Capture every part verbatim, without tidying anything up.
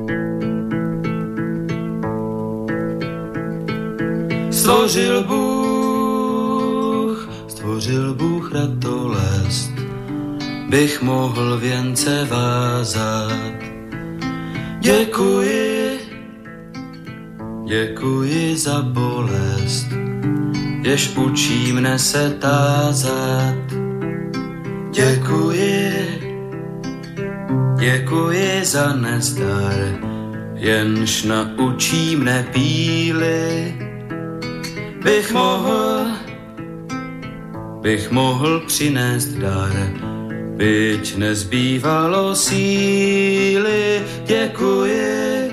Stvořil Bůh, stvořil Bůh ratolest, bych mohl věnce vázat. Děkuji, děkuji za bolest, jež učí mne se tázat. Děkuji, děkuji za nezdar, jenž naučí mne píly. Bych mohl, bych mohl přinést dar, byť nezbývalo síly. Děkuji,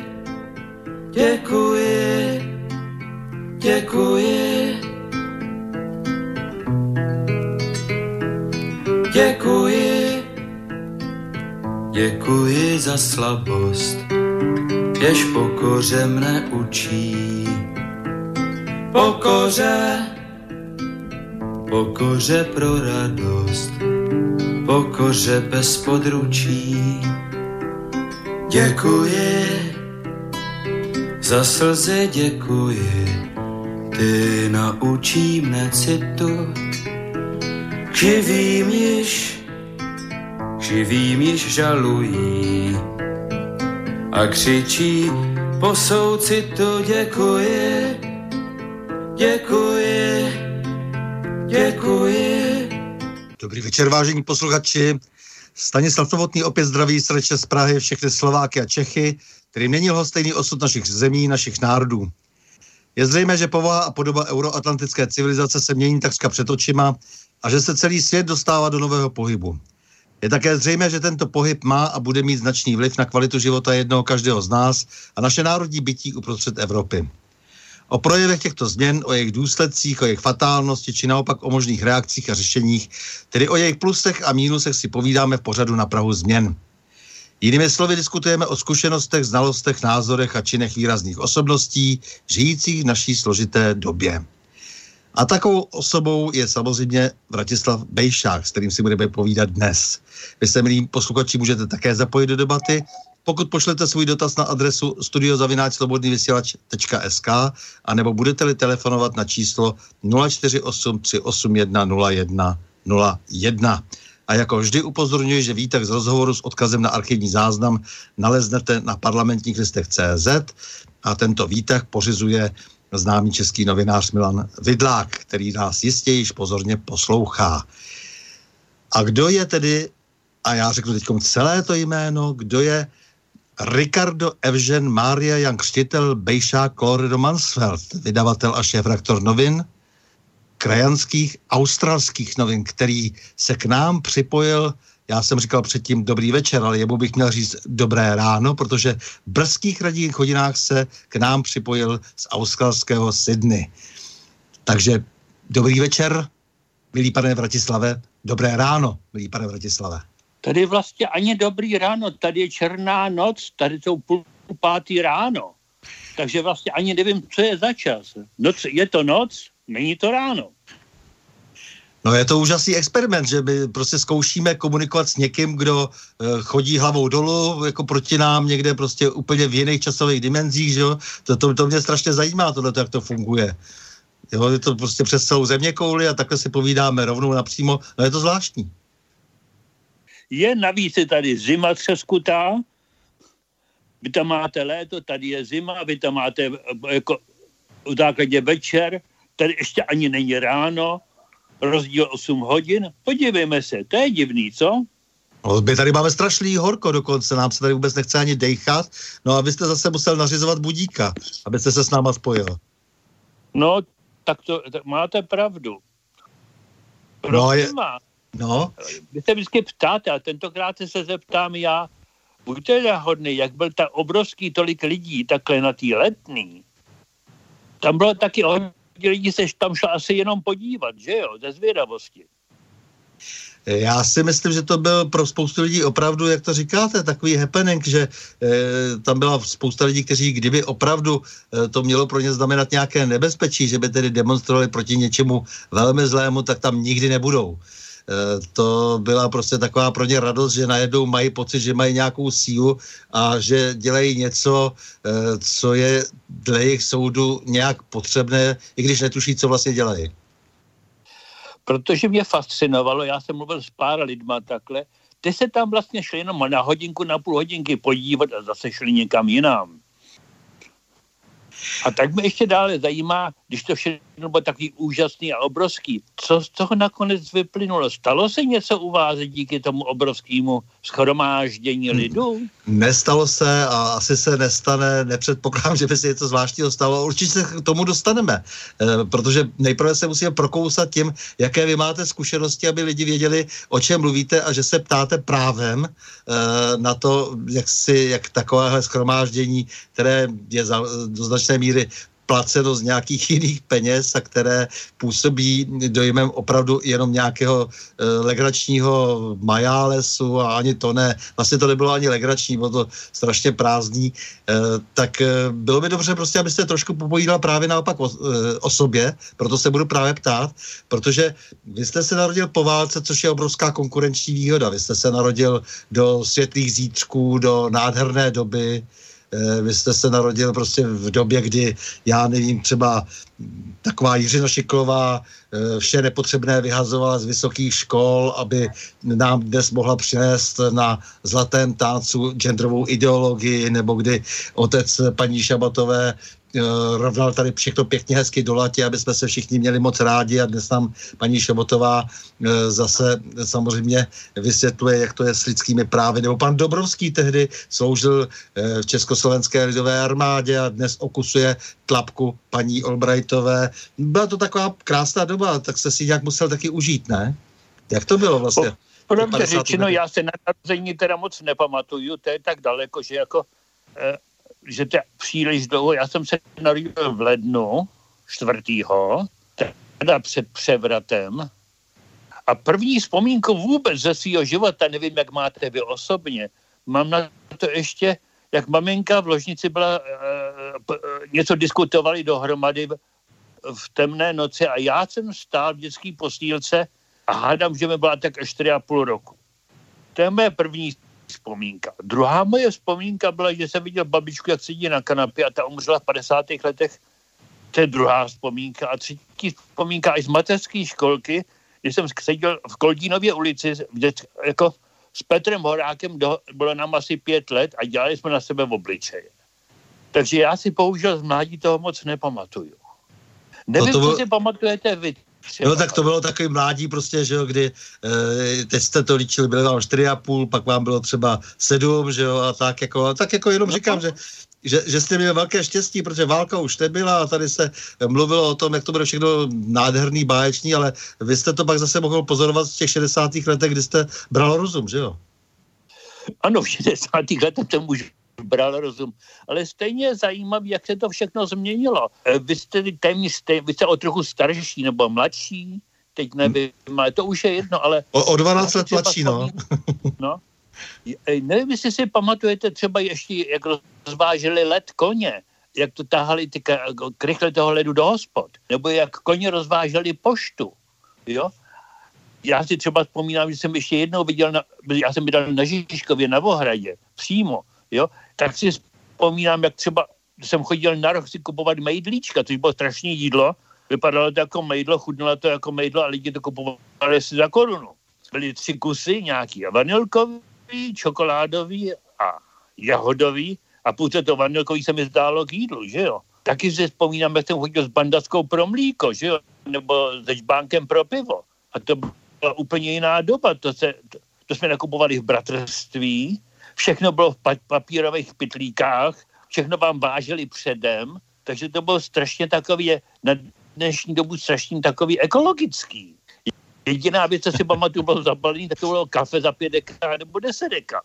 děkuji, děkuji, děkuji, děkuji za slabost, jež pokoře mne učí. Pokoře, pokoře pro radost, pokoře bez područí. Děkuji, za slzy děkuji, ty naučí mne citu. Živým již, živým již žalují a křičí po soucitu. Děkuji, děkuji, děkuji. Dobrý večer, vážení posluchači. Stanislav Novotný opět zdraví srdečně z Prahy všechny Slováky a Čechy, kterým není lhostejný osud našich zemí, našich národů. Je zřejmé, že povaha a podoba euroatlantické civilizace se mění takřka před očima a že se celý svět dostává do nového pohybu. Je také zřejmé, že tento pohyb má a bude mít značný vliv na kvalitu života jednoho každého z nás a naše národní bytí uprostřed Evropy. O projevech těchto změn, o jejich důsledcích, o jejich fatálnosti, či naopak o možných reakcích a řešeních, tedy o jejich plusech a mínusech si povídáme v pořadu Na prahu změn. Jinými slovy diskutujeme o zkušenostech, znalostech, názorech a činech výrazných osobností, žijících v naší složité době. A takovou osobou je samozřejmě Vratislav Bejšák, s kterým si budeme povídat dnes. Vy se, milí posluchači, můžete také zapojit do debaty, pokud pošlete svůj dotaz na adresu studio zavináč slobodný vysílač tečka es ká a nebo budete-li telefonovat na číslo nula čtyři osm tři osm jedna nula jedna nula jedna. A jako vždy upozorňuji, že výtah z rozhovoru s odkazem na archivní záznam naleznete na parlamentních listech tečka cé zet a tento výtah pořizuje známý český novinář Milan Vidlák, který nás jistě již pozorně poslouchá. A kdo je tedy, a já řeknu teď celé to jméno, kdo je Ricardo Evžen Mária Jan Křtitel Bejšák Colorado Mansfeld, vydavatel a šéfredaktor novin, krajanských australských novin, který se k nám připojil, já jsem říkal předtím dobrý večer, ale jemu bych měl říct dobré ráno, protože v brzkých ranních hodinách se k nám připojil z australského Sydney. Takže dobrý večer, milý pane Vratislave, dobré ráno, milý pane Vratislave. Tady vlastně ani dobrý ráno, tady je černá noc, tady jsou půl pátý ráno. Takže vlastně ani nevím, co je za čas. Noc, je to noc, není to ráno. No je to úžasný experiment, že my prostě zkoušíme komunikovat s někým, kdo e, chodí hlavou dolů, jako proti nám někde prostě úplně v jiných časových dimenzích, že jo. To, to, to mě strašně zajímá, tohleto, jak to funguje. Jo, je to prostě přes celou zeměkouli a takhle si povídáme rovnou napřímo, no je to zvláštní. Je navíc je tady zima třeskutá, vy tam máte léto, tady je zima, vy tam máte jako v základě večer, tady ještě ani není ráno, rozdíl osm hodin, podívejme se, to je divný, co? No, my tady máme strašný horko dokonce, nám se tady vůbec nechce ani dejchat, no a vy jste zase musel nařizovat budíka, abyste se s náma spojil. No, tak to tak máte pravdu. No, je... No. Vy se vždycky ptáte, a tentokrát se zeptám já, buďte hodný, jak byl ta obrovský tolik lidí takhle na tý Letný. Tam bylo taky hodně lidí, se tam šlo asi jenom podívat, že jo, ze zvědavosti. Já si myslím, že to byl pro spoustu lidí opravdu, jak to říkáte, takový happening, že e, tam byla spousta lidí, kteří kdyby opravdu e, to mělo pro ně znamenat nějaké nebezpečí, že by tedy demonstrovali proti něčemu velmi zlému, tak tam nikdy nebudou. to byla prostě taková pro ně radost, že najednou mají pocit, že mají nějakou sílu a že dělají něco, co je dle jejich soudu nějak potřebné, i když netuší, co vlastně dělají. Protože mě fascinovalo, já jsem mluvil s pár lidma takhle, ty se tam vlastně šli jenom na hodinku, na půl hodinky podívat a zase šli někam jinam. A tak mě ještě dále zajímá, když to všechno bylo takový úžasný a obrovský, co z toho nakonec vyplynulo? Stalo se něco u vás díky tomu obrovskému shromáždění lidu? Nestalo se a asi se nestane, nepředpokládám, že by se něco zvláštního stalo. Určitě se k tomu dostaneme, e, protože nejprve se musíme prokousat tím, jaké vy máte zkušenosti, aby lidi věděli, o čem mluvíte a že se ptáte právem e, na to, jak, si, jak takovéhle shromáždění, které je za, do značné míry placeno z nějakých jiných peněz a které působí dojmem opravdu jenom nějakého e, legračního majálesu a ani to ne, vlastně to nebylo ani legrační, bylo to strašně prázdný, e, tak e, bylo by dobře prostě, abyste trošku popovídala právě naopak o, e, o sobě, proto se budu právě ptát, protože vy jste se narodil po válce, což je obrovská konkurenční výhoda, vy jste se narodil do světlých zítřků, do nádherné doby. Vy jste se narodil prostě v době, kdy, já nevím, třeba taková Jiřina Šiklová vše nepotřebné vyhazovala z vysokých škol, aby nám dnes mohla přinést na zlatém táncu genderovou ideologii, nebo kdy otec paní Šabatové rovnal tady všechno pěkně hezky do latě, aby jsme se všichni měli moc rádi a dnes nám paní Šabatová zase samozřejmě vysvětluje, jak to je s lidskými právy. Nebo pan Dobrovský tehdy sloužil v Československé lidové armádě a dnes okusuje tlapku paní Albrightové. Byla to taková krásná doba, tak se si nějak musel taky užít, ne? Jak to bylo vlastně? Pravdě řečeno, já se na narození teda moc nepamatuju, to je tak daleko, že jako eh, že to je příliš dlouho. Já jsem se narodil v lednu čtvrtého, teda před převratem. A první vzpomínku vůbec ze svého života, nevím, jak máte vy osobně, mám na to ještě, jak maminka v ložnici byla, uh, něco diskutovali dohromady v, v temné noci a já jsem stál v dětský postýlce a hádám, že mi byla tak až čtyři a půl roku. To je moje první vzpomínka. Druhá moje vzpomínka byla, že jsem viděl babičku, jak sedí na kanapě a ta umřela v padesátých letech. To je druhá vzpomínka. A třetí vzpomínka až z mateřské školky, když jsem seděl v Koldínově ulici jako s Petrem Horákem, do, bylo nám asi pět let a dělali jsme na sebe v obličeje. Takže já si bohužel z mládí toho moc nepamatuju. Nevím, no to... co si pamatujete vy. No tak to bylo takový mládí prostě, že jo, kdy e, teď jste to líčili, byli vám čtyři a půl, pak vám bylo třeba sedm, že jo, a tak jako, a tak jako jenom říkám, že, že, že jste měli velké štěstí, protože válka už nebyla a tady se mluvilo o tom, jak to bude všechno nádherný, báječný, ale vy jste to pak zase mohl pozorovat v těch šedesátých letech, kdy jste bral rozum, že jo? Ano, v šedesátých letech jsem už bral rozum, ale stejně je zajímavý, jak se to všechno změnilo. Vy jste téměř, stej, vy jste o trochu starší nebo mladší, teď nevím, ale to už je jedno, ale... O, o dvanáct let mladší, no. no. Nevím, jestli si pamatujete třeba ještě, jak rozváželi led koně, jak to tahali ty krychle toho ledu do hospod, nebo jak koně rozváželi poštu, jo. Já si třeba vzpomínám, že jsem ještě jednou viděl, na, já jsem bydlel na Žižkově na Vohradě, přímo, jo, tak si vzpomínám, jak třeba jsem chodil na roh si kupovat mejdlíčka, což bylo strašné jídlo, vypadalo to jako mejdlo, chutnalo to jako mejdlo a lidi to kupovali si za korunu. Byly tři kusy nějaký, vanilkový, čokoládový a jahodový a půlce to vanilkový se mi zdálo k jídlu, že jo. Taky si vzpomínám, jak jsem chodil s bandaskou pro mlíko, že jo, nebo se žbánkem pro pivo. A to byla úplně jiná doba, to, se, to, to jsme nakupovali v bratrství, všechno bylo v pa- papírových pytlíkách, všechno vám vážili předem, takže to bylo strašně takový, na dnešní dobu strašně takový ekologický. Jediná věc, co si pamatuju, bylo zabalený, tak to bylo kafe za pět deka nebo deset deka.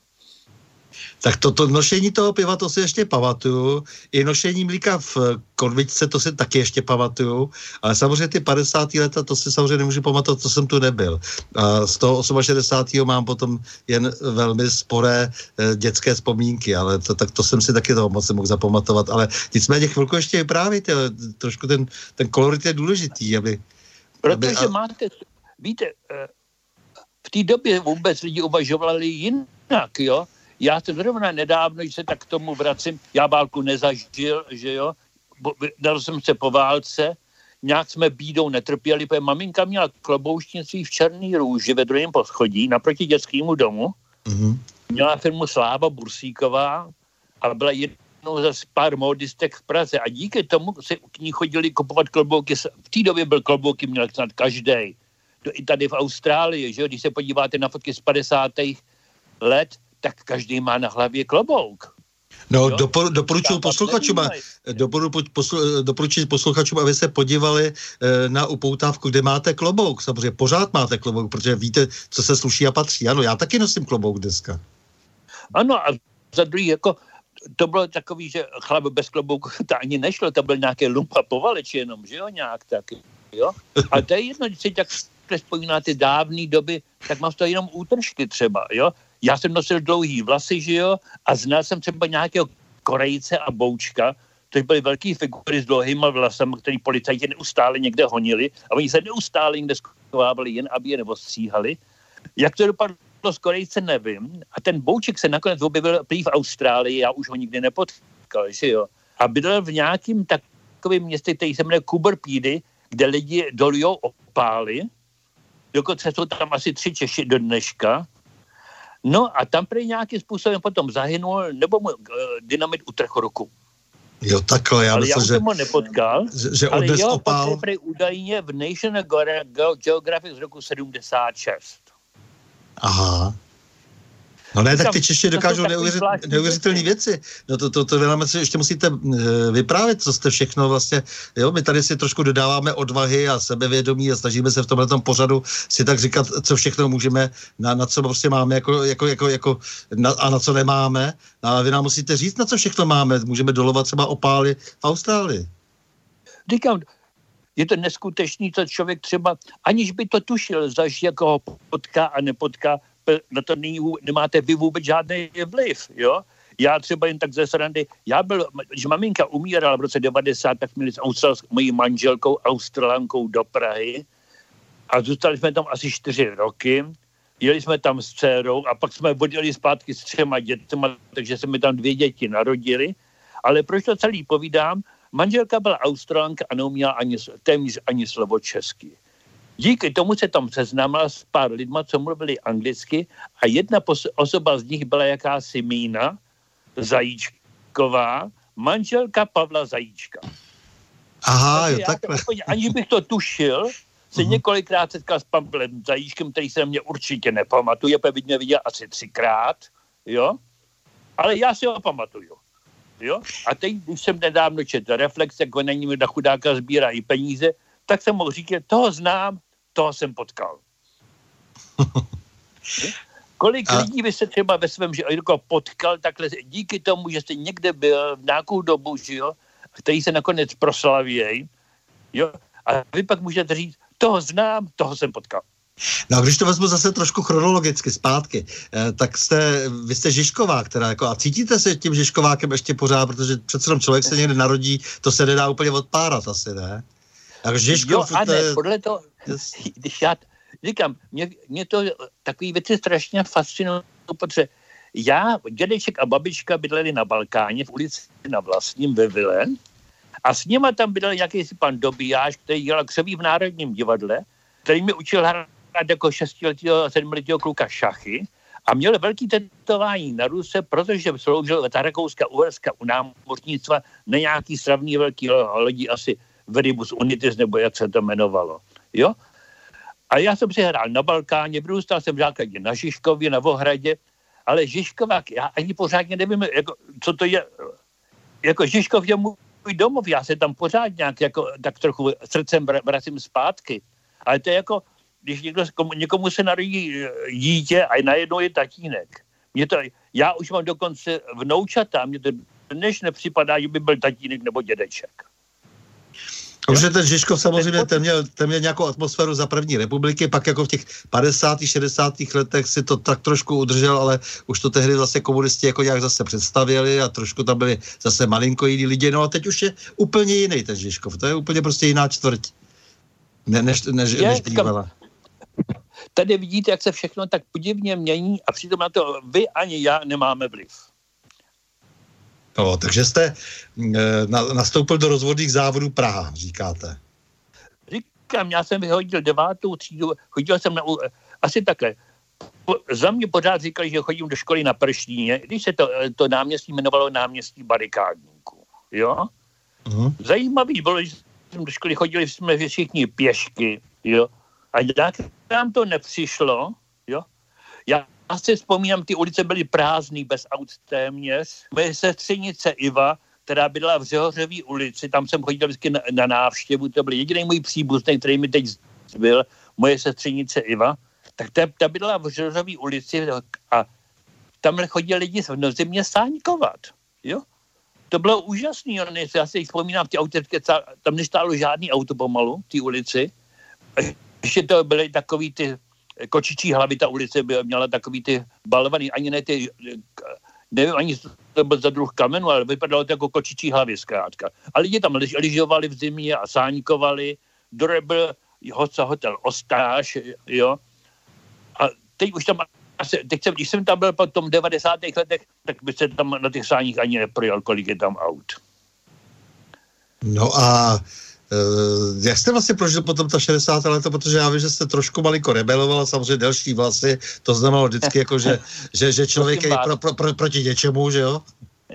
Tak toto nošení toho piva, to si ještě pamatuju. I nošení mlíka v konvičce, to si taky ještě pamatuju. Ale samozřejmě ty padesátá leta, to si samozřejmě nemůžu pamatovat, to jsem tu nebyl. A z toho šedesátého osmého mám potom jen velmi sporé e, dětské vzpomínky, ale to, tak to jsem si taky toho moc nemohl zapamatovat. Ale nicméně chvilku ještě vyprávíte, trošku ten, ten kolorit je důležitý, aby... Protože aby, a... máte, víte, v té době vůbec lidi uvažovali jinak, jo. Já se zrovna nedávno, když se tak k tomu vracím, já válku nezažil, že jo, dal jsem se po válce, nějak jsme bídou netrpěli, protože maminka měla kloboušnictví v Černý Růži ve druhém poschodí, naproti dětskému domu. Mm-hmm. Měla firmu Sláva Bursíková a byla jednou ze pár módistek v Praze. A díky tomu se k ní chodili kupovat klobouky. V té době byl klobouky, měl snad každej. I tady v Austrálii, že jo? Když se podíváte na fotky z padesátých let, tak každý má na hlavě klobouk. No, dopor, doporučuji posluchačům, doporučuji posluchačům, aby se podívali e, na upoutávku, kde máte klobouk. Samozřejmě pořád máte klobouk, protože víte, co se sluší a patří. Ano, já taky nosím klobouk dneska. Ano, a za druhý, jako, to bylo takový, že chlap bez klobouku, to ani nešlo, to byl nějaké lumpa povaleč jenom, že jo, nějak taky, jo. A to je jedno, když si tak vzpomíná ty dávné doby, tak mám to jenom útržky třeba, jo. Já jsem nosil dlouhý vlasy, že jo, a znal jsem třeba nějakého Korejce a Boučka, to byly velký figury s dlouhýma vlasama, který policajti neustále někde honili a oni se neustále někde schovávali, jen aby je neostříhali. Jak to dopadlo s Korejce, nevím. A ten Bouček se nakonec objevil prý v Austrálii, já už ho nikdy nepotkal, že jo. A bydlel v nějakým takovém městě, který se jmenuje Coober Pedy, kde lidi dolujou opály. Dokonce jsou tam asi tři Češi do dneška. No a tam prý nějakým způsobem potom zahynul, nebo mu uh, dynamit utrhl ruku. Jo, takhle, já ale myslím, já že... jsem ho nepotkal, že, že ale jeho opál... prý údajně v National Geographic z roku sedmdesát šest. Aha. No ne, tak ty Češi dokážou neuvěřit, neuvěřitelné věci. No to, to, to, to nám ještě musíte vyprávět, co jste všechno vlastně, jo, my tady si trošku dodáváme odvahy a sebevědomí a snažíme se v tomhletom pořadu si tak říkat, co všechno můžeme, na, na co prostě máme jako, jako, jako, jako na, a na co nemáme. A vy nám musíte říct, na co všechno máme. Můžeme dolovat třeba opály v Austrálii. Říkám, je to neskutečný, co člověk třeba, aniž by to tušil, zaž jako ho potká a nepotká, na to nemáte vy vůbec žádný vliv, jo? Já třeba jen tak ze srandy, já byl, když maminka umírala v roce devadesát, tak měli s mojí manželkou Australankou do Prahy a zůstali jsme tam asi čtyři roky, jeli jsme tam s dcerou a pak jsme odjeli zpátky s třema dětma, takže se mi tam dvě děti narodily, ale proč to celý povídám, manželka byla Australanka a neuměla ani, téměř ani slovo česky. Díky tomu se tam seznámila s pár lidma, co mluvili anglicky a jedna pos- osoba z nich byla jakási Mína Zajíčková, manželka Pavla Zajíčka. Aha, jo, takhle. Aniž bych to tušil, se uh-huh. několikrát setkal s Pavlem Zajíčkem, který se na mě určitě nepamatuje, protože mě viděl asi třikrát, jo, ale já si ho pamatuju. Jo? A teď, když jsem nedávno četl Reflex, jak na ní na chudáka sbírají peníze, tak jsem mohl říkat, toho znám, toho jsem potkal. Kolik a... lidí by se třeba ve svém životě potkal takhle díky tomu, že jste někde byl v nějakou dobu, že jo, který se nakonec proslavějí, jo, a vy pak můžete říct, toho znám, toho jsem potkal. No a když to vezmu zase trošku chronologicky zpátky, eh, tak jste, vy jste Žižková, která jako, a cítíte se tím Žižkovákem ještě pořád, protože přece jenom člověk se někde narodí, to se nedá úplně odpárat asi, ne? Tak Žižkov, jo, a ne, je... podle toho, yes. Když já říkám, mě, mě to takový věci strašně fascinují, protože já, dědeček a babička bydleli na Balkáně v ulici na Vlastním ve Vile a s nima tam bydlel jakýsi pan Dobijáš, který dělal křoví v Národním divadle, který mi učil hrát jako šestiletého, sedmiletého kluka šachy a měl velký tetování na ruce, protože sloužil ve Rakouska, Uherska u námořnictva na nějaký slavný velký lodi, asi Veribus Unitis, nebo jak se to jmenovalo. Jo? A já jsem si hrál na Balkáně, vyrůstal jsem v základě na Žižkově, na Vohradě, ale Žižkovák, já ani pořádně nevím, jako, co to je. Jako Žižkov je můj domov, já se tam pořád nějak jako, tak trochu srdcem vracím zpátky. Ale to je jako, když někdo, někomu se narodí dítě a najednou je tatínek. Mě to, já už mám dokonce vnoučata, mně to dnes nepřipadá, že by byl tatínek nebo dědeček. Protože ten Žižkov samozřejmě, ten měl, ten měl nějakou atmosféru za první republiky, pak jako v těch padesátých, šedesátých letech si to tak trošku udržel, ale už to tehdy zase komunisti jako nějak zase představili a trošku tam byli zase malinko jiný lidi, no a teď už je úplně jiný ten Žižkov, to je úplně prostě jiná čtvrť, ne, než, než, je, než bývala. tady vidíte, jak se všechno tak podivně mění a přitom na to vy ani já nemáme vliv. No, takže jste e, na, nastoupil do rozvodných závodů Praha, říkáte. Říkám, já jsem vyhodil devátou třídu, chodil jsem na, asi takhle. Po, za mě pořád říkali, že chodím do školy na Prštíně, když se to, to náměstí jmenovalo náměstí barikádníků, jo. Uh-huh. Zajímavý bylo, že jsme do školy chodili jsme všichni pěšky, jo. A jak nám to nepřišlo, jo. Já si vzpomínám, ty ulice byly prázdný, bez aut téměř. Moje sestřenice Iva, která bydlela v Řehořový ulici, tam jsem chodil vždycky na, na návštěvu, to byl jediný můj příbuzný, který mi teď byl, moje sestřenice Iva, tak ta, ta bydlela v Řehořový ulici a tam chodili lidi v zimě sáňkovat, jo. To bylo úžasný, já si vzpomínám, v ty autě, tam nestálo žádný auto pomalu, v té ulici. Ještě to byly takový ty kočičí hlavy, ta ulice by měla takový ty balvaný, ani ne ty, nevím, ani to byl za druh kamenu, ale vypadalo to jako kočičí hlavy zkrátka. A lidi tam lyžovali v zimě a sáňkovali, dole byl hotel Ostáž, jo. A teď už tam, teď jsem, když jsem tam byl po tom devadesátých letech, tak by se tam na těch sáních ani neprojel, kolik je tam aut. No a Uh, jak jste vlastně prožil potom ta šedesátá léta, protože já vím, že jste trošku malinko rebeloval, samozřejmě delší vlasy, to znamenalo vždycky jako, že, že, že člověk je pro, pro, pro, proti něčemu, že jo?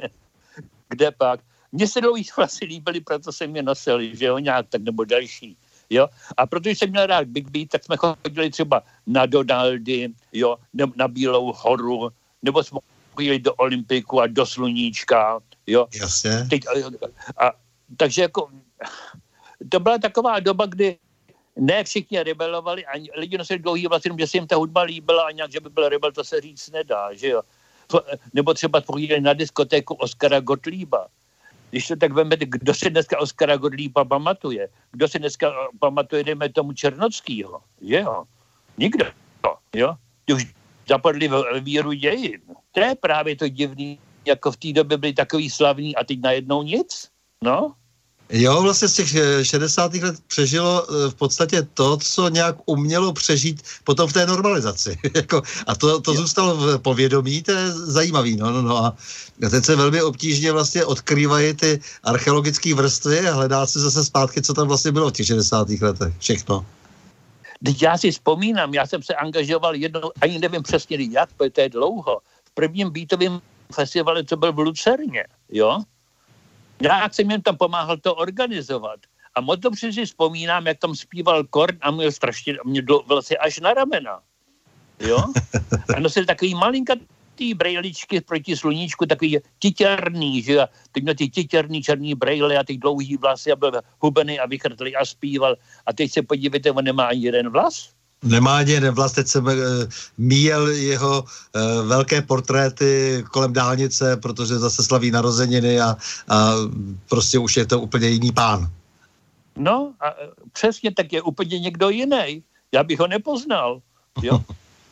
Kde pak? Mně se dlouhý vlasy líbily, proto jsem je nosil, že jo, nějak tak, nebo další, jo? A protože jsem měl rád Big Beat, tak jsme chodili třeba na Donaldy, jo, nebo na Bílou horu, nebo jsme chodili do Olympiku a do Sluníčka, jo? Jasně. Teď, a, a, takže jako to byla taková doba, kdy ne všichni rebelovali, ani lidi nosili dlouhý vlasy, že se jim ta hudba líbila a nějak, že by byl rebel, to se říct nedá, že jo. Nebo třeba pochodili na diskotéku Oskara Gottlieba. Když to tak vemete, kdo si dneska Oskara Gottlieba pamatuje? Kdo si dneska pamatuje, dejme tomu Černockýho? Jo. Nikdo, jo. Už zapadli v víru dějin. To je právě to divný, jako v té době byli takový slavní a teď najednou nic, no. Jo, vlastně z těch šedesátých let přežilo v podstatě to, co nějak umělo přežít potom v té normalizaci. A to, to zůstalo v povědomí, to je zajímavý. No, no, no. A teď se velmi obtížně vlastně odkrývají ty archeologické vrstvy a hledá se zase zpátky, co tam vlastně bylo v těch šedesátých letech. Všechno. Já si vzpomínám, já jsem se angažoval jednou, ani nevím přesně jak, protože to je dlouho, v prvním beatovém festivalu, co byl v Lucerně, jo? Já jsem jim tam pomáhal to organizovat. A moc dobře si vzpomínám, jak tam zpíval Korn a měl strašně, mě vlasy až na ramena. Jo? A nosil takový malinkatý brejličky proti sluníčku, takový titěrný, že? Teď měl ty titěrný černý brejle a ty dlouhý vlasy a byl hubený a vychrtlý a zpíval. A teď se podívejte, on nemá ani jeden vlas. Nemá ani jeden vlas, teď jsem uh, míjel jeho uh, velké portréty kolem dálnice, protože zase slaví narozeniny a, a prostě už je to úplně jiný pán. No a přesně tak je úplně někdo jiný. Já bych ho nepoznal, jo.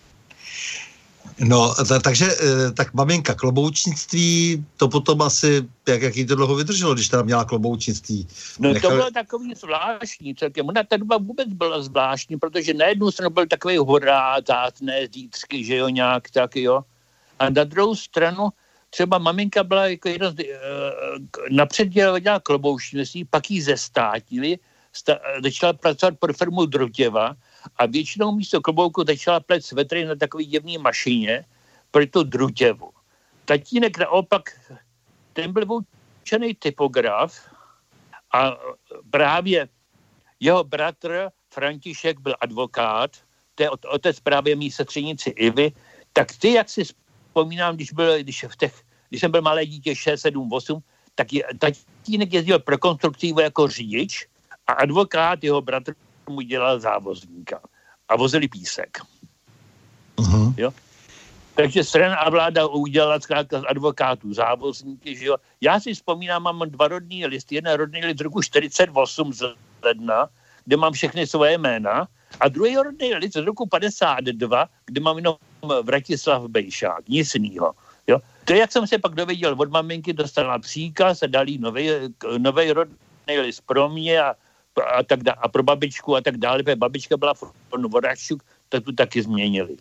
No, t- takže tak maminka kloboučnictví, to potom asi, jak, jak jí to dlouho vydrželo, když teda měla kloboučnictví? No Nechali... to bylo takový zvláštní celkem. Ona ta doba vůbec byla zvláštní, protože na jednu stranu byl takový hurá, tátné zítřky, že jo, nějak tak, jo. A na druhou stranu třeba maminka byla jako jedna z, uh, napřed dělala kloboučnictví, pak jí zestátnili, sta- začala pracovat pro firmu Drutěva, a většinou místo klobouku začala plét svetry na takový divný mašině pro tu Drutěvu. Tatínek naopak, ten byl vyučený typograf a právě jeho bratr František byl advokát, to je otec právě mý sestřenici Ivy, tak ty, jak si vzpomínám, když, byl, když, v těch, když jsem byl malé dítě šest, sedm, osm, tak je, tatínek jezdil pro konstruktivu jako řidič a advokát, jeho bratr, mu dělal závozníka a vozili písek. Uh-huh. Jo? Takže strana a vláda udělala zkrátka z advokátů závozníky, že jo. Já si vzpomínám, mám dva rodný listy, jeden rodný list z roku čtyřicet osm z ledna, kde mám všechny svoje jména, a druhý rodný list z roku padesát dva, kde mám jenom Vratislav Bejšák, nic jinýho. Jo? To je, jak jsem se pak dověděl od maminky, dostala příkaz a dali nový rodný list pro mě a a tak dá, a pro babičku a tak dále, protože babička byla v Voračuk, tak tu taky změnili.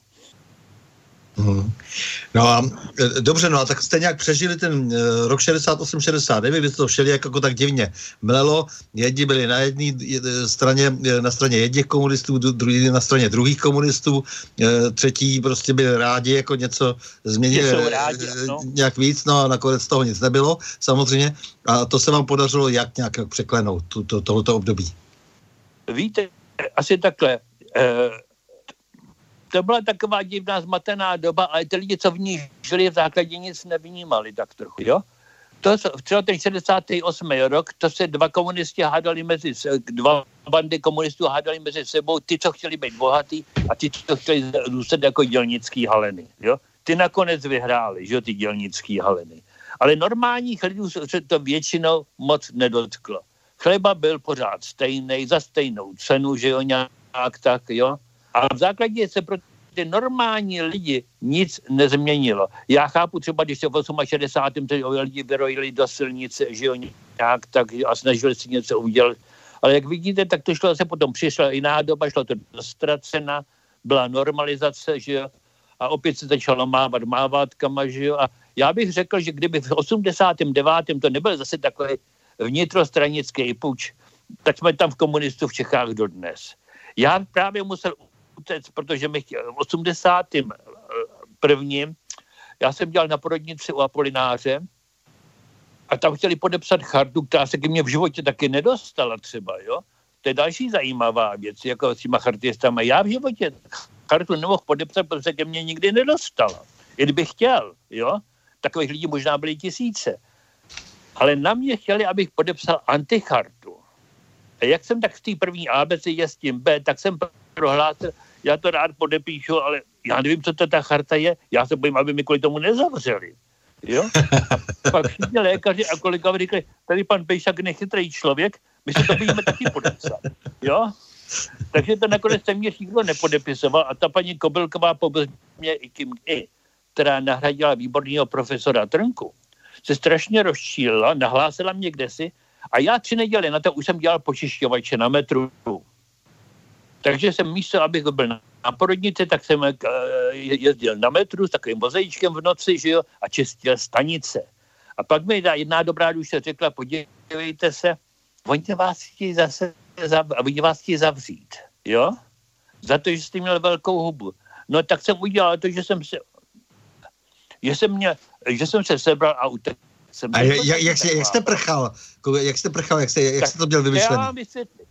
Hmm. No a dobře, no a tak jste nějak přežili ten uh, rok šedesát osm šedesát devět, kdy to všelijak jako tak divně mlelo. Jedni byli na jedné straně, na straně jedních komunistů, druhý na straně druhých komunistů, uh, třetí prostě byli rádi jako něco změnili rádi, no. nějak víc, no a nakonec z toho nic nebylo, samozřejmě. A to se vám podařilo jak nějak překlenout, tu, to, tohoto období? Víte, asi takhle. Uh, To byla taková divná zmatená doba, ale ty lidi, co v ní žili, v základě nic nevnímali tak trochu, jo? To, třeba ten šedesátý osmý rok, to se dva komunisti hádali mezi, dva bandy komunistů hádali mezi sebou, ty, co chtěli být bohatý a ty, co chtěli zůstat jako dělnický haleny, jo? Ty nakonec vyhráli, že ty dělnický haleny. Ale normálních lidí se to většinou moc nedotklo. Chleba byl pořád stejný, za stejnou cenu, že jo, nějak tak, jo? A v základě se pro ty normální lidi nic nezměnilo. Já chápu třeba, když se v šedesátém osmém lidi vyrojili do silnice, že jo, nějak tak a snažili si něco udělat. Ale jak vidíte, tak to šlo se potom, přišla jiná doba, šlo to do ztracena, byla normalizace, že jo, a opět se začalo mávat mávátkama, že jo. A já bych řekl, že kdyby v osmdesátém devátém to nebyl zase takový vnitrostranický puč, tak jsme tam v komunistů v Čechách dodnes. Já právě musel utéct, protože mi chtěl v osmdesátém prvním já jsem dělal na porodnici u Apolináře a tam chtěli podepsat chartu, která se ke mně v životě taky nedostala třeba, jo. To je další zajímavá věc, jako s těma chartistama. Já v životě chartu nemohl podepsat, protože se ke mně nikdy nedostala. I kdybych chtěl, jo. Takových lidí možná byly tisíce. Ale na mě chtěli, abych podepsal antichartu. A jak jsem tak v té první A B C je s tím B, tak jsem prohlásil, já to rád podepíšu, ale já nevím, co to ta charta je, já se bojím, aby mi kvůli tomu nezavřeli. Jo? A pak všichni lékaři a kolegové říkali, tady pan Pejšak nechytrý člověk, my se to budeme taky podepsat. Jo? Takže to nakonec se mě nikdo nepodepisoval a ta paní Kobylková po mě i Kim I, která nahradila výborného profesora Trnku, se strašně rozčílila, nahlásila mě kdesi a já tři neděle na to už jsem dělal počišťovače na metru. Takže jsem místo, abych byl na, na porodnici, tak jsem uh, jezdil na metru s takovým vozejíčkem v noci, že jo, a čistil stanice. A pak mi jedna dobrá duše řekla, podívejte se, oni vás chtějí zase zav, oni vás chtějí zavřít, jo? Za to, že jste měl velkou hubu. No tak jsem udělal to, že jsem se, že jsem, měl, že jsem se sebral a utekl. A jak, jak, jak, jste, jak jste prchal? Jak jste prchal? Jak jste, jak jste to měl vymyšlený? Já vám vysvětlím.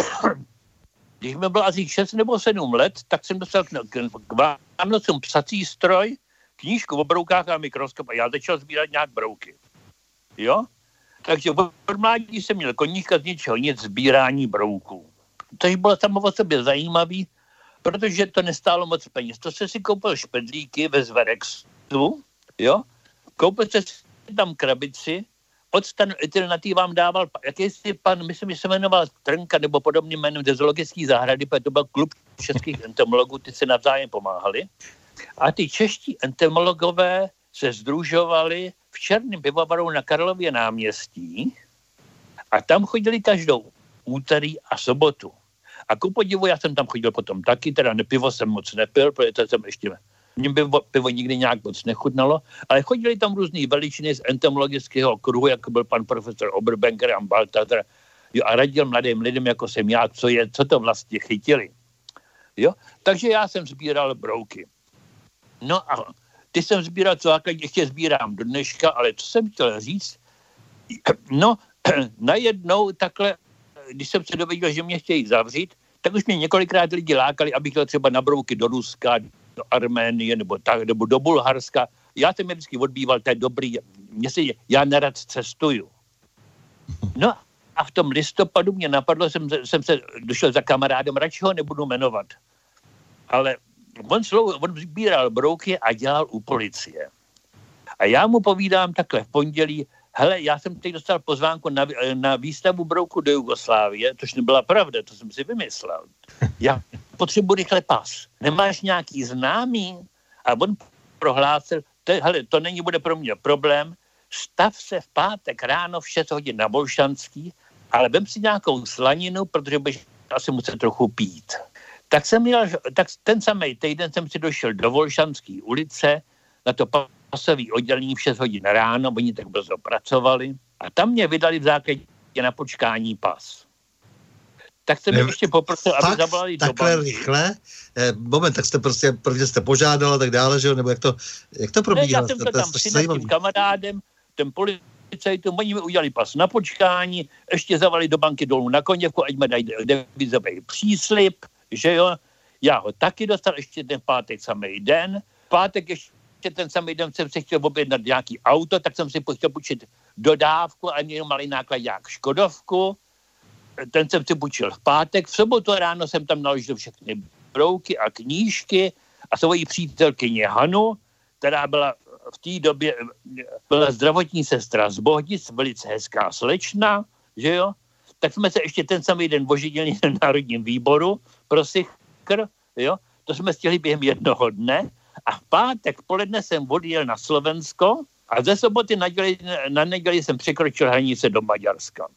Když mi bylo asi šest nebo sedm let, tak jsem dostal k, k, k Vánocům psací stroj, knížku o broukách a mikroskop a já začal sbírat nějak brouky. Jo? Takže od mládí jsem měl koníčka z ničeho nic, sbírání brouků. To bylo samo o sobě zajímavý, protože to nestálo moc peněz. To se si koupil špedlíky ve Zverexu, jo? Koupil se tam krabici, Odstan Eternatý vám dával, jakýsi pan, myslím, že se jmenoval Trnka nebo podobným jménem ze zoologické zahrady, protože to byl klub českých entomologů, ty se navzájem pomáhali. A ty čeští entomologové se sdružovali v Černém pivovaru na Karlově náměstí a tam chodili každou úterý a sobotu. A ku podivu, já jsem tam chodil potom taky, teda ne, pivo jsem moc nepil, protože to jsem ještě... Mně pivo, pivo nikdy nějak moc nechutnalo, ale chodili tam různý veličiny z entomologického kruhu, jako byl pan profesor Oberbenker a Baltazar, jo, a radil mladým lidem, jako jsem já, co je, co to vlastně chytili. Jo? Takže já jsem sbíral brouky. No a ty jsem sbíral, co ještě sbírám do dneška, ale co jsem chtěl říct, no najednou takhle, když jsem se dověděl, že mě chtějí zavřít, tak už mě několikrát lidi lákali, abych jel třeba na brouky do Ruska, do Arménie nebo, tak, nebo do Bulharska. Já jsem je vždycky odbýval, to je dobrý, mě si, já nerad cestuju. No a v tom listopadu mě napadlo, jsem, jsem se došel za kamarádem, radši ho nebudu jmenovat. Ale on, slou, on sbíral brouky a dělal u policie. A já mu povídám takhle v pondělí, hele, já jsem teď dostal pozvánku na, na výstavu brouku do Jugoslávie, což nebyla pravda, to jsem si vymyslel. Já potřebuji rychle pas. Nemáš nějaký známý? A on prohlásil, to, hele, to není bude pro mě problém, stav se v pátek ráno v šest hodin na Bolšanský, ale vem si nějakou slaninu, protože budeš asi muset trochu pít. Tak jsem měl, tak ten samý týden jsem si došel do Volšanské ulice na to pasové oddělení v šest hodin ráno, oni tak brzo pracovali a tam mě vydali v základě na počkání pas. Tak jsem ne, ještě poprosil, aby fakt, zavolali do banky. Takhle rychle? Eh, moment, tak jste prostě, prvně jste požádal a tak dále, že jo? Nebo jak to, jak to probíhá? Ne, já jsem to tam přinesl tím kamarádem, ten policajtům, oni mi udělali pas na počkání, ještě zavolali do banky dolů na Koněvku, ať mi dají devizový příslib, že jo? Já ho taky dostal ještě ten pátek samý den. Pátek ještě ten samý den jsem si chtěl objednat nějaký auto, tak jsem si chtěl půjčit dodávku a měl malý nákladák Škodovku. Ten jsem si půjčil v pátek. V sobotu ráno jsem tam naložil všechny brouky a knížky a svoji přítelkyni Hanu, která byla v té době byla zdravotní sestra z Bohdic, velice hezká slečna, že jo? Tak jsme se ještě ten samý den oženili na Národním výboru pro Sichr, jo? To jsme stihli během jednoho dne a v pátek poledne jsem odjel na Slovensko a ze soboty na, děli, na neděli jsem překročil hranice do Maďarska.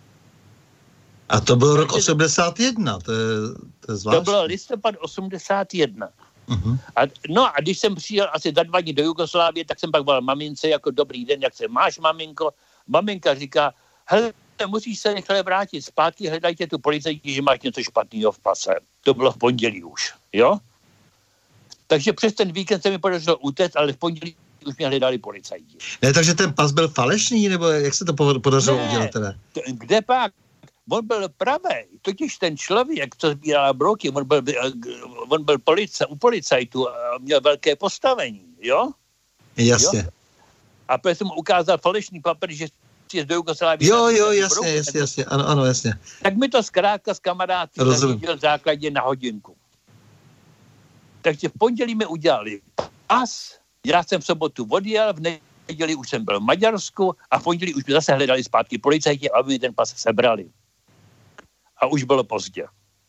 A to byl rok osmdesát jedna, to je, to je zvláštní. To bylo listopad osmdesát jedna. Uh-huh. A, no a když jsem přijel asi za dva dní do Jugoslávie, tak jsem pak volal mamince jako dobrý den, jak se máš, maminko? Maminka říká, hele, musíš se rychle vrátit zpátky, hledajte tu policajti, že máš něco špatného v pase. To bylo v pondělí už, jo? Takže přes ten víkend se mi podařilo utéct, ale v pondělí už mě hledali policajti. Ne, takže ten pas byl falešný, nebo jak se to podařilo ne, udělat teda? To, kde pak? On byl pravý, totiž ten člověk, co sbíral broky, on byl, on byl polica, u policajtů a měl velké postavení, jo? Jasně. Jo? A pak jsem mu ukázal falešný papír, že si do Jugoslávie... Jo, jo, jasně, broky, jasně, jasně, ano, ano, jasně. Tak mi to zkrátka s kamarádky zařídil v základě na hodinku. Takže v pondělí mi udělali pas, já jsem v sobotu odjel, v neděli už jsem byl v Maďarsku a v pondělí už mi zase hledali zpátky policajti, aby mi ten pas sebrali. A už bylo pozdě.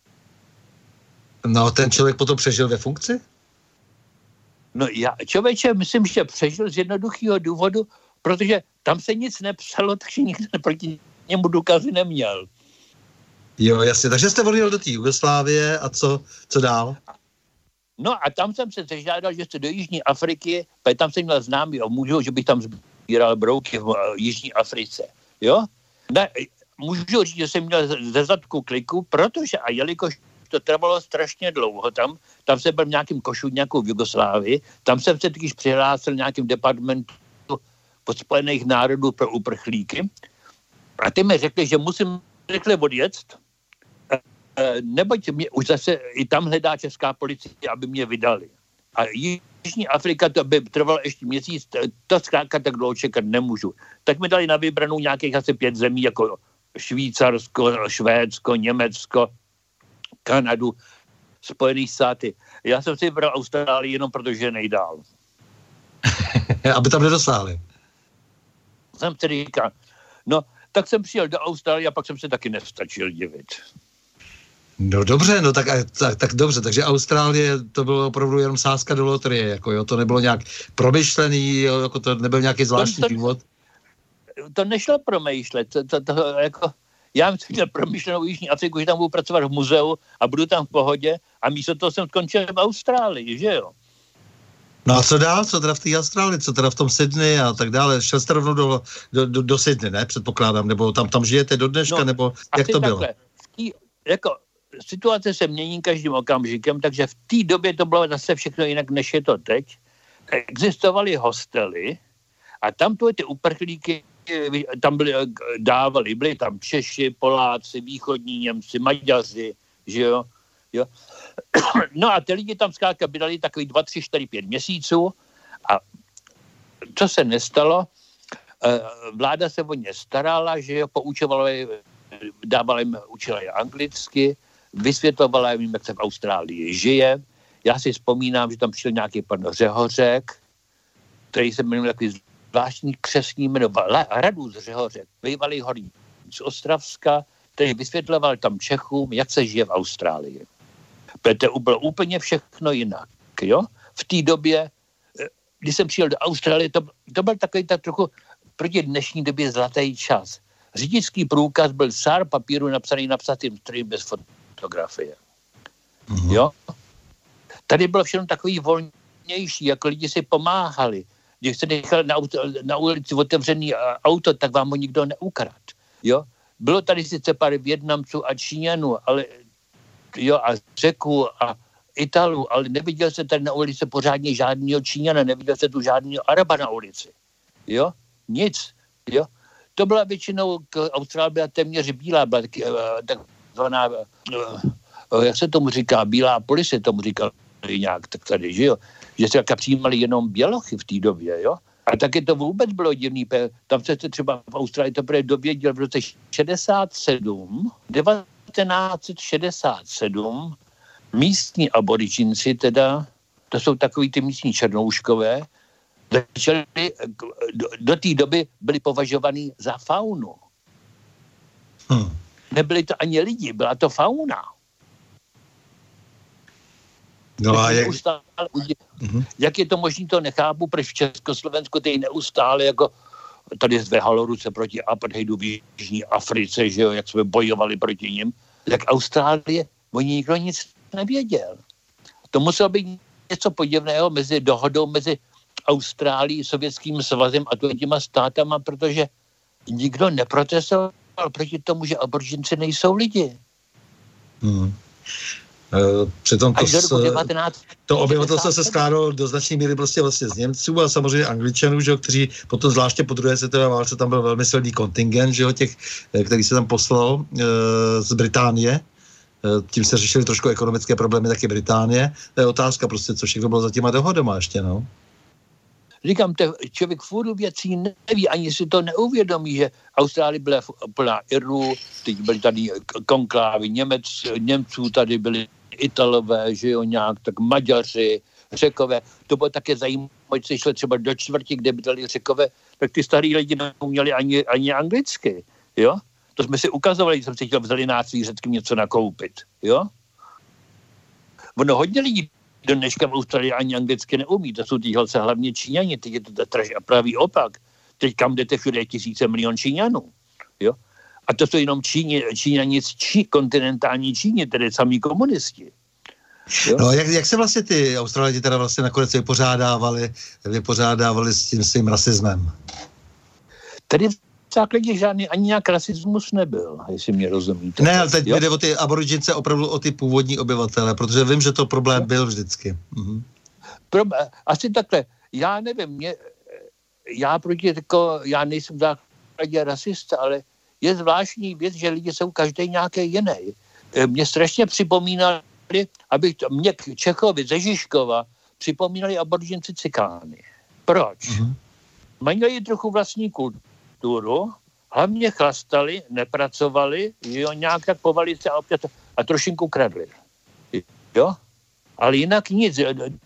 No, ten člověk potom přežil ve funkci? No já, člověče, myslím, že přežil z jednoduchého důvodu, protože tam se nic nepsalo, takže nikdo proti němu důkazy neměl. Jo, jasně. Takže jste odjel do té Jugoslávie a co, co dál? No a tam jsem se sežádal, že se do Jižní Afriky, protože tam jsem měl známý o mužu, že bych tam sbíral brouky v Jižní Africe. Jo? Ne, můžu říct, že jsem měl ze zadku kliku, protože a jelikož to trvalo strašně dlouho tam, tam jsem byl v nějakým košudňáku v Jugoslávii, tam jsem se totiž přihlásil nějakým departmentu pod Spojených národů pro uprchlíky a ty mi řekli, že musím rychle odjet, neboť mě už zase i tam hledá česká policie, aby mě vydali. A Jižní Afrika to by trvalo ještě měsíc, to zkrátka tak dlouho čekat nemůžu. Tak mi dali na vybranou nějakých asi pět zemí, jako Švýcarsko, Švédsko, Německo, Kanadu, Spojené státy. Já jsem si vybral Austrálii jenom protože je nejdál. Aby tam nedosáhli. Jsem si říkal, no, tak jsem přijel do Austrálie a pak jsem se taky nestačil divit. No dobře, no tak, tak, tak dobře, takže Austrálie to bylo opravdu jenom sázka do loterie, jako jo, to nebylo nějak promyšlený, jo, jako to nebyl nějaký zvláštní důvod. To, to nešlo promýšlet, to, to, to, jako, já jsem měl promyšlenou Jižní Afriku, že tam budu pracovat v muzeu a budu tam v pohodě a místo toho jsem skončil v Austrálii, že jo. No a co dál, co teda v té Austrálii, co teda v tom Sydney a tak dále, šel jste rovnou do, do, do, do Sydney, ne, předpokládám, nebo tam, tam žijete do dneška, no, nebo jak to bylo? Takhle, tý, jako situace se mění každým okamžikem, takže v té době to bylo zase všechno jinak, než je to teď. Existovaly hostely a tam tu ty uprchlíky tam byli, dávali, byli tam Češi, Poláci, východní Němci, Maďaři, že jo, jo. No a ty lidi tam zkrátka bydali takový dva, tři, čtyři, pět měsíců a co se nestalo, vláda se o ně starala, že jo, poučovala, dávala jim, učila je anglicky, vysvětlovala jim, jak se v Austrálii žije. Já si vzpomínám, že tam přišel nějaký pan Řehořek, který se jmenoval takový zvláštní křestní jméno, Radu z Řehořek, bývalý horník z Ostravska, který vysvětloval tam Čechům, jak se žije v Austrálii. To bylo úplně všechno jinak, jo? V té době, když jsem přijel do Austrálie, to, to byl takový tak trochu proti dnešní době zlatý čas. Řidičský průkaz byl sár papíru napsaný napsatým strojem bez fotografie. Mm-hmm. Jo? Tady bylo všechno takový volnější, jako lidi si pomáhali. Když jste nechali na, auto, na ulici otevřený auto, tak vám ho nikdo neukrad. Jo? Bylo tady sice pár Vietnamců a Číňanů, ale jo, a Řeků a Italů, ale neviděl se tady na ulici pořádně žádného Číňana, neviděl se tu žádného Araba na ulici. Jo? Nic. Jo? To byla většinou, Austrálie byla téměř bílá, byla taky, takzvaná, jak se tomu říká, bílá policie tomu říkali nějak tak tady, že jo? Že se taky přijímali jenom bělochy v té době, jo? A taky to vůbec bylo divný, tam se třeba v Austrálii teprve dověděl v roce šedesát sedm, devatenáct set šedesát sedm, místní aboriginci teda, to jsou takový ty místní černouškové, začali, do, do té doby byli považovaní za faunu. Hmm. Nebyli to ani lidi, byla to fauna. No a jak... Neustále, mm-hmm. jak je to možné, to nechápu, proč v Československu ty neustále jako tady zvehalo ruce proti apartheidu v Jižní Africe, že jo, jak jsme bojovali proti nim, tak Austrálie, oni nikdo nic nevěděl. To muselo být něco podivného mezi dohodou mezi Austrálií, Sovětským svazem a těma státama, protože nikdo neprotestoval proti tomu, že aboriginci nejsou lidi. Hmm. Uh, přitom to, s, devatenáct to obyvatelstvo se skládalo do značné míry prostě vlastně z Němců a samozřejmě Angličanů, že jo, kteří potom zvláště po druhé světové válce tam byl velmi silný kontingent, že jo, těch, který se tam poslal uh, z Británie. Uh, tím se řešily trošku ekonomické problémy taky Británie. To je otázka prostě, co všechno bylo za těma dohodama ještě, no. Říkám, te, člověk furt věcí neví, ani si to neuvědomí, že Austrálie byla plná Irů, teď byly tady konklávy Němec, Němců, tady byli Italové, že jo, nějak, tak Maďaři, Řekové. To bylo také zajímavé, když se šlo třeba do čtvrti, kde bydleli Řekové, tak ty starý lidi neuměli ani, ani anglicky, jo. To jsme si ukazovali, když jsem si chtěl v Zelináctví Řeckým něco nakoupit, jo. Ono hodně lidí do dneška v Austrálii ani anglicky neumí. To jsou ty holce hlavně Číňani, teď je to traž a pravý opak. Teď kam jdete, všude je tisíce milion Číňanů. Jo? A to jsou jenom Číně, Číňani z Čí, kontinentální Číně, tedy samí komunisti. Jo? No, jak, jak se vlastně ty Australani teda vlastně nakonec vypořádávali, vypořádávali s tím svým rasismem? Tady v základě žádný ani nějak rasismus nebyl, jestli mě rozumíte. Ne, ale teď jde o ty aborigince, opravdu o ty původní obyvatele, protože vím, že to problém byl vždycky. Mhm. Pro, asi takhle, já nevím, mě, já proti jako, já nejsem v základě rasista, ale je zvláštní věc, že lidi jsou každý nějaký jiný. Mě strašně připomínali, abych to, mě Čechovi ze Žižkova připomínali aboriginci Cikány. Proč? Mhm. Mají trochu vlastní kulturu, hlavně chlastali, nepracovali, jo, nějak tak povali se a, občas, a trošinku kradli. Jo? Ale jinak nic.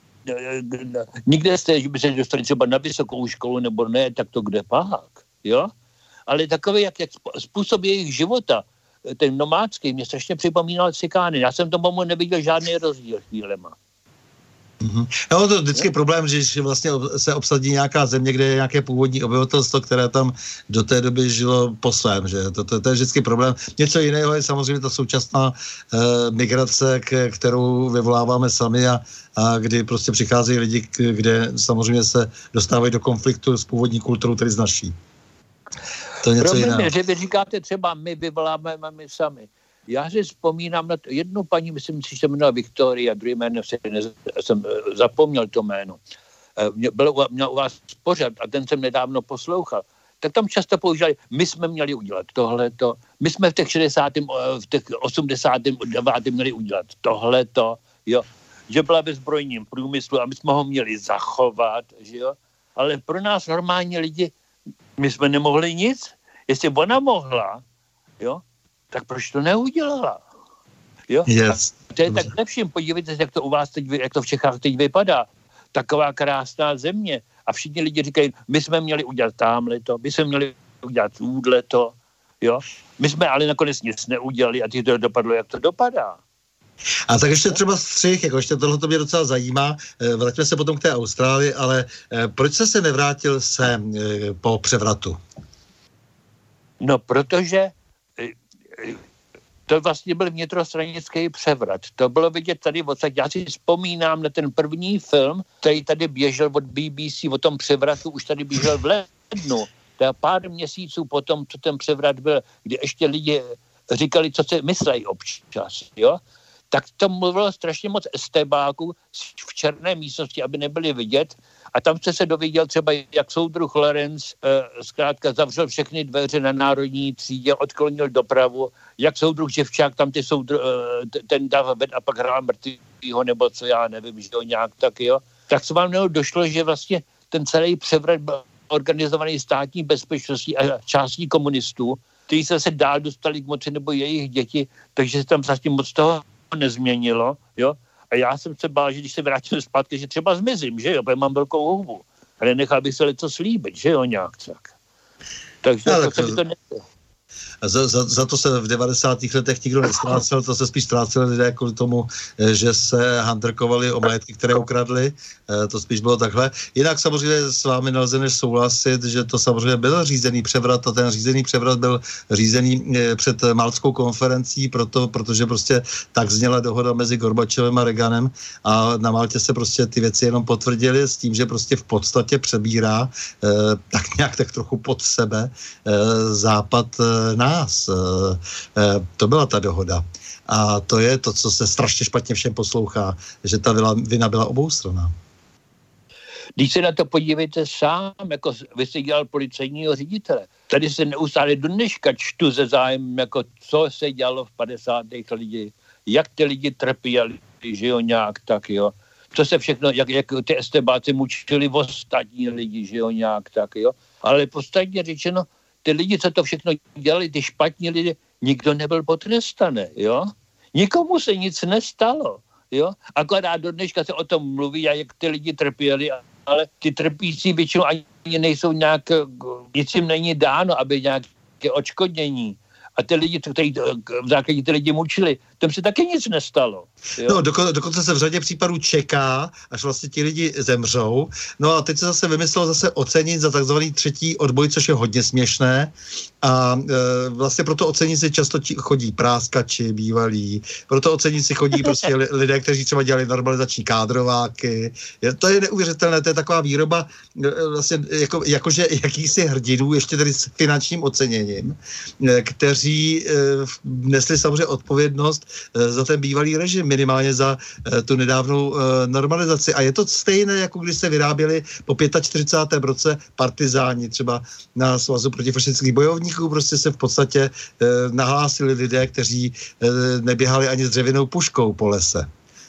Nikde jste, že by se dostali třeba na vysokou školu, nebo ne, tak to kde pak. Jo? Ale takový, jak, jak způsob jejich života, ten nomádský, mě strašně připomínal Cikány. Já jsem tomu neviděl žádný rozdíl chvílema. Mm-hmm. No to vždycky je problém, že vlastně se obsadí nějaká země, kde je nějaké původní obyvatelstvo, které tam do té doby žilo po svém, že to, to, to je vždycky problém. Něco jiného je samozřejmě ta současná eh, migrace, k, kterou vyvoláváme sami a, a kdy prostě přicházejí lidi, k, kde samozřejmě se dostávají do konfliktu s původní kulturou, tedy s naší. To je něco Problém jiného. je, že vy říkáte třeba my vyvoláváme my sami. Já si vzpomínám na to, jednu paní, myslím, že se jmenovala Viktoria, druhý jméno jsem zapomněl to jméno. Byl, měl u vás pořad a ten jsem nedávno poslouchal. Tak tam často používali, my jsme měli udělat tohleto, my jsme v těch šedesátých, v těch osmdesátých devátých měli udělat tohleto, jo, že byla ve zbrojním průmyslu a my jsme ho měli zachovat, že jo, ale pro nás normální lidi, my jsme nemohli nic, jestli ona mohla, jo, tak proč to neudělala? Jo? Yes. To je tak lepším. Podívejte se, jak to u vás teď, jak to v Čechách teď vypadá. Taková krásná země. A všichni lidi říkají, my jsme měli udělat támhleto, my jsme měli udělat údleto, jo? My jsme ale nakonec nic neudělali a teď to dopadlo, jak to dopadá. A tak ještě třeba střih, jako ještě tohle to mě docela zajímá, vraťme se potom k té Austrálii, ale proč jste se nevrátil sem po převratu? No, protože to vlastně byl vnitrostranický převrat. To bylo vidět tady odsaď. Já si vzpomínám na ten první film, který tady běžel od B B C o tom převratu, už tady běžel v lednu. To je pár měsíců potom, co ten převrat byl, kdy ještě lidi říkali, co si myslejí občas, jo? Tak to mluvilo strašně moc estébáků v černé místnosti, aby nebyli vidět. A tam jste se dověděl třeba, jak soudruh Lorenz eh, zkrátka zavřel všechny dveře na národní třídě, odklonil dopravu, jak soudruh Ževčák tam ty soudru, eh, ten dav ved a pak hrál mrtvýho, nebo co já nevím, že to nějak tak, jo. Tak se vám nebo došlo, že vlastně ten celý převrat byl organizovaný státní bezpečností a částí komunistů, kteří se zase dál dostali k moci, nebo jejich děti, takže se tam vlastně moc toho nezměnilo, jo. A já jsem se bál, že když se vrátím zpátky, že třeba zmizím, že jo, protože mám velkou houbu. Ale nechal bych se něco slíbit, že jo, nějak tak. Takže no, to se mi to nechce. Za, za, za to se v devadesátých letech nikdo nestrácel, to se spíš ztráceli lidé kvůli tomu, že se handrkovali o majetky, které ukradli, to spíš bylo takhle. Jinak samozřejmě s vámi nelze než souhlasit, že to samozřejmě byl řízený převrat a ten řízený převrat byl řízený před Maltskou konferencí, proto, protože prostě tak zněla dohoda mezi Gorbačovem a Reaganem a na Maltě se prostě ty věci jenom potvrdily s tím, že prostě v podstatě přebírá eh, tak nějak tak trochu pod sebe eh, západ eh, nás. Eh, to byla ta dohoda. A to je to, co se strašně špatně všem poslouchá, že ta vina byla oboustranná. Když se na to podívejte sám, jako vy jste dělal policejního ředitele, tady se neustále do dneška čtu ze zájem, jako co se dělalo v padesátých lidí, jak ty lidi trpěli, že jo, nějak tak, jo. Co se všechno, jak, jak ty estebáci mučili ostatní lidi, že jo, nějak tak, jo. Ale podstatně řečeno, ty lidi, co to všechno dělali, ty špatní lidi, nikdo nebyl potrestaný, jo. Nikomu se nic nestalo, jo. Akorát do dneška se o tom mluví, a jak ty lidi trpěli, ale ty trpící většinou ani nejsou nějak, nic jim není dáno, aby nějaké odškodnění. A ty lidi, kteří v základě ty lidi mučili, tam se taky nic nestalo. Jo? No, doko, dokonce se v řadě případů čeká, až vlastně ti lidi zemřou. No a teď se zase vymyslelo zase ocenit za takzvaný třetí odboj, což je hodně směšné. A e, vlastně proto ocenit si často či, chodí práskači bývalí, proto ocenit si chodí prostě lidé, kteří třeba dělali normalizační kádrováky. Je, to je neuvěřitelné, to je taková výroba e, vlastně jako, jakože jakýsi hrdinů, ještě tedy s finančním oceněním, e, kteří e, nesli samozřejmě odpovědnost e, za ten bývalý režim, minimálně za e, tu nedávnou e, normalizaci. A je to stejné, jako když se vyráběli po čtyřicátém pátém roce partizáni, třeba na Svazu protifašistických bojovníků, prostě se v podstatě e, nahlásili lidé, kteří e, neběhali ani s dřevěnou puškou po lese.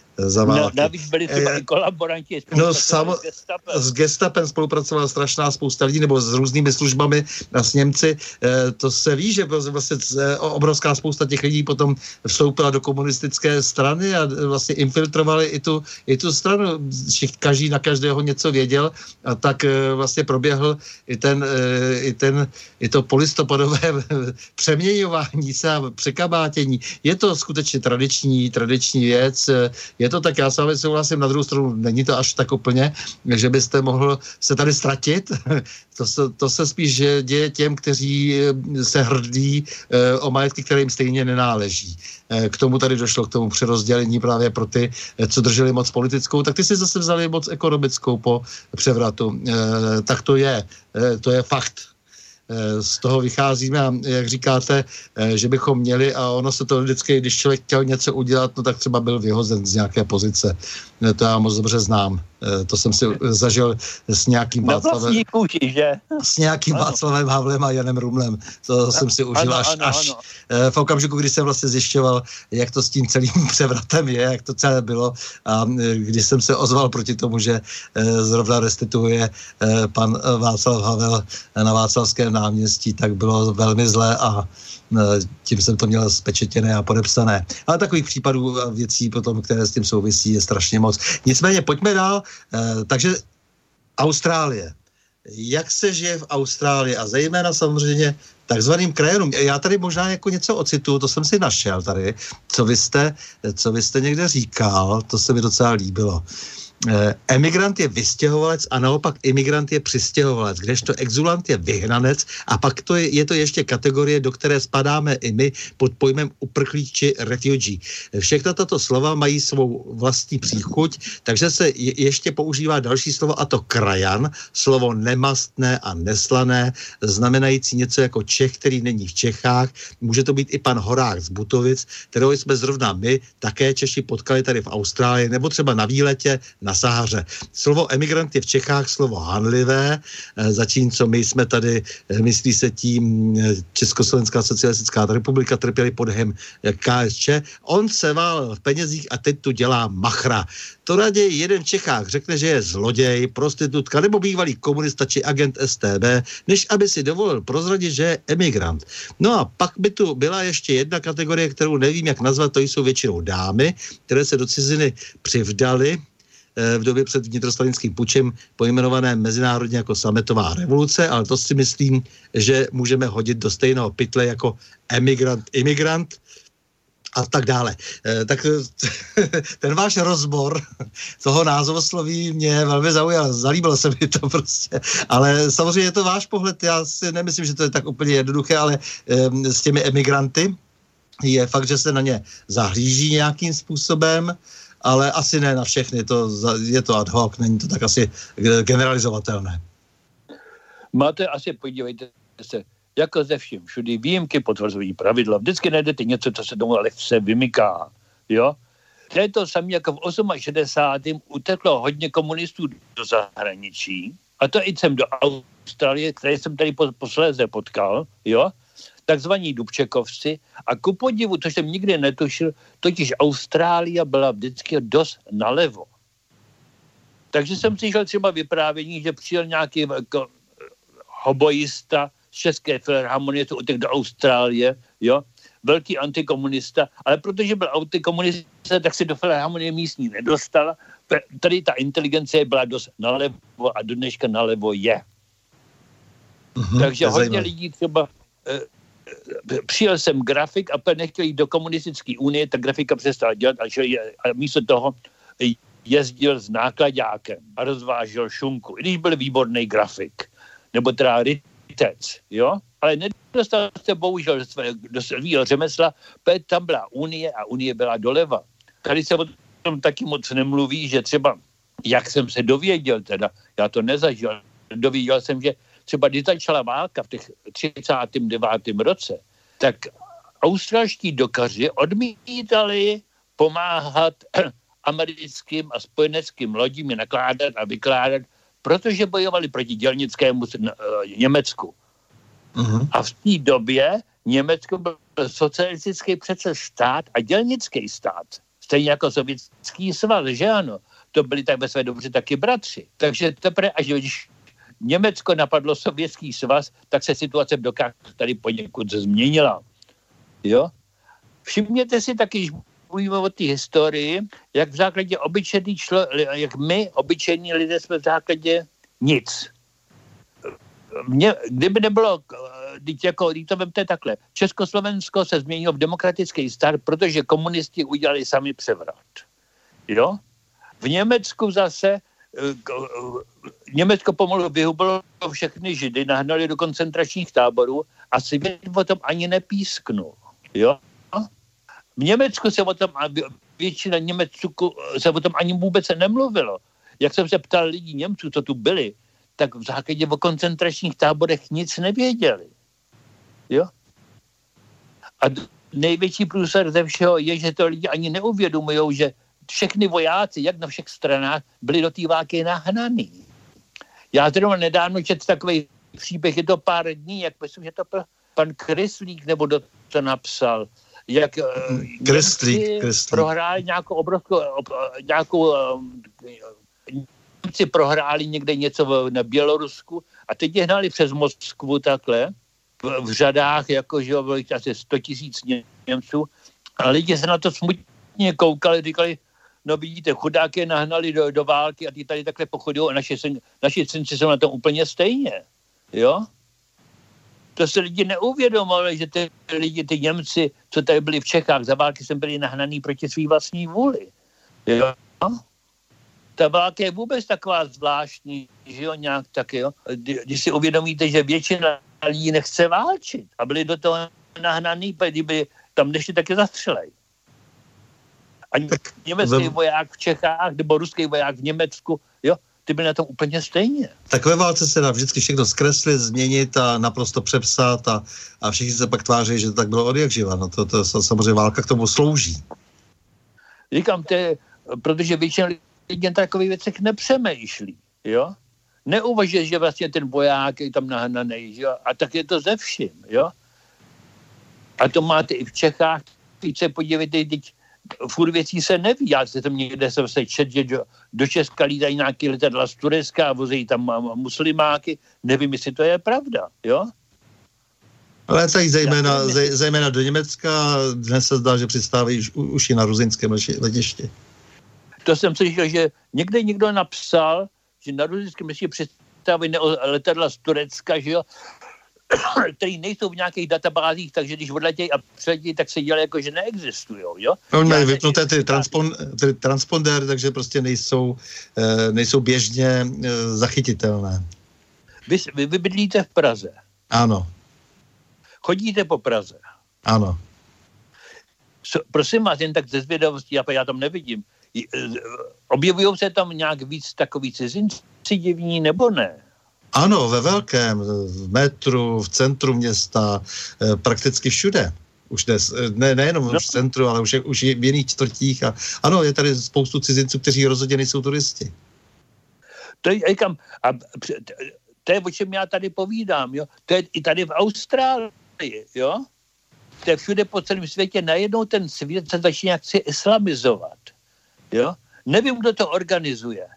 No, navíc byli třeba e, i kolaboranti. No, samo, s gestapem. S gestapem spolupracovala strašná spousta lidí, nebo s různými službami a s Němci. E, to se ví, že vlastně obrovská spousta těch lidí potom vstoupila do komunistické strany a vlastně infiltrovali i tu, i tu stranu. Každý na každého něco věděl a tak e, vlastně proběhl i ten, e, i ten, i to polistopadové přeměňování se a překabátění. Je to skutečně tradiční, tradiční věc. Je to tak, já s vámi souhlasím, na druhou stranu není to až tak úplně, že byste mohl se tady ztratit. To se, to se spíš děje těm, kteří se hrdí e, o majetky, které jim stejně nenáleží. E, k tomu tady došlo, k tomu přerozdělení právě pro ty, co drželi moc politickou, tak ty si zase vzali moc ekonomickou po převratu. E, tak to je, e, to je fakt. Z toho vycházíme a jak říkáte, že bychom měli, a ono se to vždycky, když člověk chtěl něco udělat, no tak třeba byl vyhozen z nějaké pozice. To já moc dobře znám. To jsem si zažil s nějakým Václavem, s nějakým Václavem Havlem a Janem Rumlem. To jsem si užil ano, až, ano, až ano. v okamžiku, kdy jsem vlastně zjišťoval, jak to s tím celým převratem je, jak to celé bylo, a když jsem se ozval proti tomu, že zrovna restituuje pan Václav Havel na Václavském náměstí, tak bylo velmi zlé a tím jsem to měl spečetěné a podepsané. Ale takových případů a věcí potom, které s tím souvisí, je strašně moc. Nicméně pojďme dál. Takže Austrálie. Jak se žije v Austrálii a zejména samozřejmě takzvaným krajanům. Já tady možná jako něco ocituju, to jsem si našel tady, co vy jste, co vy jste někde říkal, to se mi docela líbilo. emigrant je vystěhovalec a naopak imigrant je přistěhovalec, kdežto exulant je vyhnanec a pak to je, je to ještě kategorie, do které spadáme i my pod pojmem uprchlík či refugee. Všechna tato slova mají svou vlastní příchuť, takže se je, ještě používá další slovo a to krajan, slovo nemastné a neslané, znamenající něco jako Čech, který není v Čechách. Může to být i pan Horák z Butovic, kterého jsme zrovna my, také Češi potkali tady v Austrálii, nebo třeba na výletě na Sahaře. Slovo emigrant je v Čechách slovo hanlivé, zatímco my jsme tady, myslí se tím Československá socialistická republika, trpěli pod hem K S Č. On se válel v penězích a teď tu dělá machra. To raději jeden v Čechách řekne, že je zloděj, prostitutka nebo bývalý komunista či agent S T B, než aby si dovolil prozradit, že je emigrant. No a pak by tu byla ještě jedna kategorie, kterou nevím, jak nazvat, to jsou většinou dámy, které se do ciziny přivdaly v době před vnitrostalickým pučem, pojmenované mezinárodně jako sametová revoluce, ale to si myslím, že můžeme hodit do stejného pytle jako emigrant, imigrant a tak dále. E, tak ten váš rozbor toho názvosloví mě velmi zaujal, zalíbilo se mi to prostě, ale samozřejmě je to váš pohled, já si nemyslím, že to je tak úplně jednoduché, ale e, s těmi emigranty je fakt, že se na ně zahlíží nějakým způsobem, ale asi ne na všechny, to, je to ad hoc, není to tak asi generalizovatelné. Máte asi, podívejte se, jako ze vším, všudy výjimky potvrzují pravidla. Vždycky najdete něco, co se tomu lehce vymyká, jo? To je to samé, jako v šedesátém osmém uteklo hodně komunistů do zahraničí, a to i sem do Austrálie, které jsem tady posléze potkal, jo? Takzvaní Dubčekovci, a ku podivu, to jsem nikdy netušil, totiž Austrálie byla vždycky dost nalevo. Takže jsem slyšel třeba vyprávění, že přijel nějaký jako hobojista z České filharmonie, co utek do Austrálie, jo, velký antikomunista, ale protože byl antikomunista, tak se do filharmonie místní nedostal. Tady ta inteligence byla dost nalevo a do dneška nalevo je. Mm-hmm, Takže hodně zajímavé. Lidí třeba přijel jsem grafik a nechtěl jít do komunistické unie, tak grafika přestal dělat a, a místo toho jezdil s nákladákem a rozvážel šunku, i když byl výborný grafik, nebo teda rytec, jo? Ale nedostal se bohužel do, své, do svého řemesla, protože tam byla unie a unie byla doleva. Tady se o tom taky moc nemluví, že třeba, jak jsem se dověděl, teda, já to nezažil, dověděl jsem, že třeba když začala válka v těch třicátém devátém roce, tak australští dokaři odmítali pomáhat americkým a spojeneckým lodím je nakládat a vykládat, protože bojovali proti dělnickému Německu. Uh-huh. A v té době Německo byl socialistický přece stát a dělnický stát. Stejně jako sovětský svaz, že ano? To byli tak ve své dobře taky bratři. Takže teprve, až když Německo napadlo sovětský svaz, tak se situace v dokách tady poněkud změnila. Jo? Všimněte si taky, když mluvíme o té historii, jak v základě obyčejný člo, jak my, obyčejní lidé, jsme v základě nic. Mě, kdyby nebylo, když jako, když to vemte takhle, Československo se změnilo v demokratický stát, protože komunisti udělali sami převrat. Jo? V Německu zase Německo pomalu vyhubilo všechny Židy, nahnali do koncentračních táborů a svět o tom ani nepísknul. Jo? V Německu se o tom, většina Německu se o tom ani vůbec nemluvilo. Jak jsem se ptal lidí Němců, co tu byli, tak v základě o koncentračních táborech nic nevěděli. Jo? A největší průser ze všeho je, že to lidi ani neuvědomujou, že všechny vojáci, jak na všech stranách, byli do té války nahnaný. Já zrovna nedávno četl takový příběh, je to pár dní, jak myslím, že to byl pan Kreslík, nebo kdo to napsal, jak Kreslík, Kreslík. prohráli nějakou obrovskou, nějakou, Němci prohráli někde něco na Bělorusku a teď je hnali přes Moskvu takhle, v, v řadách, jakože bylo asi sto tisíc Němců a lidi se na to smutně koukali, říkali, no vidíte, chudáky nahnali do, do války a ty tady takhle pochodují a naši, naši synci jsou na tom úplně stejně. Jo? To se lidi neuvědomovali, že ty lidi, ty Němci, co tady byli v Čechách, za války jsem byli nahnaný proti svý vlastní vůli. Jo? ta válka je vůbec taková zvláštní, že jo, nějak tak, jo. Když si uvědomíte, že většina lidí nechce válčit a byli do toho nahnaný, kdyby tam nešli taky zastřelej. A německý voják v Čechách, nebo ruský voják v Německu, jo, ty byly na tom úplně stejně. Tak ve válce se dá vždycky všechno zkreslit, změnit a naprosto přepsat a, a všichni se pak tváří, že to tak bylo od jak živa. No to, to samozřejmě válka k tomu slouží. Říkám, to je, protože většina lidí takových věcech nepřemýšlí, jo. Neuvažuje, že vlastně ten voják je tam nahnanej, jo. A tak je to ze vším, jo. A to máte i v Čechách, teď se podívejte, teď furt věcí se neví. Já se tam někde jsem se čet, že do, do Česka lítají nějaký letadla z Turecka a vozejí tam muslimáky. Nevím, jestli to je pravda, jo? Ale tady zejména, zej, zejména do Německa, dnes se zdá, že přistávají už, už i na ruzinském letišti. To jsem slyšel, že někde někdo napsal, že na ruzinském letišti přistávají letadla z Turecka, že jo? Který nejsou v nějakých databázích, takže když odletějí a přiletějí, tak se dělají jako, že neexistujou, jo? Oni mají vypnuté ty, transpon, ty transponder, takže prostě nejsou, nejsou běžně zachytitelné. Vy, vy, vy bydlíte v Praze. Ano. Chodíte po Praze. Ano. So, prosím vás, jen tak ze zvědavosti, já, já tam nevidím. Objevují se tam nějak víc takový cizinci divní, nebo ne? Ano, ve velkém, v metru, v centru města, prakticky všude. Už dnes, ne, nejenom no. v centru, ale už, je, už je v jiných čtvrtích. A ano, je tady spoustu cizinců, kteří rozhodně nejsou turisti. To je, říkám, a to je, o čem já tady povídám, jo. To je i tady v Austrálii, jo. To je všude po celém světě. Najednou ten svět se začne jaksi islamizovat, jo. Nevím, kdo to organizuje.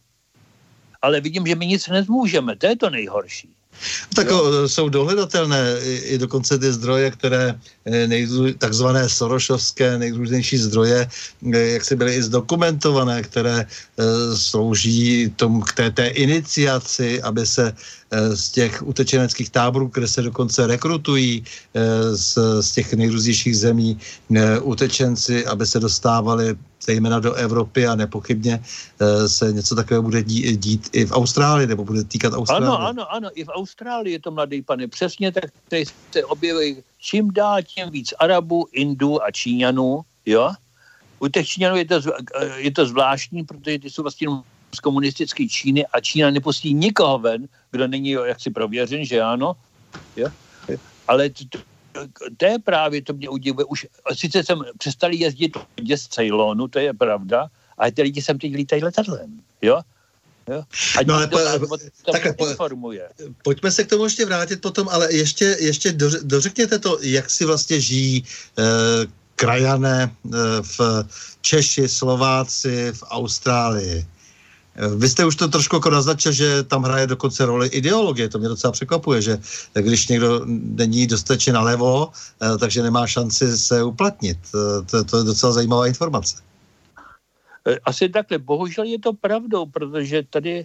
Ale vidím, že my nic nezmůžeme. To je to nejhorší. Tak jo? Jsou dohledatelné i dokonce ty zdroje, které nejdu, takzvané sorošovské nejrůznější zdroje, jak se byly i zdokumentované, které slouží tomu k té, té iniciaci, aby se z těch utečeneckých táborů, které se dokonce rekrutují z, z těch nejrůznějších zemí utečenci, aby se dostávali zejména do Evropy a nepochybně se něco takového bude dít, dít i v Austrálii, nebo bude týkat Austrálie. Ano, ano, ano, i v Austrálii je to, mladý pane, přesně tak se objevují čím dál tím víc Arabů, Indů a Číňanů, jo. U těch Číňanů je to, je to zvláštní, protože ty jsou vlastně z komunistické Číny a Čína nepustí nikoho ven, kdo není jaksi prověřen, že ano, jo. Ale to, to, to je právě, to mě udivuje. Už sice jsem přestali jezdit z Ceylonu, to je pravda, ale ty lidi sem teď lítají letadlem, jo? jo? A no ale po, takhle, po, informuje. Pojďme se k tomu ještě vrátit potom, ale ještě, ještě do, dořekněte to, jak si vlastně žijí eh, krajané eh, v Češi, Slováci v Austrálii. Vy jste už to trošku jako naznačil, že tam hraje dokonce roli ideologie. To mě docela překvapuje, že když někdo není dostatečně nalevo, takže nemá šanci se uplatnit. To, to je docela zajímavá informace. Asi takhle. Bohužel je to pravdou, protože tady,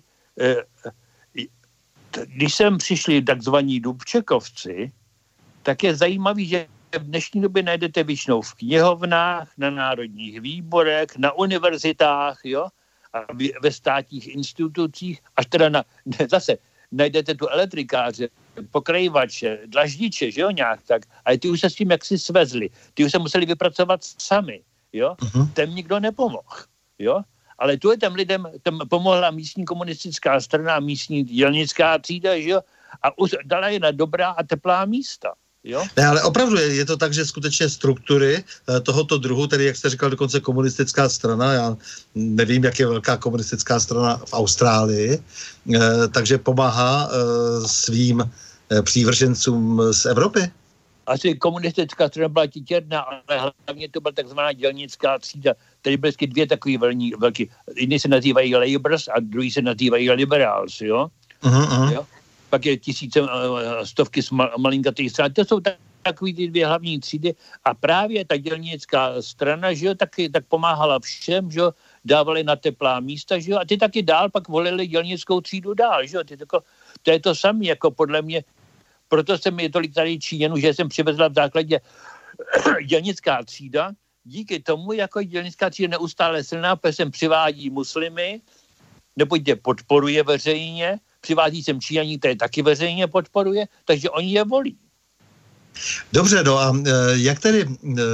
když sem přišli takzvaní Dubčekovci, tak je zajímavý, že v dnešní době najdete většinou v knihovnách, na národních výborech, na univerzitách, jo, a ve státních institucích, až teda na, zase najdete tu elektrikáře, pokrajvače, dlaždiče, že jo, nějak tak, ale ty už se s tím jaksi svezli, ty už se museli vypracovat sami, jo, uh-huh. Tem nikdo nepomohl, jo, ale tu je tam lidem, tam pomohla místní komunistická strana, místní dělnická třída, že jo, a už dala je na dobrá a teplá místa. Jo? Ne, ale opravdu je, je to tak, že skutečně struktury eh, tohoto druhu, tedy jak jste říkal, dokonce komunistická strana, já nevím, jak je velká komunistická strana v Austrálii, eh, takže pomáhá eh, svým eh, přívržencům z Evropy? Asi komunistická strana byla titěrná, ale hlavně to byla takzvaná dělnická třída. Tady byly dvě takové velké, jedni se nazývají Labours a druhý se nazývají Liberals, jo? Uh-huh, uh-huh. jo? Pak je tisíce, stovky z malinkatých stran. To jsou takový ty dvě hlavní třídy a právě ta dělnická strana, že jo, taky tak pomáhala všem, že jo, dávali na teplá místa, že jo, a ty taky dál pak volili dělnickou třídu dál, že jo, ty tako, to je to samé, jako podle mě, proto jsem je tolik tady Číňanů, že jsem přivezla v základě dělnická třída, díky tomu, jako dělnická třída neustále silná, protože sem přivádí muslimy, neboť je podporuje veřejně, přivází sem Číňaní, které taky veřejně podporuje, takže oni je volí. Dobře, no a jak tedy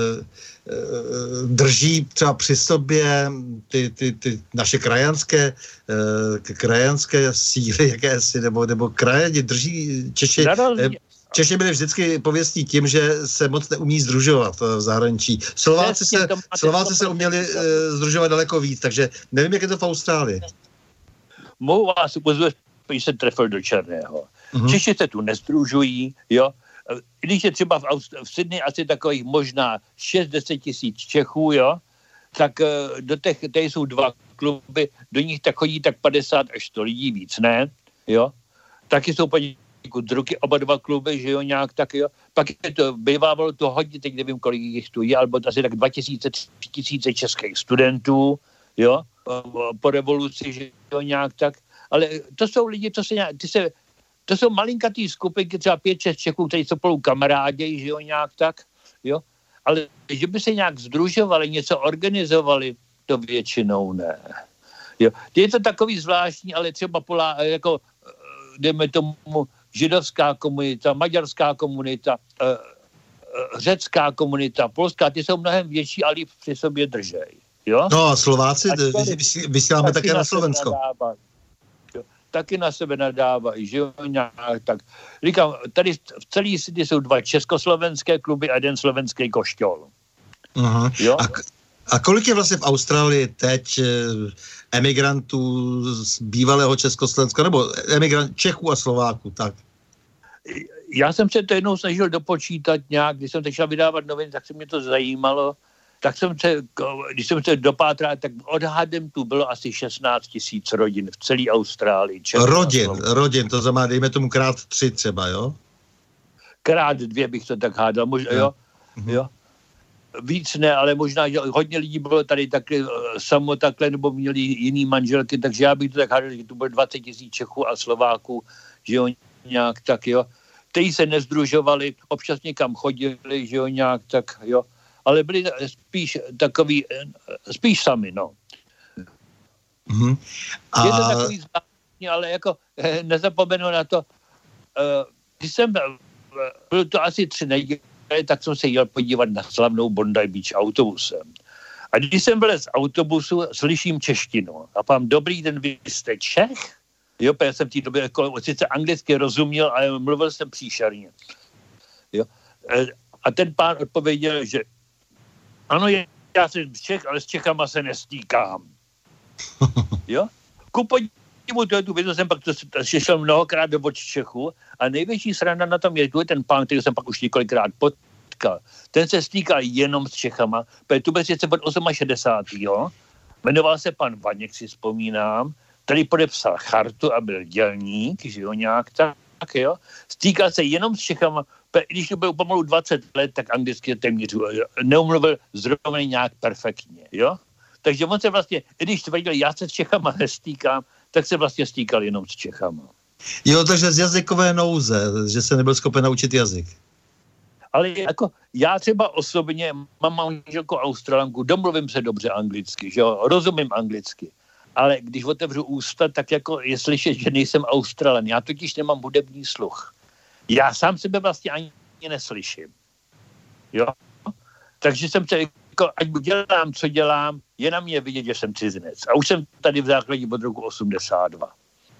drží třeba při sobě ty, ty, ty naše krajanské, krajanské síly, jakési, nebo, nebo krajani drží Češi... Češi byli vždycky pověstní tím, že se moc neumí združovat v zahraničí. Slováci se, Slováci se uměli združovat daleko víc, takže nevím, jak je to v Austrálii. Mohu vás upozornit, že se trefil do černého. Uh-huh. Češi se tu nezdružují, jo. Když je třeba v, Aust- v Sydney asi takových možná šest deset tisíc Čechů, jo, tak do těch, tady jsou dva kluby, do nich tak chodí tak padesát až sto lidí, víc ne, jo. Taky jsou paní druky, oba dva kluby, že jo, nějak tak, jo. Pak je to, bývávalo to hodně, teď nevím, kolik jich tu je, alebo asi tak dva tisíce, tři tisíce českých studentů, jo, po revoluci, že jo, nějak tak. Ale to jsou lidi, to se nějak, ty se, to jsou malinkatý skupinky, třeba pět, šest Čechů, kteří jsou spolu kamarádi, že jo, nějak tak, jo. Ale že by se nějak sdružovali, něco organizovali, to většinou ne. Jo. Je to takový zvláštní, ale třeba polá, jako, dejme tomu, židovská komunita, maďarská komunita, e, e, řecká komunita, polská, ty jsou mnohem větší, ale při sobě držej. Jo? No a Slováci, vysíláme také na Slovensko. Jo, taky na sebe nadávají, že jo, nějak tak. Říkám, tady v celé Sydney jsou dva československé kluby a jeden slovenský košťol. Aha. Jo? A, a kolik je vlastně v Austrálii teď emigrantů z bývalého Československa, nebo emigrant Čechů a Slováků, tak? Já jsem se to jednou snažil dopočítat nějak, když jsem začal vydávat noviny, tak se mě to zajímalo, tak jsem se, když jsem se dopátral, tak odhadem tu bylo asi šestnáct tisíc rodin v celé Austrálii. Čechů rodin, rodin, to znamená, dejme tomu krát tři třeba, jo? Krát dvě bych to tak hádal, možná, jo, mhm. jo. Víc ne, ale možná, že hodně lidí bylo tady taky samo takhle, nebo měli jiný manželky, takže já bych to tak hádal, že tu bylo dvacet tisíc Čechů a Slováků, že jo, nějak tak, jo. Kteří se nezdružovali, občas někam chodili, že jo, nějak tak, jo. Ale byli spíš takový, spíš sami, no. Mm-hmm. A... Je to takový zvláštní, ale jako nezapomenu na to, když jsem, byl to asi tři neděle, tak jsem se jel podívat na slavnou Bondi Beach autobusem. A když jsem byl z autobusu, slyším češtinu. A pám, dobrý den, vy jste Čech? Jo, já jsem v té době jako, sice anglicky rozuměl, ale mluvil jsem příšerně. Jo. A ten pán odpověděl, že ano, já jsem Čech, ale s Čechama se nestýkám. Jo? Ku podivu tu vědu jsem pak to šel mnohokrát do očí Čechu a největší sranda na tom je, tu je ten pán, který jsem pak už několikrát potkal. Ten se stýkal jenom s Čechama, protože tu byl sice od šedesátého osmého Jmenoval se pan Vaněk, si vzpomínám, který podepsal chartu a byl dělník, že jo, nějak tak, jo. Stýkal se jenom s Čechama, když to byl pomalu dvacet let, tak anglicky téměř neumluvil zrovna nějak perfektně, jo. Takže on se vlastně, když tvrdil, já se s Čechama nestýkám, tak se vlastně stýkal jenom s Čechama. Jo, takže z jazykové nouze, že se nebyl schopen naučit jazyk. Ale jako já třeba osobně mám manželku Australanku, domluvím se dobře anglicky, že jo, rozumím anglicky. Ale když otevřu ústa, tak jako je slyšet, že nejsem Australan. Já totiž nemám hudební sluch. Já sám sebe vlastně ani neslyším. Jo? Takže jsem se, jako, ať dělám, co dělám, je na mě vidět, že jsem cizinec. A už jsem tady v základě od roku osmdesát dva.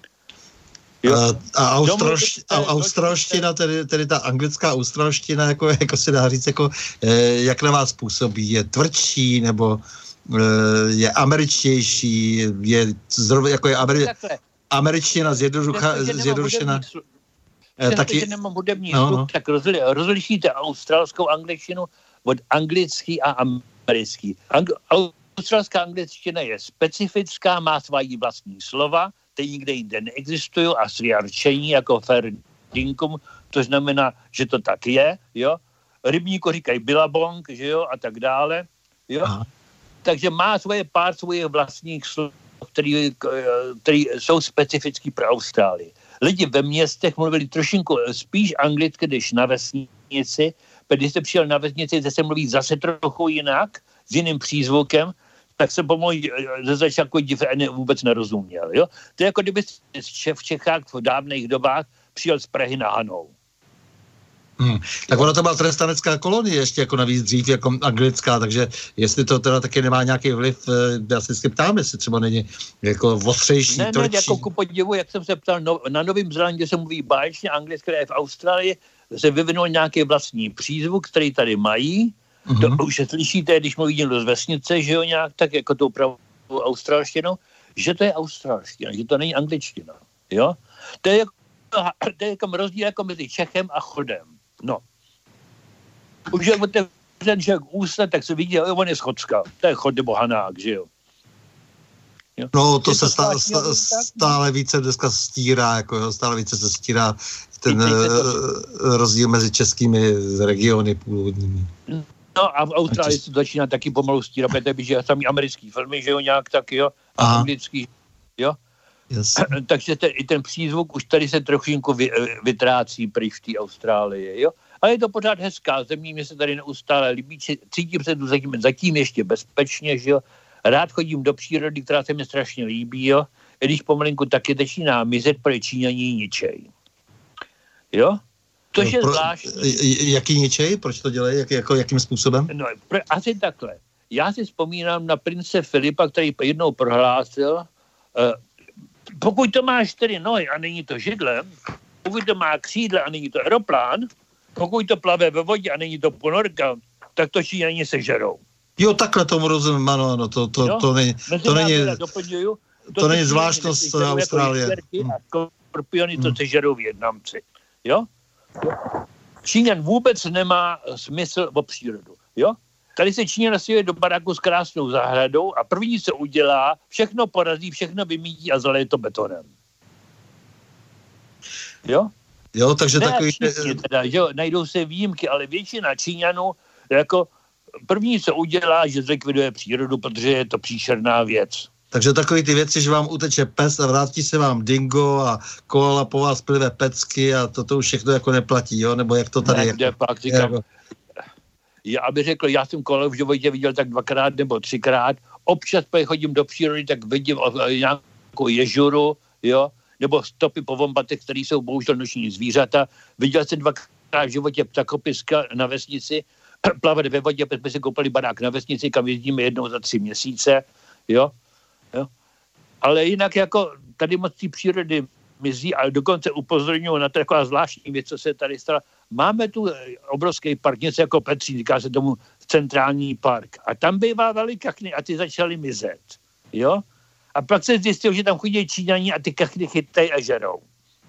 Jo? A, a, australština, a australština, tedy, tedy ta anglická australština, jako, jako se dá říct, jako, eh, jak na vás působí? Je tvrdší, nebo eh, je američtější? Je zrovna, jako je ameri- američtina zjednodušená? Přestože taky, že nemám hudební no, sluch, no. Tak rozli, rozlišíte australskou angličtinu od anglický a americký. Ang- australská angličtina je specifická, má svají vlastní slova, ty nikde jinde neexistují a svý rčení jako fair dinkum, to znamená, že to tak je, jo. Rybníko říkají billabong, že jo, a tak dále, jo. Aha. Takže má svoje pár svých vlastních slov, který, který jsou specifický pro Austrálii. Lidi ve městech mluvili trošinku spíš anglicky, když na vesnici, když jste přijel na vesnici, zde se mluví zase trochu jinak, s jiným přízvukem, tak se pomalu ze začátku div vůbec nerozuměl, jo. To je jako kdyby šéf v Čechách v dávných dobách přijel z Prahy na Hanou. Hmm. Tak ono to byla trestanecká kolonie ještě jako navíc dřív jako anglická, takže jestli to teda taky nemá nějaký vliv, já se vždycky ptám, jestli třeba není jako ostřejší, Ne, tvrdší. ne, jako ku podivu, jak jsem se ptal, no, na Novém Zélandě se mluví báječně anglicky, a v Austrálii se vyvinul nějaký vlastní přízvuk, který tady mají. Mm-hmm. To už se slyšíte, když mluví někdo z vesnice, že jo, nějak tak, jako tou pravou australštinou, že to je australština, že to není angličtina, jo. To je jako, to je jako rozdíl jako mezi Čechem a Chodem. No. Už je otevřen člověk ústa, tak se vidí, jo, on je z Chodska. To je Chod nebo Hanák, že jo. jo? No, to je se to stále, stále, stále více dneska stírá, jako jo, stále více se stírá ten uh, rozdíl mezi českými regiony původními. No a v Austrálii se začíná taky pomalu stírat, protože že samý americký filmy, že jo, nějak tak, jo, a Aha. anglický, jo. Yes. Takže ten, i ten přízvuk už tady se trochinku vy, vytrácí pryč v té Austrálii, jo. Ale je to pořád hezká země, mě se tady neustále líbí, cítím se tu zatím, zatím ještě bezpečně, že jo. Rád chodím do přírody, která se mi strašně líbí, jo. I když pomalinku taky začíná mizet, protože Číňaní ničej. Jo? To je Pro, zvláštní. Jaký ničej? Proč to dělají? Jak, jako, jakým způsobem? No, pro, asi takhle. Já si vzpomínám na prince Filipa, který jednou prohlásil, uh, pokud to má čtyři nohy a není to židle, pokud to má křídla a není to aeroplán, pokud to plave ve vodě a není to ponorka, tak to Číňani sežerou. Jo, takhle tomu rozumím, ano, ano, to, to, to, není, to není, doplňuju, to, to není zvláštnost Austrálie. Jako a skorpiony to hmm. sežerou Vietnamci, jo? Číňan vůbec nemá smysl o přírodu, jo? Tady se Číňan nastěhuje do baráku s krásnou zahradou a první se udělá, všechno porazí, všechno vymítí a zaleje to betonem. Jo? Jo, takže ne takový... Všichni teda, že jo, najdou se výjimky, ale většina Číňanů jako první se udělá, že zlikviduje přírodu, protože je to příšerná věc. Takže takový ty věci, že vám uteče pes a vrátí se vám dingo a koala po vás plive pecky a toto už všechno jako neplatí, jo? Nebo jak to tady ne, je? Pak říkám, jako... Já bych řekl, já jsem koala v životě viděl tak dvakrát nebo třikrát. Občas chodím do přírody, tak vidím nějakou ježuru, jo? Nebo stopy po vombatech, které jsou bohužel noční zvířata. Viděl jsem dvakrát v životě ptakopiska na vesnici, plavat ve vodě, protože jsme si koupili barák na vesnici, kam jezdíme jednou za tři měsíce, jo? Jo? Ale jinak jako tady moc té přírody mizí, ale dokonce upozorňuji na to taková zvláštní věc, co se tady stala. Máme tu obrovský park, něco jako Petřín, říká se tomu centrální park. A tam bývávaly kachny a ty začaly mizet, jo? A pak se zjistil, že tam chodí Číňani a ty kachny chytají a žerou.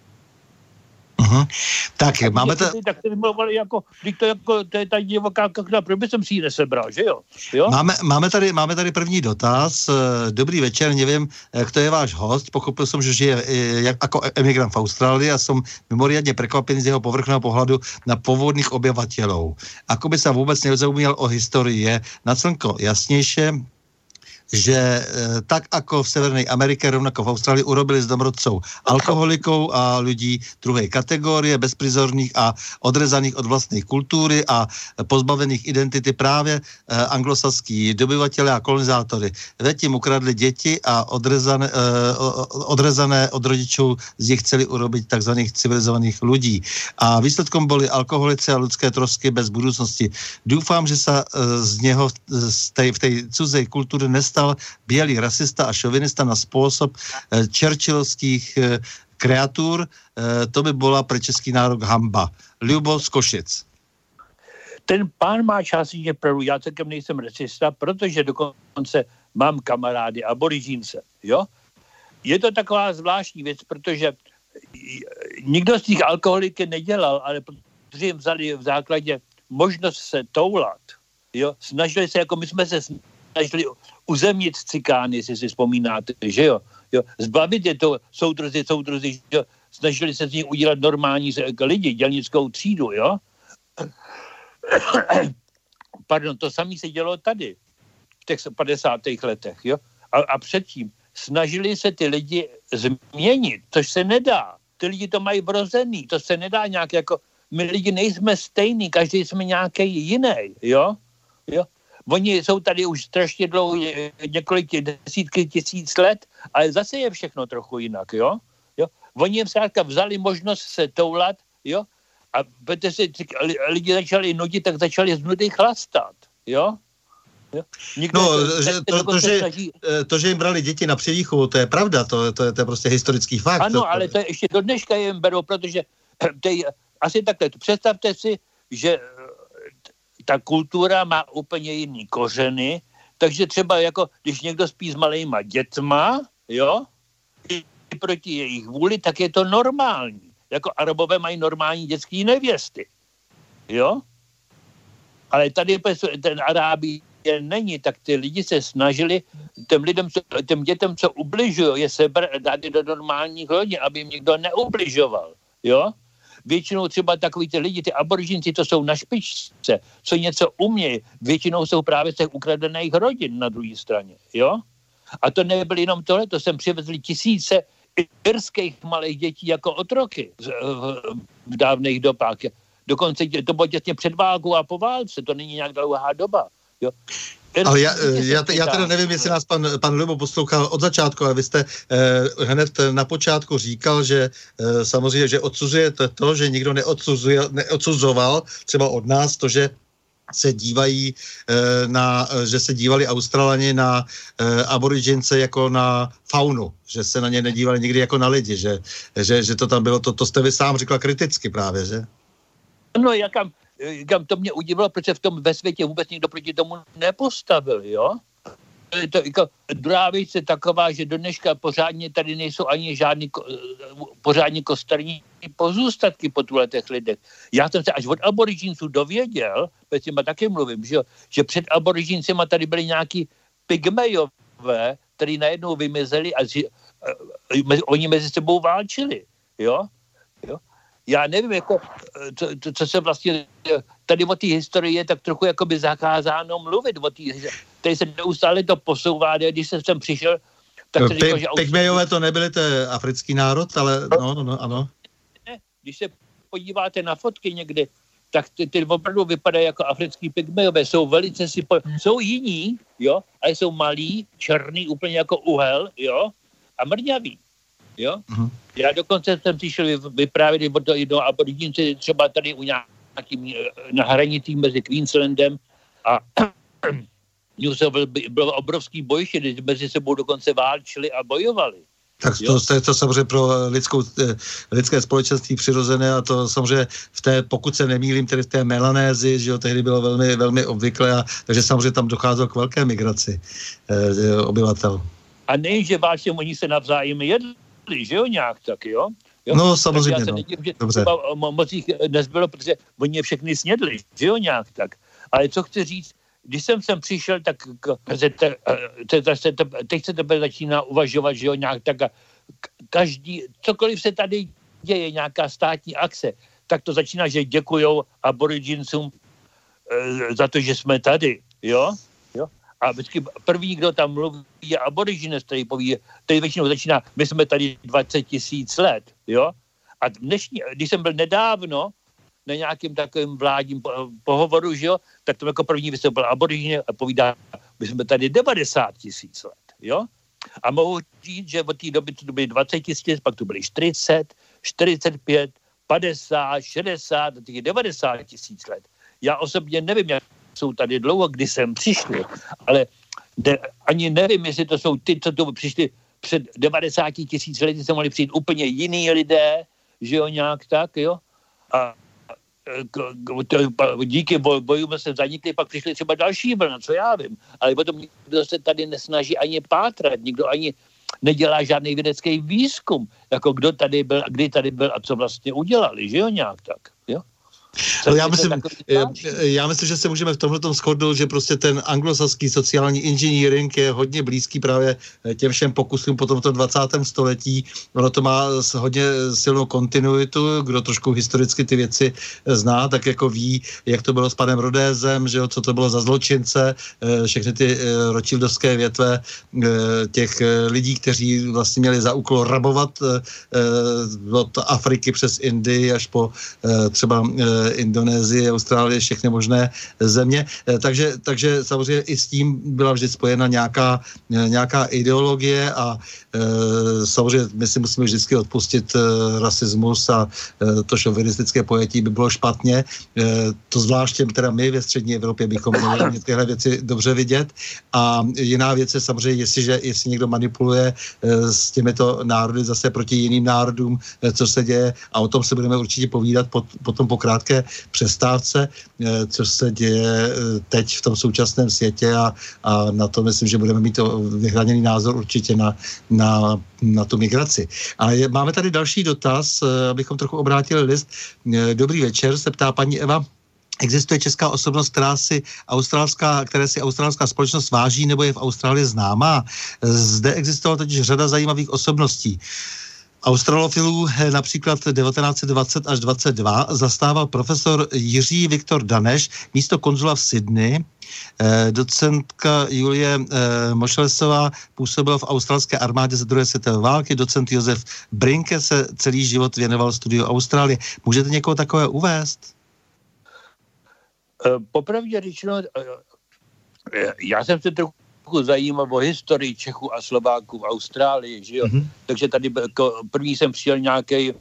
Uh-huh. Tak, a máme to... Tak to vymluvali jako, to, jako, to je ta divoká kachna, proč by jsem si ji nesebral, že jo? jo? Máme, máme, tady, máme tady první dotaz. Dobrý večer, nevím, kdo je váš host. Pochopil jsem, že žije jako emigrant v Austrálii a jsem mimoriadně překvapený z jeho povrchného pohledu na původných obyvatelů. Ako by se vůbec nezaujímal o historii, je na slnko jasnější, že e, tak ako v Severnej Amerike, rovnako v Austrálii urobili z domorodcov alkoholikov a ľudí druhej kategórie, bezprizorných a odrezaných od vlastnej kultúry a pozbavených identity práve e, anglosaskí dobyvatelé a kolonizátory. Veď im ukradli deti a odrezané, e, odrezané od rodičov z nich chceli urobiť tzv. Civilizovaných ľudí. A výsledkom boli alkoholici a ľudské trosky bez budúcnosti. Dúfam, že sa e, z neho z tej, v tej cudzej kultúry nestal bielý rasista a šovinista na spôsob e, čerčilovských e, kreatúr. E, to by bola pre český národ hamba. Ľubo z Košic. Ten pán má částečně pravdu. Já celkem nejsem rasista, protože dokonce mám kamarády aborižínce. Jo? Je to taková zvláštní věc, protože nikdo z těch alkoholiky nedělal, ale protože jim vzali v základě možnost se toulat. Jo? Snažili se, jako my jsme se snažili uzemnit cikány, jestli si vzpomínáte, že jo, jo, zbavit je to soudruzi, soudruzi, jo, snažili se z nich udělat normální lidi, dělnickou třídu, jo. Pardon, to samé se dělo tady, v těch padesátých letech, jo, a, a předtím snažili se ty lidi změnit, což se nedá, ty lidi to mají vrozený, to se nedá nějak jako, my lidi nejsme stejný, každý jsme nějaký jiný, jo, jo. oni jsou tady už strašně dlouho, několik desítky tisíc let, ale zase je všechno trochu jinak, jo? jo? Oni jim zkrátka vzali možnost se toulat, jo? A protože si lidi začali nudit, tak začali z nudy chlastat, jo? jo? No, to, že, to, to, že, snaží... to, že jim brali děti na převýchovu, to je pravda, to, to, je, to je prostě historický fakt. Ano, to, ale to je ještě do dneška jim berou, protože tej, asi takhle, představte si, že ta kultura má úplně jiný kořeny, takže třeba jako, když někdo spí s malejma dětma, jo, proti jejich vůli, tak je to normální. Jako Arabové mají normální dětský nevěsty, jo. Ale tady ten Arábí není, tak ty lidi se snažili těm lidem, těm dětem, co ubližují, je sebrat, dát do normálních rodin, aby jim někdo neubližoval, jo. Většinou třeba takový ty lidi, ty aboriginci, to jsou na špičce, co něco umějí, většinou jsou právě z těch ukradených rodin na druhé straně, jo? A to nebylo jenom tohle, to sem přivezli tisíce irských malých dětí jako otroky v, v, v dávných dobách. Dokonce to bylo těsně před válkou a po válce, to není nějak dlouhá doba, jo? Ale já, já, já teda nevím, jestli nás pan, pan Lubo poslouchal od začátku, ale vy jste eh, hned na počátku říkal, že eh, samozřejmě, že odsuzujete to, že nikdo neodsuzoval třeba od nás to, že se dívají eh, na, že se dívali Australani na eh, aborigince jako na faunu, že se na ně nedívali nikdy jako na lidi, že, že, že to tam bylo, to, to jste vy sám řekla kriticky právě, že? No, jakam Kam to mě udivilo, protože v tom ve světě vůbec nikdo proti tomu nepostavil, jo? To, jako, druhá věc je taková, že do dneška pořádně tady nejsou ani žádný pořádně kosterní pozůstatky po těch lidech. Já jsem se až od aboriginců dověděl, protože s těma taky mluvím, že, jo, že před aborigincema tady byly nějaký pygmejové, který najednou vymizeli a zi, uh, oni mezi sebou válčili, jo? jo? Já nevím, jako, co, co se vlastně tady o té historii je tak trochu jakoby zakázáno mluvit o té, tady se neustále to posouvá, když jsem sem přišel, tak se říkal, že... Pygmejové to nebyly to africký národ, ale no, no, no, ano. Ne, když se podíváte na fotky někdy, tak ty, ty opravdu vypadají jako africký pygmejové, jsou velice si... Po... Jsou jiní, jo, ale jsou malí, černý, úplně jako uhel, jo, a mrňaví. Jo? Uh-huh. Já dokonce jsem přišel vyprávět o jednoho aborigince třeba tady u nějakým na hranici mezi Queenslandem a New South Wales bylo obrovský bojiště, kdy mezi sebou dokonce válčili a bojovali. Tak to, to je to samozřejmě pro lidskou, lidské společenství přirozené a to samozřejmě v té, pokud se nemýlím, tedy v té Melanézi, že jo, tehdy bylo velmi, velmi obvyklé, a, takže samozřejmě tam docházelo k velké migraci eh, obyvatel. A nejen, že válčili, oni se navzájem jedli, že jo, nějak tak, jo? jo? No, samozřejmě, já se no. nedím, že Dobře. Mo- moc jich nezbylo, protože oni je všechny snědli, že jo, nějak tak. Ale co chci říct, když jsem sem přišel, tak teď se tebe začíná uvažovat, že jo, nějak tak a každý, cokoliv se tady děje, nějaká státní akce, tak to začíná, že děkujou aborigincům e, za to, že jsme tady, jo? jo? A vždycky první, kdo tam mluví, je aborigines, který poví, který většinou začíná, my jsme tady dvacet tisíc let, jo? A dnešní, když jsem byl nedávno na nějakým takovým vládním pohovoru, že jo, tak tam jako první vystoupil aborigine a povídá, my jsme tady devadesát tisíc let, jo? A mohu říct, že od té doby to byly dvacet tisíc, pak to byly čtyřicet, čtyřicet pět, padesát, šedesát, těch devadesát tisíc let. Já osobně nevím, jak jsou tady dlouho, kdy jsem přišli, ale de, ani nevím, jestli to jsou ty, co tu přišli před devadesáti tisíc lety, se mohli přijít úplně jiný lidé, že jo, nějak tak, jo. A díky bojům se zanikli, pak přišli třeba další vlna, co já vím. Ale potom nikdo se tady nesnaží ani pátrat, nikdo ani nedělá žádný vědecký výzkum, jako kdo tady byl, kdy tady byl a co vlastně udělali, že jo, nějak tak, jo. Ale já myslím, já myslím, že se můžeme v tomhletom shodnout, že prostě ten anglosaský sociální engineering je hodně blízký právě těm všem pokusům po tomto dvacátém století. Ono to má hodně silnou kontinuitu, kdo trošku historicky ty věci zná, tak jako ví, jak to bylo s panem Rodézem, že jo, co to bylo za zločince, všechny ty rothschildovské větve těch lidí, kteří vlastně měli za úkol rabovat od Afriky přes Indii až po třeba Indonésie, Austrálie, všechny možné země. Takže, takže samozřejmě i s tím byla vždy spojena nějaká, nějaká ideologie a samozřejmě my si musíme vždycky odpustit rasismus a to šovinistické pojetí by bylo špatně. To zvláště teda my ve střední Evropě bychom měli tyhle věci dobře vidět. A jiná věc je samozřejmě, jestliže, jestli někdo manipuluje s těmito národy zase proti jiným národům, co se děje, a o tom se budeme určitě povídat pot, potom po krátké přestávce, co se děje teď v tom současném světě a, a na to myslím, že budeme mít to vyhraněný názor určitě na, na, na tu migraci. A je, máme tady další dotaz, abychom trochu obrátili list. Dobrý večer, se ptá paní Eva. Existuje česká osobnost, která si australská, které si australská společnost váží nebo je v Austrálii známá? Zde existovala totiž řada zajímavých osobností. Australofilů například devatenáct dvacet až dvacet dva zastával profesor Jiří Viktor Daneš místo konzula v Sydney. Docentka Julie Mošlesová působila v australské armádě za druhé světové války. Docent Josef Brinke se celý život věnoval studiu Austrálie. Můžete někoho takové uvést? Popravdě řečeno, já jsem se trochu zajímal o historii Čechů a Slováků v Austrálii, že jo? Mm-hmm. Takže tady jako první jsem přijel nějaký,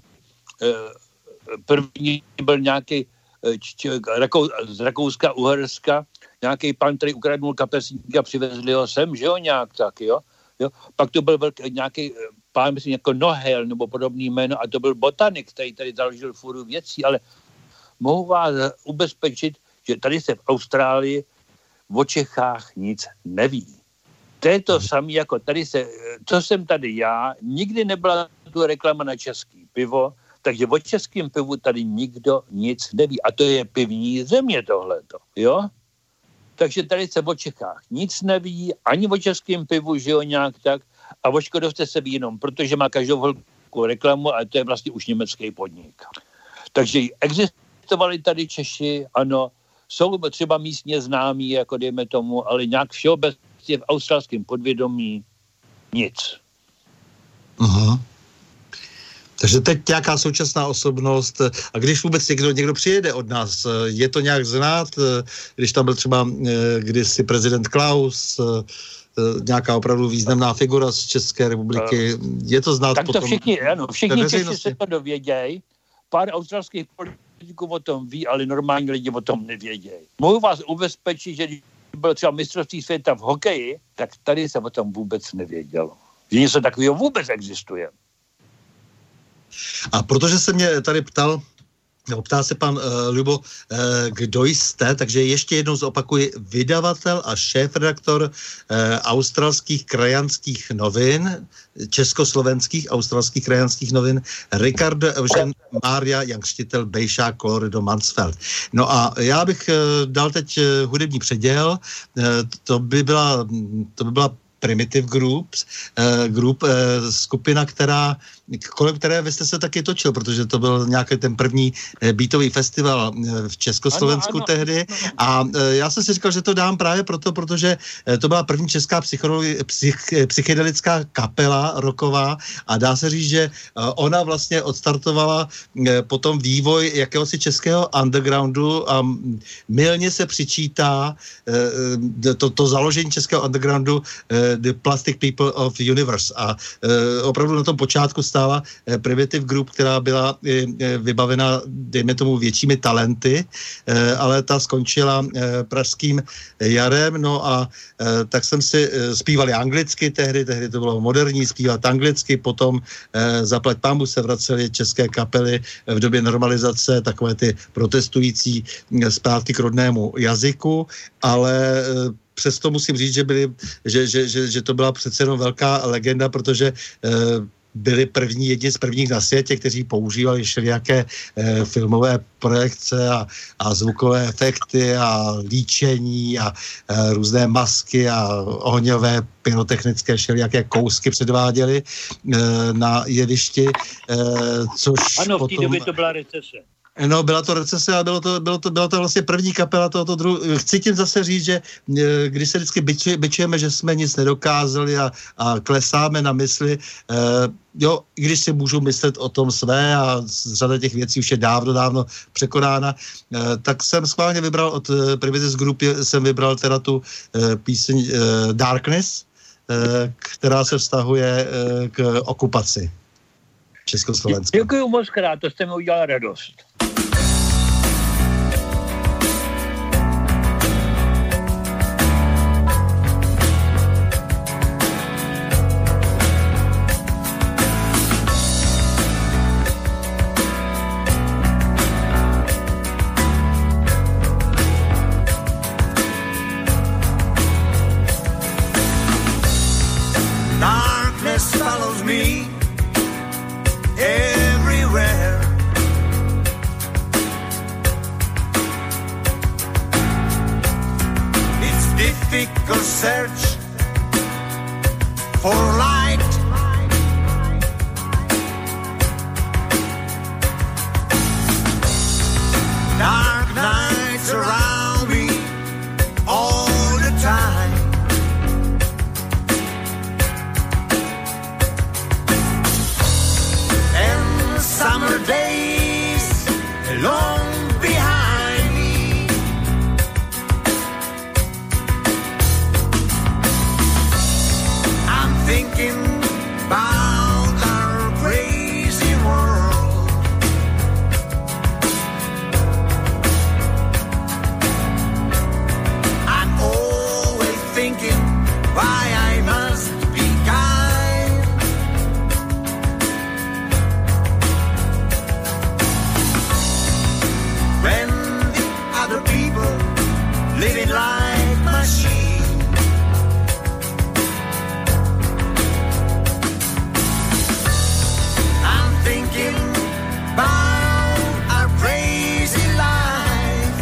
první byl nějaký z Rakouska, Uherska, nějaký pan, který ukradnul kapesníka, přivezli ho sem, že jo, nějak tak, jo? jo? Pak to byl velký, nějaký pán, myslím, jako Nohel, nebo podobný jméno, a to byl botanik, který tady založil fůru věcí, ale mohu vás ubezpečit, že tady se v Austrálii o Čechách nic neví. To je to samé, jako tady se, co jsem tady já, nikdy nebyla tu reklama na český pivo, takže o českém pivu tady nikdo nic neví. A to je pivní země tohleto, jo? Takže tady se o Čechách nic neví, ani o českém pivu, že jo, nějak tak. A o Škodovce se ví jenom, protože má každou velkou reklamu a to je vlastně už německý podnik. Takže existovali tady Češi, ano, jsou třeba místně známí, jako dejme tomu, ale nějak všeobecně v australském podvědomí nic. Aha. Takže teď nějaká současná osobnost, a když vůbec někdo, někdo přijede od nás, je to nějak znát, když tam byl třeba kdysi prezident Klaus, nějaká opravdu významná figura z České republiky, je to znát tak to potom? Všichni, ano, všichni Češi se to dovědějí, pár australských politiků o tom ví, ale normální lidi o tom nevědějí. Mohu vás ubezpečit, že když byl třeba mistrovství světa v hokeji, tak tady se o tom vůbec nevědělo. Že něco takového vůbec existuje. A protože se mě tady ptal, nebo ptá se pan uh, Lubo, uh, kdo jste, takže ještě jednou zopakuji, vydavatel a šéfredaktor uh, australských krajanských novin, československých australských krajanských novin, Ricardo Eugen Mária Jangštitel Bejšák Colorado Mansfeld. No a já bych uh, dal teď uh, hudební předěl, uh, to by byla, to by byla Primitive Groups, uh, group, uh, skupina, která, kolem které vy jste se taky točil, protože to byl nějaký ten první uh, beatový festival uh, v Československu ano, ano, tehdy. Ano. A uh, já jsem si říkal, že to dám právě proto, protože uh, to byla první česká psych, psychedelická kapela rocková a dá se říct, že uh, ona vlastně odstartovala uh, potom vývoj jakéhosi českého undergroundu a mylně se přičítá uh, to, to založení českého undergroundu uh, The Plastic People of the Universe. A e, opravdu na tom počátku stála e, Primitive Group, která byla e, vybavena, dejme tomu, většími talenty, e, ale ta skončila e, pražským jarem, no a e, tak jsem si e, zpívali anglicky tehdy, tehdy to bylo moderní, zpívat anglicky, potom e, zaplať pánbu se vracely české kapely v době normalizace, takové ty protestující e, zpátky k rodnému jazyku, ale e, přesto musím říct, že, byli, že, že, že, že to byla přece jenom velká legenda, protože e, byli první, jedni z prvních na světě, kteří používali všelijaké e, filmové projekce a, a zvukové efekty a líčení a e, různé masky a ohňové pyrotechnické všelijaké kousky předváděli e, na jevišti, e, což ano, v té potom... době to byla recese. No, byla to recese a bylo to, bylo to, byla to vlastně první kapela tohoto druhu. Chci tím zase říct, že když se vždycky byči, byčujeme, že jsme nic nedokázali a, a klesáme na mysli, eh, jo, i když si můžu myslet o tom své a řada těch věcí už je dávno, dávno překonána, eh, tak jsem schválně vybral od eh, Primitive Group, jsem vybral teda tu eh, píseň eh, Darkness, eh, která se vztahuje eh, k okupaci Československa. Děkuju moc krát, to jste mi udělal radost. Search for light. Dark nights around me all the time. And summer days long behind me. Thinking about our crazy world. I'm always thinking why I must be kind. When the other people living like machines. About our crazy life.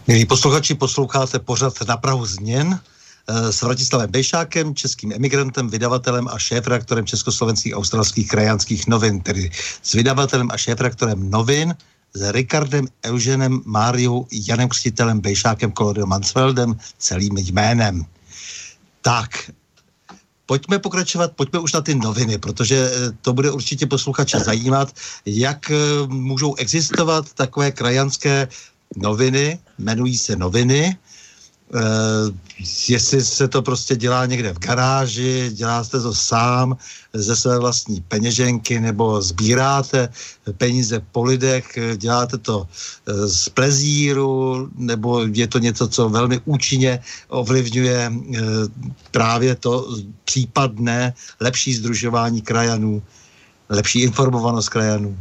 Milí posluchači, posloucháte pořad Na prahu změn s Vratislavem Bejšákem, českým emigrantem, vydavatelem a šéfredaktorem československých a australských krajanských novin, tedy s vydavatelem a šéfredaktorem novin, s Rikardem Eugenem Máriou Janem Křtitelem Bejšákem Kolodem Mansfeldem, celým jménem. Tak, pojďme pokračovat, pojďme už na ty noviny, protože to bude určitě posluchače zajímat, jak můžou existovat takové krajanské noviny, jmenují se noviny, e, jestli se to prostě dělá někde v garáži, děláte to sám ze své vlastní peněženky, nebo sbíráte peníze po lidech, děláte to z plezíru, nebo je to něco, co velmi účinně ovlivňuje e, právě to případné lepší sdružování krajanů, lepší informovanost krajanů.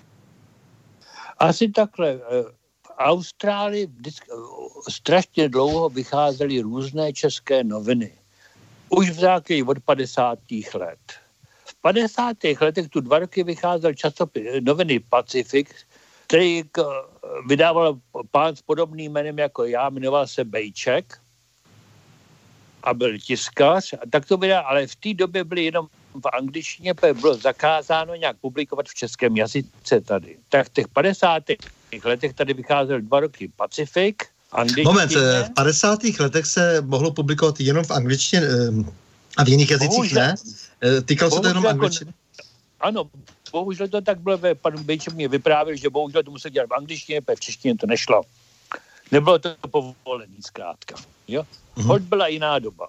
Asi takhle. Austrálii vždycky, strašně dlouho vycházely různé české noviny. Už v základě od padesátých let. V padesátých letech tu dva roky vycházel časopis noviny Pacific, který vydával pán s podobným jménem jako já, jmenoval se Bejček a byl tiskař. A tak to vydal, ale v té době byly jenom v angličtině, bylo zakázáno nějak publikovat v českém jazyce tady. Tak v těch padesátých letech tady vycházel dva roky Pacific, angličtině. Moment, v padesátých letech se mohlo publikovat jenom v angličtině a v jiných jazycích bohužel, ne? Týkalo se to jenom angličtiny? Ano, bohužel to tak bylo, pan Bejček mě vyprávěl, že bohužel to musel dělat v angličtině, v češtině to nešlo. Nebylo to povolený zkrátka. Jo? Uh-huh. Hoď byla jiná doba.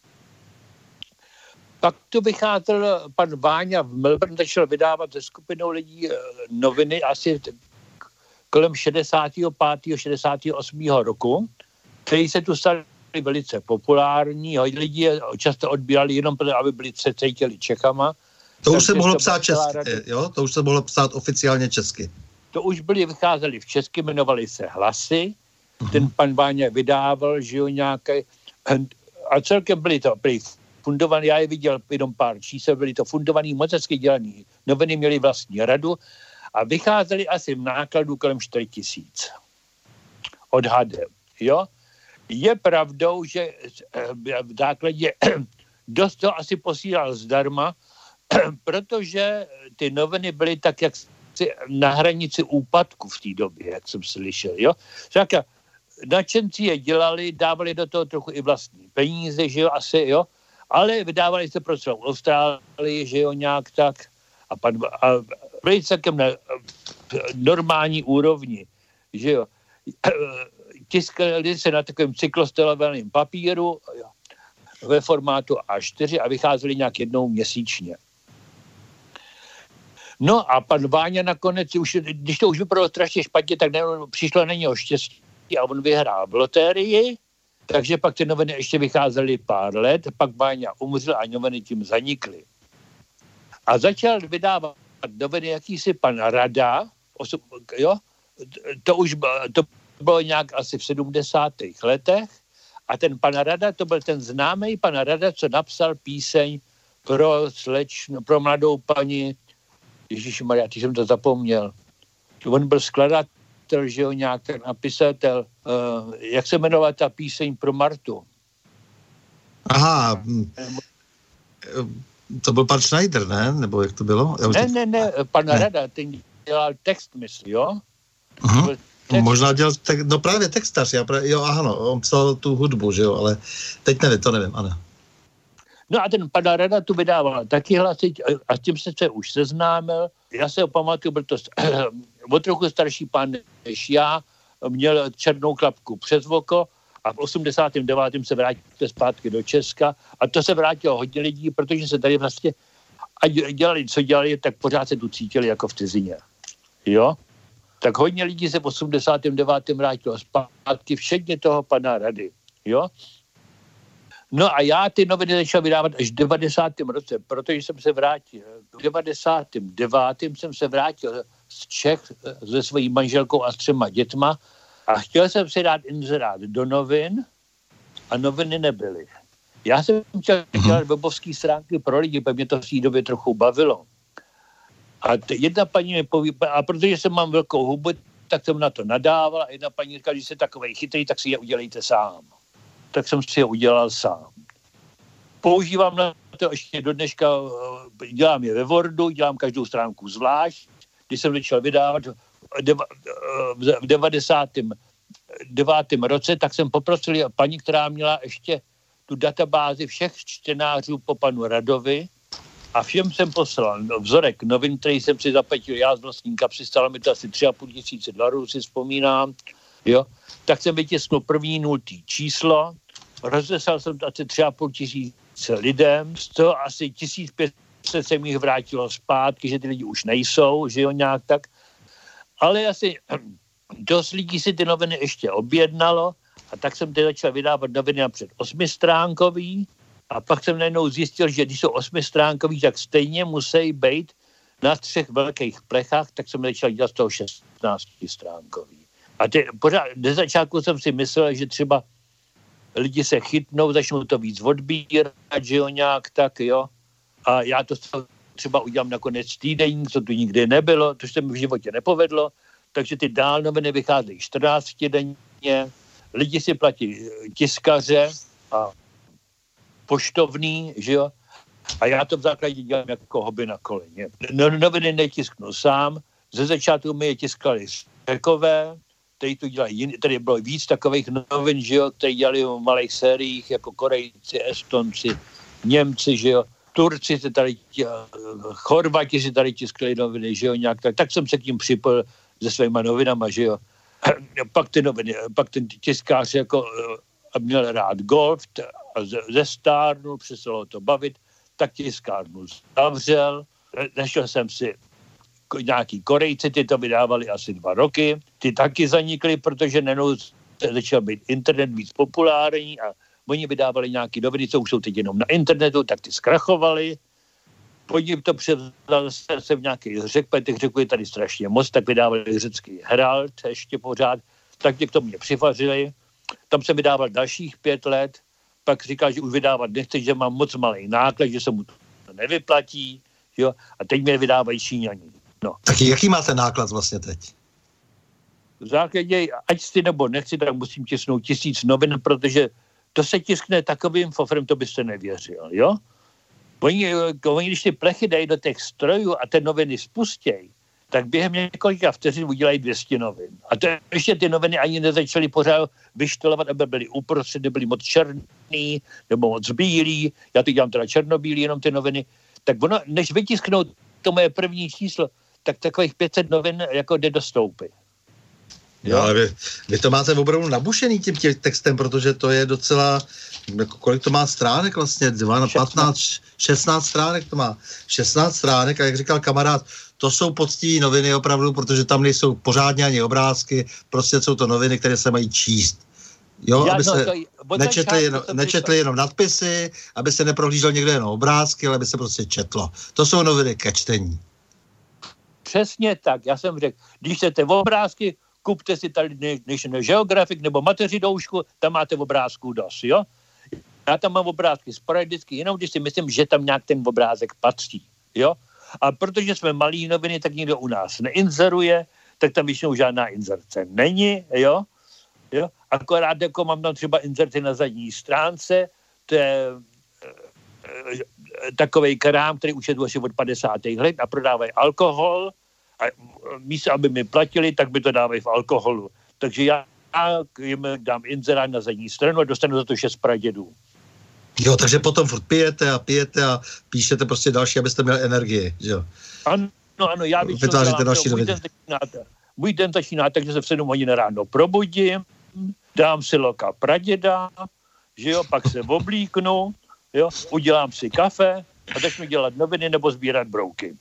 Pak tu vycházel pan Váňa v Melbourne, začal vydávat se skupinou lidí noviny asi kolem šedesátého pátého šedesátého osmého roku, který se tu stali velice populární. Hodně lidí je často odbírali jenom proto, aby byli se cítili Čechama. To už se mohlo psát česky, jo? To už se mohlo psát oficiálně česky. To už byli, vycházeli v česky, jmenovali se Hlasy. Uh-huh. Ten pan Váňa vydával, že jo, nějaké... A celkem byli to byli fundovaný, já je viděl jenom pár čísel, byli to fundovaný, moc hezky dělaný. Noviny měli vlastní radu a vycházeli asi v nákladu kolem čtyři tisíc. Odhadem, jo? Je pravdou, že v základě dost to asi posílal zdarma, protože ty noviny byly tak, jak na hranici úpadku v té době, jak jsem slyšel, jo? Říká, nadšenci je dělali, dávali do toho trochu i vlastní peníze, že jo, asi, jo? Ale vydávali se pro celou Austrálii, že jo, nějak tak. A, pan, a byli celkem na normální úrovni, že jo. Tiskali se na takovém cyklostelovelném papíru, jo, ve formátu á čtyři a vycházeli nějak jednou měsíčně. No a pan Váňa nakonec, už, když to už vypadalo strašně špatně, tak ne, přišlo na něho štěstí a on vyhrál v lotérii. Takže pak ty noviny ještě vycházely pár let, pak Váňa umřel a noviny tím zanikly. A začal vydávat noviny jakýsi pan Rada, osob, jo, to už to bylo nějak asi v sedmdesátých letech a ten pan Rada, to byl ten známý pan Rada, co napsal píseň pro slečnu, pro mladou paní, ježišmarja, ty jsem to zapomněl. On byl skladatel, že jo, nějak ten napisatel, uh, jak se jmenovala ta píseň pro Martu? Aha, to byl pan Schneider, ne? Nebo jak to bylo? Ne, teď... ne, ne, pan ne. Rada, ten dělal text, myslím, jo? Uh-huh. Možná dělal, te- no právě textař, já právě, jo, aha, no, on psal tu hudbu, že jo, ale teď nevím, to nevím, ano. No a ten pan Rada tu vydával taky hlasy a s tím se se už seznámil. Já se ho pamatuju, byl to o trochu starší pán než já, měl černou klapku přes oko a v osmdesátém devátém se vrátil zpátky do Česka a to se vrátilo hodně lidí, protože se tady vlastně a dělali, co dělali, tak pořád se tu cítili jako v cizině. Jo? Tak hodně lidí se v osmdesátém devátém vrátilo zpátky, včetně toho pana Rady. Jo? No a já ty noviny začal vydávat až v devadesátém roce, protože jsem se vrátil. V devadesátém devátém jsem se vrátil z Čech se svojí manželkou a s třema dětma a chtěl jsem si dát inzerát do novin a noviny nebyly. Já jsem chtěl dělat webovské stránky pro lidi, protože mě to v té době trochu bavilo. A t- jedna paní mi poví, a protože jsem mám velkou hubu, tak jsem na to nadával a jedna paní říkala, když jste takovej chytrý, tak si je udělejte sám. Tak jsem si je udělal sám. Používám na to ještě do dneška, dělám je ve Wordu, dělám každou stránku zvlášť. Když jsem začal vydávat v devadesátém devátém roce, tak jsem poprosil paní, která měla ještě tu databázi všech čtenářů po panu Radovi a všem jsem poslal vzorek novin, který jsem si zaplatil já z vlastní kapsy, stalo mi to asi tři a půl tisíce dolarů, si vzpomínám, jo. Tak jsem vytisknul první nultý číslo, rozeslal jsem to asi tři a půl tisíce lidem, z toho asi tisíc pět set se mi jich vrátilo zpátky, že ty lidi už nejsou, že jo, nějak tak. Ale asi dost lidí si ty noviny ještě objednalo a tak jsem teď začal vydávat noviny napřed osmistránkový a pak jsem najednou zjistil, že když jsou osmistránkový, tak stejně musí být na třech velkých plechách, tak jsem začal dělat z toho šestnáctistránkový. A ty, pořád, do začátku jsem si myslel, že třeba lidi se chytnou, začnou to víc odbírat, že jo, nějak tak, jo. A já to třeba udělám nakonec týdenník, co tu nikdy nebylo, to se mi v životě nepovedlo, takže ty dál noviny vycházejí čtrnáctidenně, lidi si platí tiskaře a poštovný, že jo, a já to v základě dělám jako hobby na koleně. No, noviny netisknu sám, ze začátku mi je tiskali Řekové, který tu dělají jiný, tady bylo víc takových novin, že jo, který dělali v malých sériích, jako Korejci, Estonci, Němci, že jo, Turci se tady, Chorvati si tady tiskali noviny, že jo, nějak tak, tak jsem se k tím připojil se svýma novinama, že jo. Pak ty noviny, pak ten tiskář jako měl rád golf a zestárnul, přestalo to bavit, tak tiskárnu zavřel, našel jsem si nějaký Korejci, ty to vydávali asi dva roky, ty taky zanikly, protože nenou začal být internet víc populární a oni vydávali nějaký noviny, co už jsou teď jenom na internetu, tak ty zkrachovali. Po ním to převzal se v nějakých řek, protože těch řeků je tady strašně moc, tak vydávali řecký Herald ještě pořád, tak mě k tomu mě přifařili. Tam se vydával dalších pět let, pak říkal, že už vydávat nechce, že mám moc malý náklad, že se mu to nevyplatí, jo, a teď mě vydávají Číňani. No. Tak jaký máte náklad vlastně teď? V základě, ať si nebo nechci, tak musím tisknout tisíc novin, protože to se tiskne takovým fofrem, to byste nevěřil, jo? Oni, oni, když ty plechy dají do těch strojů a ty noviny spustějí, tak během několika vteřin udělají dvě stě novin. A to ještě ty noviny ani nezačaly pořád vyštolovat, aby byly uprostřed, nebyly moc černý, nebo moc bílý. Já to dělám teda černobílý, jenom ty noviny. Tak ono, než vytisknou to moje první číslo, tak takových pět set novin jako jde do stoupy. Jo, ale vy, vy to máte opravdu nabušený tím, tím textem, protože to je docela, jako kolik to má stránek vlastně, patnáct, šestnáct stránek to má, šestnáct stránek a jak říkal kamarád, to jsou poctivé noviny opravdu, protože tam nejsou pořádně ani obrázky, prostě jsou to noviny, které se mají číst. Jo, Já, aby no, se to, nečetli, jenom, nečetli jenom nadpisy, aby se neprohlížel někde jenom obrázky, ale aby se prostě četlo. To jsou noviny ke čtení. Přesně tak, já jsem řekl, když chcete obrázky, kupte si tady National Geographic nebo mateřidoušku, tam máte obrázků dost, jo? Já tam mám obrázky sporadicky, jenom když si myslím, že tam nějak ten obrázek patří, jo? A protože jsme malý noviny, tak nikdo u nás neinzeruje, tak tam většinou žádná inzerce není, jo? Jo? Akorát jako mám tam třeba inzerci na zadní stránce, to je e, e, takovej krám, který už je tu asi od padesátých let a prodávají alkohol, a místo, aby mi platili, tak by to dávají v alkoholu. Takže já jim dám inzerát na zadní stranu a dostanu za to šest pradědů. Jo, takže potom furt pijete a pijete a píšete prostě další, abyste měli energii, jo? Ano, ano, já bych vytváříte další můj, den začíná, můj den začíná tak, že se v sedm hodin ráno probudím, dám si loka praděda, že jo, pak se oblíknu, jo, udělám si kafe a začnu dělat noviny nebo sbírat brouky.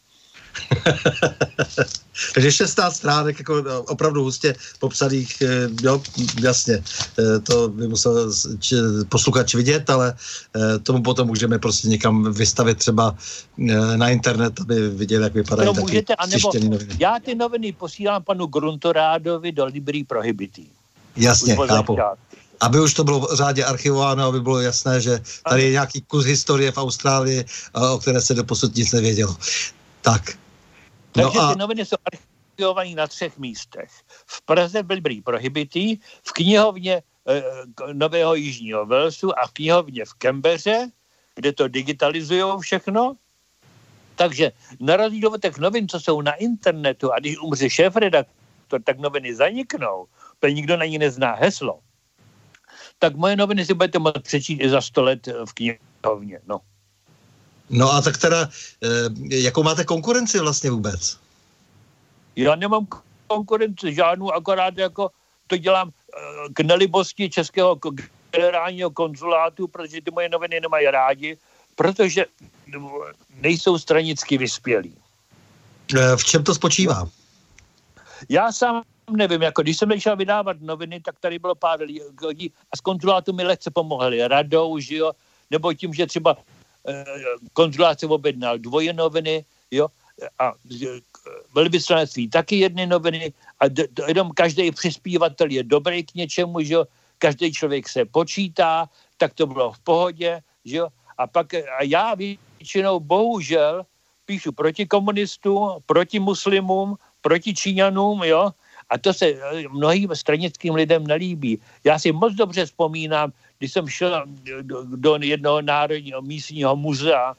Takže šestnáct stránek jako opravdu hustě popsaných, jo, jasně, to by musel posluchač vidět, ale tomu potom můžeme prostě někam vystavit třeba na internet, aby viděl, jak vypadají no, taky můžete, anebo noviny. Já ty noviny posílám panu Gruntorádovi do Librý Prohibitý. Jasně, chápu. Aby už to bylo řádně archivováno, aby bylo jasné, že tady je nějaký kus historie v Austrálii, o které se doposud nic nevědělo. Tak. Takže no a... ty noviny jsou distribuovaný na třech místech. V Praze byl prý prohibitý, v knihovně e, Nového Jižního Walesu a v knihovně v Canbeře, kde to digitalizujou všechno. Takže na rozdíl od těch novin, co jsou na internetu, a když umře šéfredaktor, tak noviny zaniknou, protože nikdo na ní nezná heslo, tak moje noviny si budete moct přečíst i za sto let v knihovně. No, no a tak teda, e, jakou máte konkurenci vlastně vůbec? Já nemám konkurenci žádnou, akorát jako to dělám k nelibosti českého generálního konzulátu, protože ty moje noviny nemají rádi, protože nejsou stranicky vyspělí. V čem to spočívá? Já sám nevím, jako když jsem nešel vydávat noviny, tak tady bylo pár lidí a z konzulátu mi lehce pomohli radou, že jo, nebo tím, že třeba eh, konzulát se objednal dvoje noviny, jo, a velvyslanectví taky jedny noviny a d- d- jenom každý přispívatel je dobrý k něčemu, že jo, každý člověk se počítá, tak to bylo v pohodě, že jo, a pak a já většinou bohužel píšu proti komunistům, proti muslimům, proti Číňanům, jo, a to se mnohým stranickým lidem nelíbí. Já si moc dobře vzpomínám, když jsem šel do, do jednoho národního místního muzea,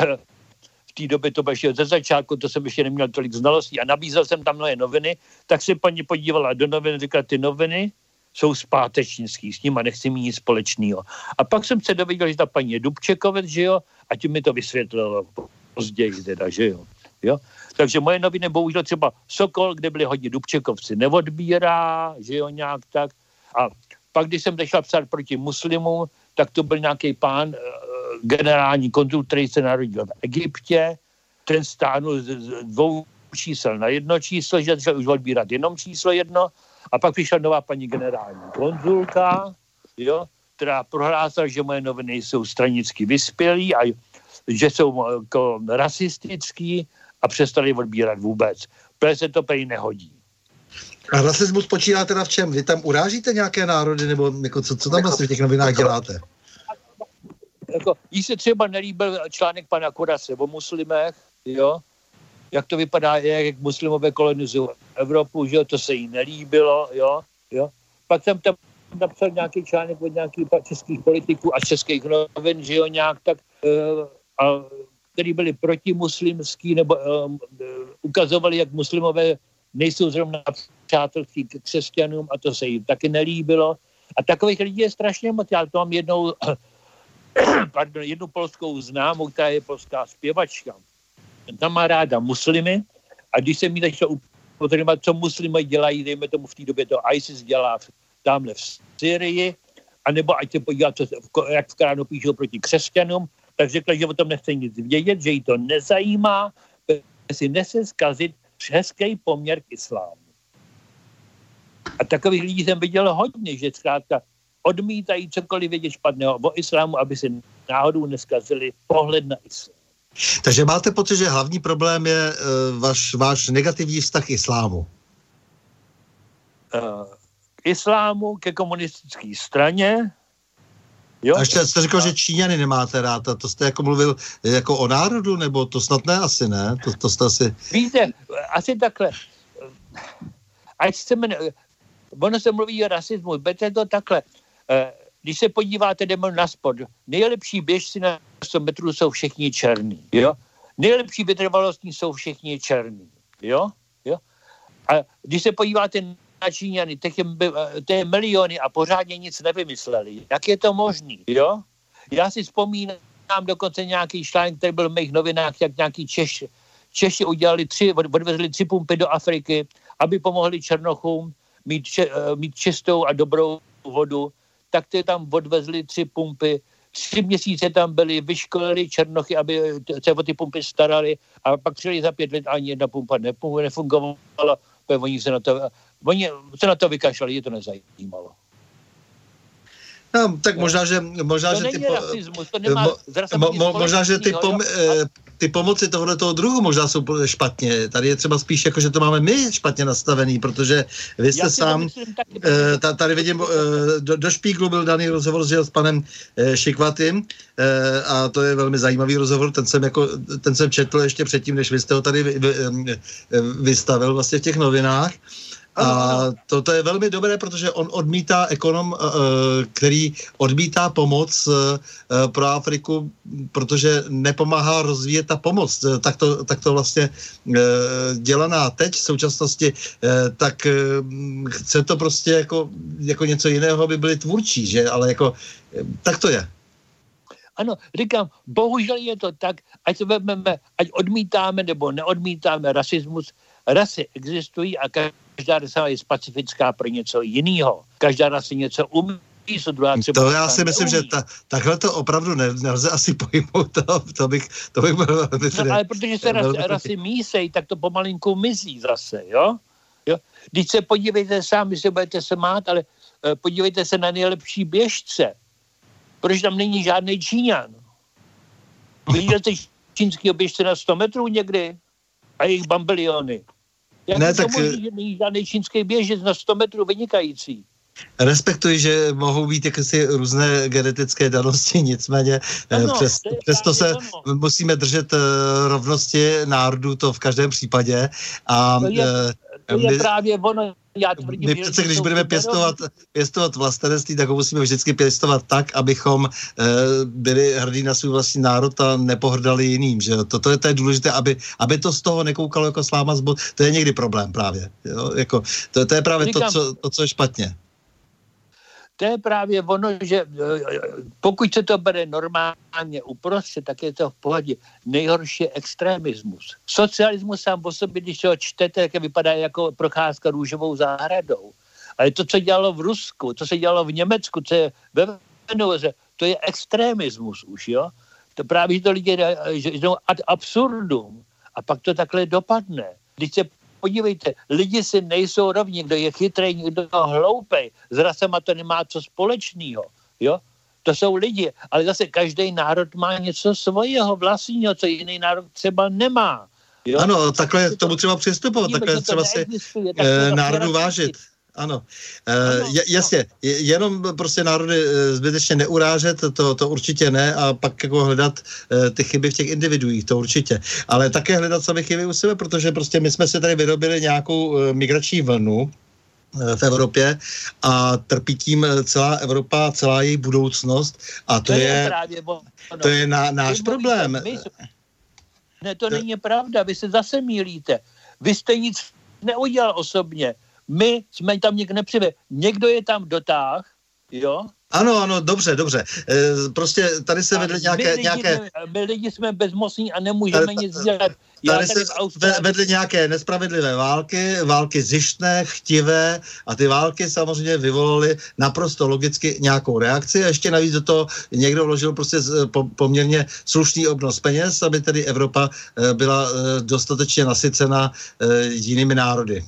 v té době to bylo ještě ze začátku, to jsem ještě neměl tolik znalostí a nabízel jsem tam mnohé noviny, tak se paní podívala do novin a říkala, ty noviny jsou zpátečnický, s nima nechci mít nic společného. A pak jsem se dověděl, že ta paní je Dubčekovec, že jo, a tím mi to vysvětlilo později teda, že jo. jo. Takže moje noviny, bohužel třeba Sokol, kde byli hodně Dubčekovci, neodbírá, že jo, nějak tak. A pak, když jsem začal psát proti muslimům, tak to byl nějaký pán, generální konzul, který se narodil v Egyptě, ten stáhnul z, z dvou čísel na jedno číslo, že začal už odbírat jenom číslo jedno a pak přišla nová paní generální konzulka, jo, která prohlásila, že moje noviny jsou stranicky vyspělí a že jsou jako rasistický a přestali odbírat vůbec. Protože se to prej nehodí. A rasismus počívá teda v čem? Vy tam urážíte nějaké národy, nebo jako, co, co tam vlastně v těch novinách děláte? Jako, jí se třeba nelíbil článek pana Kurase o muslimech, jo, jak to vypadá, jak muslimové kolonizují Evropu, že jo, to se jí nelíbilo, jo, jo. Pak jsem tam napsal nějaký článek od nějakých českých politiků a českých novin, že jo, nějak tak, uh, a, který byli protimuslimský, nebo uh, ukazovali, jak muslimové nejsou zrovna přátelský k křesťanům a to se jí taky nelíbilo. A takových lidí je strašně moc. Já to mám jednou pardon, jednu polskou známou, která je polská zpěvačka. Tam má ráda muslimy a když se mi začal upozorňovat, co muslimy dělají, dejme tomu v té době to ISIS dělá tamhle v Syrii, anebo ať se podívá, co se, jak v Koránu píšou proti křesťanům, tak řekla, že o tom nechce nic vědět, že jí to nezajímá, že si nese zkazit hezký poměr k islámu. A takových lidí jsem viděl hodně, že zkrátka odmítají cokoliv vědět špatného o islámu, aby si náhodou neskazili pohled na islám. Takže máte pocit, že hlavní problém je uh, vaš, váš negativní vztah k islámu? Uh, k islámu, ke komunistické straně. Jo? A ještě jste řekl, a... že Číňany nemáte rád. A to jste jako mluvil jako o národu, nebo to snad ne asi, ne? To, to jste asi... Víte, asi takhle. Ať se jmenuje, ono se mluví o rasismu, berte to takhle. Když se podíváte jdeme na spod, nejlepší běžci na sto metrů jsou všichni černí, jo? Nejlepší vytrvalostní jsou všichni černí, jo? jo? A když se podíváte na Číňany, těch je, to je miliony a pořádně nic nevymysleli. Jak je to možný, jo? Já si vzpomínám dokonce nějaký článek, který byl v mých novinách, jak nějaký Češ, Češi udělali tři, odvezli tři pumpy do Afriky, aby pomohli černochům mít, če, mít čistou a dobrou vodu, tak ty tam odvezli tři pumpy, tři měsíce tam byli, vyškolili černochy, aby se o ty pumpy starali a pak přijeli za pět let ani jedna pumpa nefungovala, oni se na to, oni se na to vykašlali, je to nezajímalo. No, tak možná, že, možná, to že není ty, po, rasismus, to nemá mo, mo, mo, možná, že ty, pom, jo? ty pomoci tohoto druhu možná jsou špatně. Tady je třeba spíš jako, že to máme my špatně nastavený, protože vy jste sám, taky, uh, tady vidím, uh, do, do Špíglu byl daný rozhovor s panem uh, Šikvatym uh, a to je velmi zajímavý rozhovor, ten jsem, jako, ten jsem četl ještě předtím, než vy jste ho tady vy, vy, vystavil vlastně v těch novinách. A toto je velmi dobré, protože on odmítá ekonom, který odmítá pomoc pro Afriku, protože nepomáhá rozvíjet ta pomoc. Tak to, tak to vlastně dělaná teď v současnosti, tak chce to prostě jako, jako něco jiného, aby byli tvůrčí, že? Ale jako, tak to je. Ano, říkám, bohužel je to tak, ať to vezmeme, ať odmítáme nebo neodmítáme rasismus, rasy existují a každá rasa je specifická pro něco jiného. Každá rasa něco umí, co druhá třeba. To já si myslím, neumí. Že ta, takhle to opravdu ne, nelze asi pojmout. To, to bych, to bych byl... No, ale protože se ras, rasy mísej, tak to pomalinku mizí zase, jo? jo? Když se podívejte sám, vy se budete se mát, ale uh, podívejte se na nejlepší běžce. Proč tam není žádný Číňan? Viděl jste čínský běžce na sto metrů někdy? A jejich bambiliony. Jak ne, tak... Možný, že není žádný čínský běžec na sto metrů vynikající. Respektuji, že mohou být jakési různé genetické danosti, nicméně ano, přes, to přesto se ano. musíme držet uh, rovnosti národů, to v každém případě. A, to je, to je my, právě ono. Já tvrdím, my přece, když budeme pěstovat, pěstovat vlastenectví, tak ho musíme vždycky pěstovat tak, abychom uh, byli hrdí na svůj vlastní národ a nepohrdali jiným. Že? Toto je, to je důležité, aby, aby to z toho nekoukalo jako sláma z bod. To je někdy problém právě. Jo? Jako, to, to je právě Říkám, to, co, to, co je špatně. To je právě ono, že pokud se to bere normálně uprostřed, tak je to v pohodě. Nejhorší je extremismus. Socialismus sám o sobě, když ho čtete, tak vypadá jako procházka růžovou zahradou. Ale to, co dělalo v Rusku, to se dělalo v Německu, co je ve Venezuele, to je extremismus už, jo? To právě, že to lidi jdou ad absurdum. A pak to takhle dopadne. Když se podívejte, lidi si nejsou rovni, kdo je chytrej, kdo hloupej. S rasama to nemá co společného, jo? To jsou lidi, ale zase každý národ má něco svého vlastního, co jiný národ třeba nemá. Jo? Ano, takhle k tomu třeba přistupovat, takhle třeba si e, národu vážit. Ano, ano e, jasně, no. Jenom prostě národy zbytečně neurážet, to, to určitě ne, a pak jako hledat e, ty chyby v těch individuích, to určitě. Ale také hledat sami chyby u sebe, protože prostě my jsme si tady vyrobili nějakou e, migrační vlnu e, v Evropě a trpí tím celá Evropa, celá její budoucnost a to, to je, je právě, no, to je na, náš vy problém. My, ne, to, to není pravda, vy se zase mýlíte. Vy jste nic neudělal osobně. My jsme tam někdo nepřivě. Někdo je tam dotáh, jo? Ano, ano, dobře, dobře. E, prostě tady se vedly nějaké... My lidi, nějaké... my lidi jsme bezmocní a nemůžeme tady, nic dělat. Já tady, tady se Austrálii... vedly nějaké nespravedlivé války, války zištné, chtivé a ty války samozřejmě vyvolaly naprosto logicky nějakou reakci a ještě navíc do toho někdo vložil prostě po, poměrně slušný obnos peněz, aby tedy Evropa byla dostatečně nasycena jinými národy.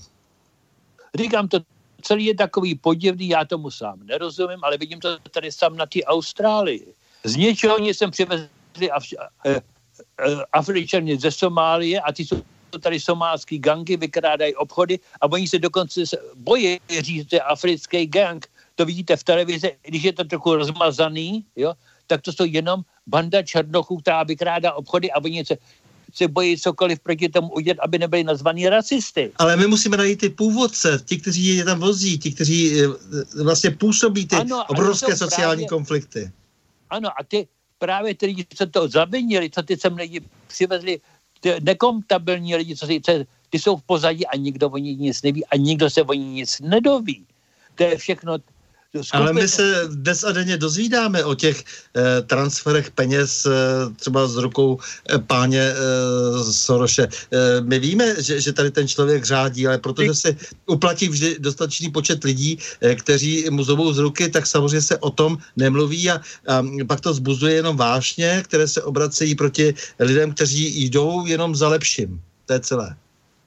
Říkám, to celý je takový podivný, já tomu sám nerozumím, ale vidím to tady sám na té Austrálii. Z něčeho nic jsem přivezli Af- eh, eh, Afričany ze Somálie a ty jsou tady somálský gangy, vykrádají obchody a oni se dokonce bojí říct, že africký gang. To vidíte v televizi, když je to trochu rozmazaný, jo, tak to jsou jenom banda černochů, která vykrádá obchody a oni se se bojí cokoliv proti tomu udělat, aby nebyli nazvaní rasisty. Ale my musíme najít ty původce, ti, kteří je tam vozí, ti, kteří vlastně působí ty ano, obrovské sociální právě, konflikty. Ano, a ty právě ty lidi, co to zavinili, co ty sem lidi přivezli, ty nekomptabilní lidi, co si, ty jsou v pozadí a nikdo o nich nic neví a nikdo se o nich nic nedoví. To je všechno... Skupin... Ale my se dnes a denně dozvídáme o těch eh, transferech peněz eh, třeba z rukou eh, páně eh, Soroše. Eh, my víme, že, že tady ten člověk řádí, ale protože se uplatí vždy dostatečný počet lidí, eh, kteří mu zobou z ruky, tak samozřejmě se o tom nemluví a, a pak to zbuzuje jenom vášně, které se obracejí proti lidem, kteří jdou jenom za lepším. To je celé.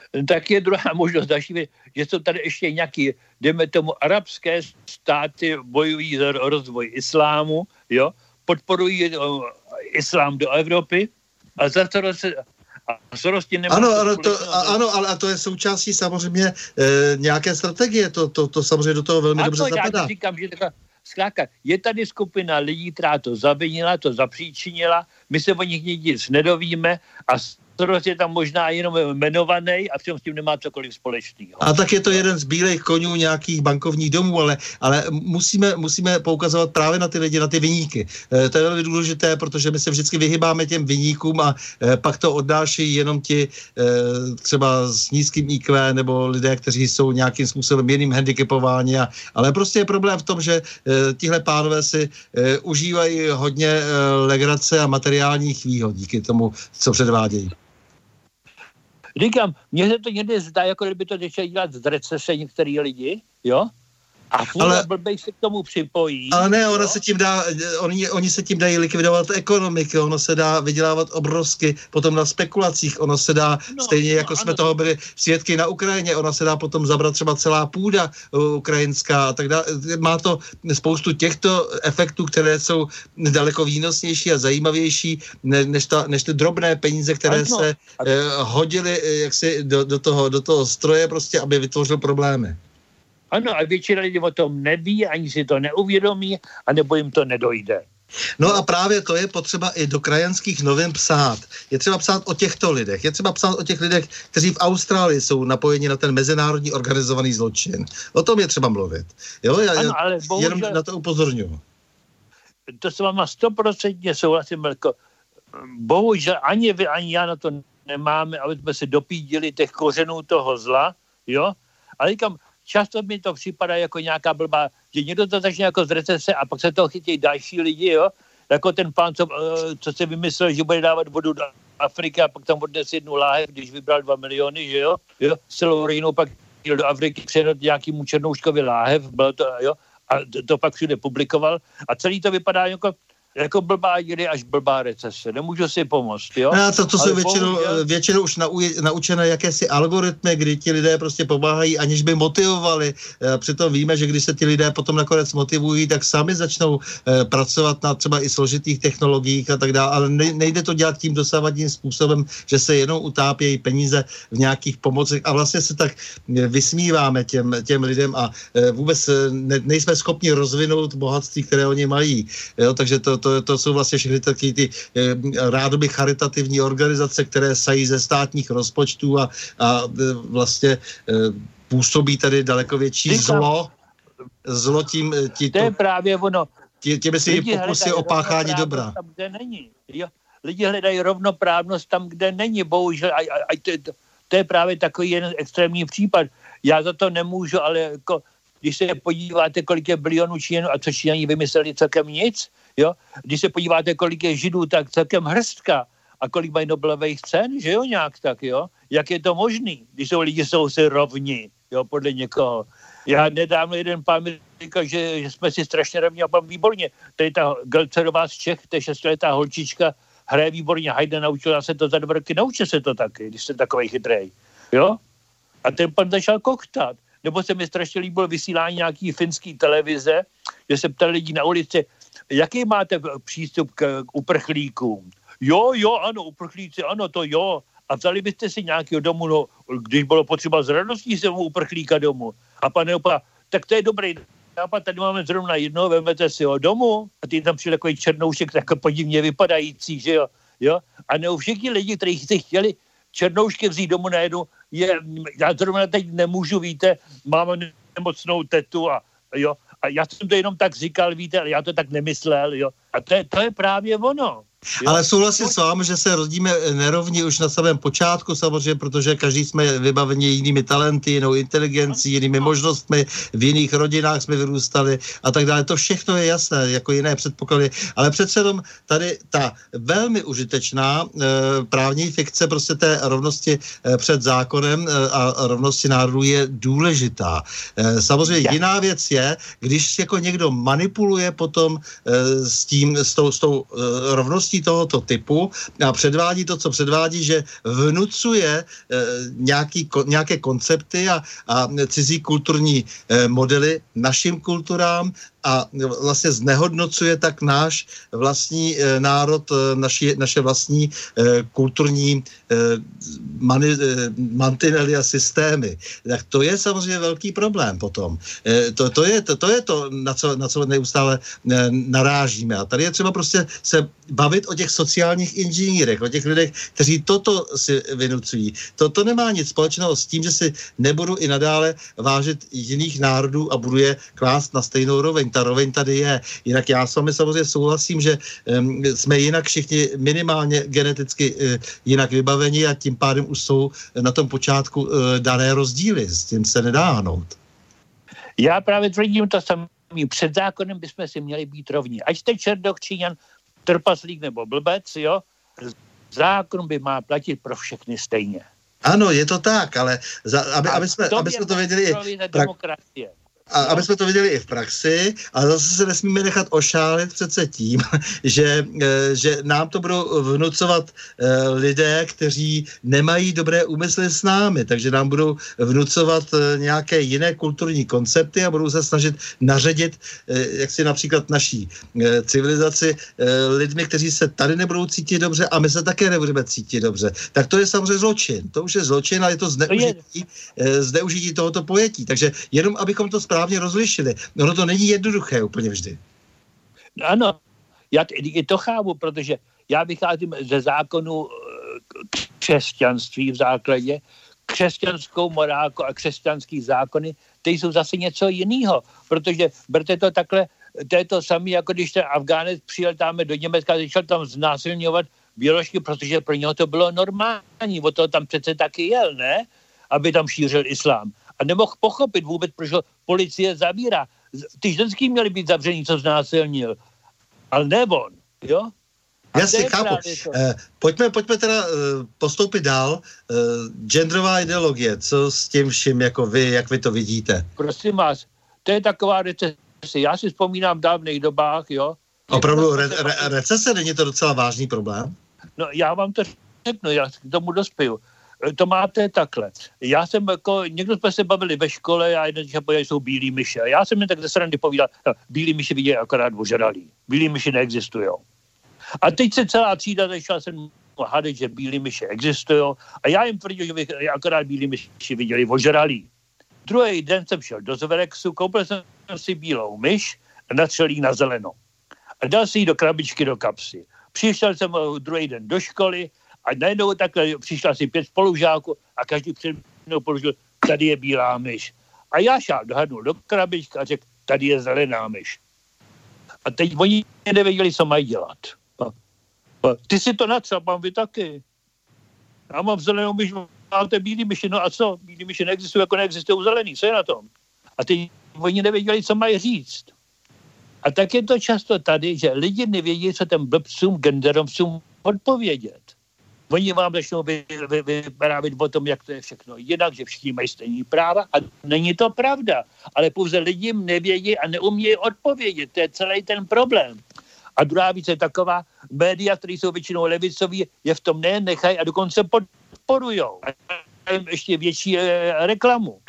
Tak je druhá možnost další věc, že jsou tady ještě nějaký, jdeme tomu, arabské státy bojují za rozvoj islámu, jo, podporují uh, islám do Evropy a za to se a Soros nemá... Ano, ano, to, a, ano, ale to je součástí samozřejmě e, nějaké strategie, to, to, to samozřejmě do toho velmi a dobře to zapadá. Já říkám, že taková zkrátka, je tady skupina lidí, která to zavinila, to zapříčinila, my se o nich nic nedovíme a Soros je tam možná jenom jmenovaný a přitom s tím nemá cokoliv společného. A tak je to jeden z bílých konňů nějakých bankovních domů, ale, ale musíme, musíme poukazovat právě na ty lidi, na ty viníky. E, to je velmi důležité, protože my se vždycky vyhybáme těm viníkům a e, pak to odnášejí jenom ti e, třeba s nízkým í kvé nebo lidé, kteří jsou nějakým způsobem jiným handicapováni. A, ale prostě je problém v tom, že e, tihle pánové si e, užívají hodně e, legrace a materiálních výhod díky tomu, co předvádějí. Říkám, mně se to někdy zdá, jako kdyby to začali dělat z recese některý lidi, jo? A furt blbej se k tomu připojí. Ale ne, ona se tím dá, oni, oni se tím dají likvidovat ekonomiky, ono se dá vydělávat obrovsky potom na spekulacích, ono se dá, no, stejně jako no, jsme ano. toho byli svědky na Ukrajině, ona se dá potom zabrat třeba celá půda ukrajinská a tak dále. Má to spoustu těchto efektů, které jsou daleko výnosnější a zajímavější, než, ta, než ty drobné peníze, které ano. se eh, hodily jaksi do, do, toho, do toho stroje prostě, aby vytvořil problémy. Ano, a většina lidí o tom neví, ani si to neuvědomí, anebo jim to nedojde. No a právě to je potřeba i do krajanských novin psát. Je třeba psát o těchto lidech. Je třeba psát o těch lidech, kteří v Austrálii jsou napojeni na ten mezinárodní organizovaný zločin. O tom je třeba mluvit. Jo, já ano, ale bohužel, jenom na to upozorňuji. To s váma stoprocentně souhlasím, jako bohužel ani vy, ani já na to nemáme, aby jsme se dopídili těch kořenů toho zla, jo, ale říkám, často mi to připadá jako nějaká blbá, že někdo to začne jako z recese a pak se toho chytějí další lidi, jo? Jako ten pán, co, co se vymyslel, že bude dávat vodu do Afriky a pak tam odnes jednu láhev, když vybral dva miliony, že jo? jo? S celou rodinou pak jel do Afriky předat nějakýmu černouškovi láhev, bylo to, jo? A to, to pak všude publikoval a celý to vypadá jako jako blbá díry až blbá recese. Nemůžu si pomoct, jo? No, to, to jsou většinou, bohužel... většinou už nau, naučené jakési algoritmy, kdy ti lidé prostě pomáhají, aniž by motivovali. E, přitom víme, že když se ti lidé potom nakonec motivují, tak sami začnou e, pracovat na třeba i složitých technologiích a tak dále, ale ne, nejde to dělat tím dosavadním způsobem, že se jenom utápějí peníze v nějakých pomocech a vlastně se tak vysmíváme těm, těm lidem a e, vůbec ne, nejsme schopni rozvinout bohatství, které oni mají. Jo? Takže to, to To, to jsou vlastně všechny taky ty eh, rádoby charitativní organizace, které sají ze státních rozpočtů a, a vlastně eh, působí tady daleko větší zlo. Zlo tím... Tí, to je právě ono. Tě, těmi si pokusí o páchání dobra. Tam, kde není. Jo? Lidi hledají rovnoprávnost tam, kde není. Bohužel, a, a, a to, to je právě takový jeden extrémní případ. Já za to nemůžu, ale jako, když se podíváte, kolik je bilionů Číňanů a co Číňané vymysleli celkem nic, jo? Když se podíváte, kolik je Židů, tak celkem hrstka. A kolik mají Nobelových cen, že jo, nějak tak, jo? Jak je to možný, když jsou lidi jsou si rovni, jo, podle někoho. Já nedávno jeden pán mi říkal, že, že jsme si strašně rovni a pan výborně. Tady ta Gelcerová z Čech, ta šestiletá holčička, hraje výborně, hajde, naučila se to za dva roky, nauče se to taky, když jste takovej chytrej, jo? A ten pan začal koktat. Nebo se mi strašně líbilo vysílání nějaký finský televize, že se ptali lidi na ulici, jaký máte přístup k uprchlíkům? Jo, jo, ano, uprchlíci, ano, to jo. A vzali byste si nějakého domu, no, když bylo potřeba z radostí se mu uprchlíka domů. A pan Neopa, tak to je dobrý nápad, tady máme zrovna jednoho, vezmete si ho domů a ty tam přijde takový černoušek, tak podivně vypadající, že jo. jo? A ne všichni lidi, kteří si chtěli černoušky vzít domů najednou, je, já zrovna teď nemůžu, víte, mám nemocnou tetu a jo. A já jsem to jenom tak říkal, víte, ale já to tak nemyslel, jo. A to je, to je právě ono. Jo? Ale souhlasím s vámi, že se rozdíme nerovně už na samém počátku samozřejmě, protože každý jsme vybaveni jinými talenty, jinou inteligencí, jinými možnostmi, v jiných rodinách jsme vyrůstali a tak dále. To všechno je jasné, jako jiné předpoklady. Ale přece jenom tady ta velmi užitečná e, právní fikce prostě té rovnosti e, před zákonem e, a rovnosti národů je důležitá. E, samozřejmě jiná věc je, když jako někdo manipuluje potom e, s tím, s tou, s tou e, rovností činností tohoto typu a předvádí to, co předvádí, že vnucuje e, nějaký, ko, nějaké koncepty a, a cizí kulturní e, modely našim kulturám a vlastně znehodnocuje tak náš vlastní e, národ, e, naši, naše vlastní e, kulturní e, mani, e, mantinely a systémy. Tak to je samozřejmě velký problém potom. E, to, to, je, to, to je to, na co, na co neustále e, narážíme. A tady je třeba prostě se bavit o těch sociálních inženýrech, o těch lidech, kteří toto si vynucují. To, to nemá nic společného s tím, že si nebudu i nadále vážit jiných národů a budu je klást na stejnou roveň. Ta roveň tady je. Jinak já s vámi samozřejmě souhlasím, že um, jsme jinak všichni minimálně geneticky uh, jinak vybaveni a tím pádem už jsou na tom počátku uh, dané rozdíly. S tím se nedá hnout. Já právě tvrdím to samé. Před zákonem bychom si měli být rovní. Ať jste černoch, Číňan, trpaslík nebo blbec, jo, zákon by má platit pro všechny stejně. Ano, je to tak, ale za, aby, aby, jsme, aby jsme to věděli... Demokracie. A aby jsme to viděli i v praxi, ale zase se nesmíme nechat ošálit přece tím, že, že nám to budou vnucovat lidé, kteří nemají dobré úmysly s námi, takže nám budou vnucovat nějaké jiné kulturní koncepty a budou se snažit naředit, jak si například naší civilizaci lidmi, kteří se tady nebudou cítit dobře a my se také nebudeme cítit dobře. Tak to je samozřejmě zločin. To už je zločin, ale je to zneužití, zneužití tohoto pojetí. Takže jenom abychom to správně rozlišili. No to není jednoduché úplně vždy. Ano, já i to chápu, protože já vycházím ze zákonu křesťanství v základě, křesťanskou morálku a křesťanský zákony, ty jsou zase něco jiného, protože berte to takhle, to je to samé, jako když ten Afgánec přijel tam do Německa a začal tam znásilňovat běložky, protože pro něho to bylo normální, o to tam přece taky jel, ne? Aby tam šířil islám. A nemohl pochopit vůbec, proč ho policie zavírá. Ty ženský měli být zavření, co znásilnil. Ale ne on, jo? Já si chápu. Eh, pojďme, pojďme teda eh, postoupit dál. Eh, genderová ideologie, co s tím vším, jako vy, jak vy to vidíte? Prosím vás, to je taková recese. Já si vzpomínám v dávných dobách, jo? Opravdu re, re, recese, není to docela vážný problém? No já vám to řeknu, já k tomu dospěju. To máte takhle. Já jsem jako, někdo jsme se bavili ve škole a jeden říkal, že jsou bílí myši. A já jsem mi tak ze srandy povídal, no, bílí myši vidějí akorát ožralí. Bílí myši neexistují. A teď se celá třída začala jsem hádat, že bílí myši existují. A já jim tvrdil, že akorát bílí myši viděli ožralí. Druhý den jsem šel do Zverexu, koupil jsem si bílou myš a natřel jí na zeleno. A dal si ji do krabičky do kapsy. Přišel jsem druhý den do školy a najednou takhle přišla si pět spolužáků a každý před mnou položil, tady je bílá myš. A já šel dohadnul do krabičky a řekl, tady je zelená myš. A teď oni nevěděli, co mají dělat. A, a ty si to natřel, mám vy taky. Já mám zelenou myš, máte bílý myši, no a co? Bílý myši neexistují, jako neexistují zelený, co je na tom? A teď oni nevěděli, co mají říct. A tak je to často tady, že lidi nevědí, co těm blbcům, genderovcům odpovědět. Oni vám začnou vy, vy, vyprávět o tom, jak to je všechno jinak, že všichni mají stejný práva a není to pravda. Ale pouze lidi nevědí a neumějí odpovědět. To je celý ten problém. A druhá věc je taková, média, které jsou většinou levicový, je v tom nenechají a dokonce podporujou. A jim ještě větší e, reklamu.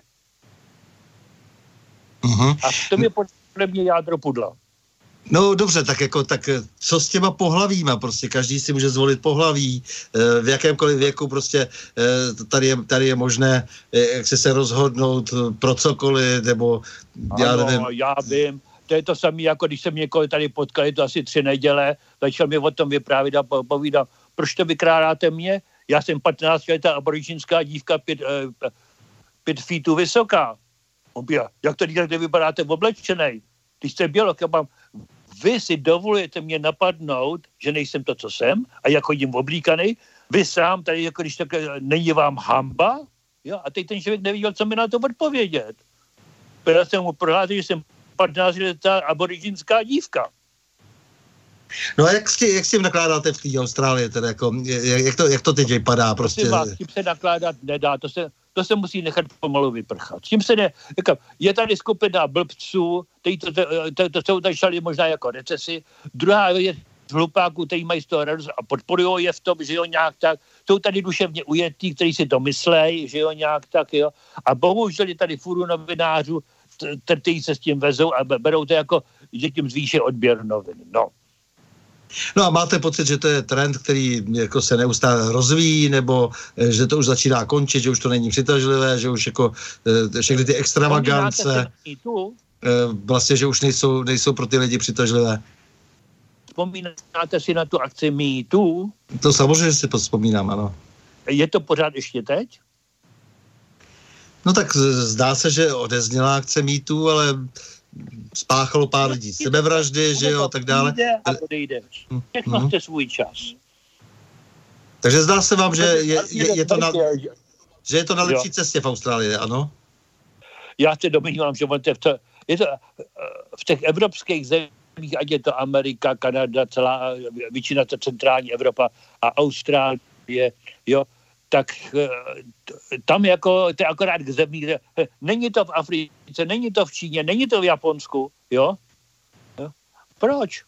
Uh-huh. A to je podle mě jádro pudla. No dobře, tak jako, tak co s těma pohlavíma, prostě každý si může zvolit pohlaví, v jakémkoliv věku prostě tady je, tady je možné, jak se se rozhodnout pro cokoliv, nebo já ano, nevím. já vím, to je to samé, jako když jsem někoho tady potkali, to asi tři neděle, začal mi o tom vyprávět a povídal, proč to vykrádáte mě? Já jsem patnáctiletá aboriginská dívka, pět, pět feetů vysoká. Obě, jak to kde vypadáte oblečenej? Když jste bělok, já mám, vy si dovolujete mě napadnout, že nejsem to, co jsem, a jak chodím oblíkanej, vy sám tady, jako když tak, není vám hamba? Jo? A teď ten člověk nevěděl, co mi na to odpovědět. Já jsem mu prohlásil, že jsem patnáctiletá aboriginská dívka. No a jak s tím, jak s tím nakládáte v té Austrálii, teda jako, jak, to, jak to teď vypadá? Prostě? Vás, tím se nakládat nedá, to se, to se musí nechat pomalu vyprchat. Tím se ne, jako, je tady skupina blbců, to, to, to, to jsou začali možná jako recesi, druhá věc hlupáků, který mají z toho radost a podporují je v tom, že jo, nějak tak, jsou tady duševně ujetí, kteří si to myslejí, že jo, nějak tak, jo, a bohužel je tady fůru novinářů, kteří se s tím vezou a berou to jako, že tím zvýší odběr novin, no. No a máte pocit, že to je trend, který jako se neustále rozvíjí, nebo že to už začíná končit, že už to není přitažlivé, že už jako všechny ty extravagance, vlastně, že už nejsou, nejsou pro ty lidi přitažlivé? Vzpomínáte si na tu akci Me Too? To samozřejmě si vzpomínám, ano. Je to pořád ještě teď? No tak zdá se, že odezněla akce Me Too, ale spáchalo pár lidí sebevraždy, že jo, a tak dále. A odejde. Všechno chce svůj čas. Takže zdá se vám, že je, je, je to na, že je to na lepší cestě v Austrálii, ano? Já se domnívám, že je to, je to v těch evropských zemích, ať je to Amerika, Kanada, celá většina to centrální Evropa a Austrálie, jo, tak tam jako, to je akorát k zemí, kde, není to v Africe, není to v Číně, není to v Japonsku, jo? jo? Proč?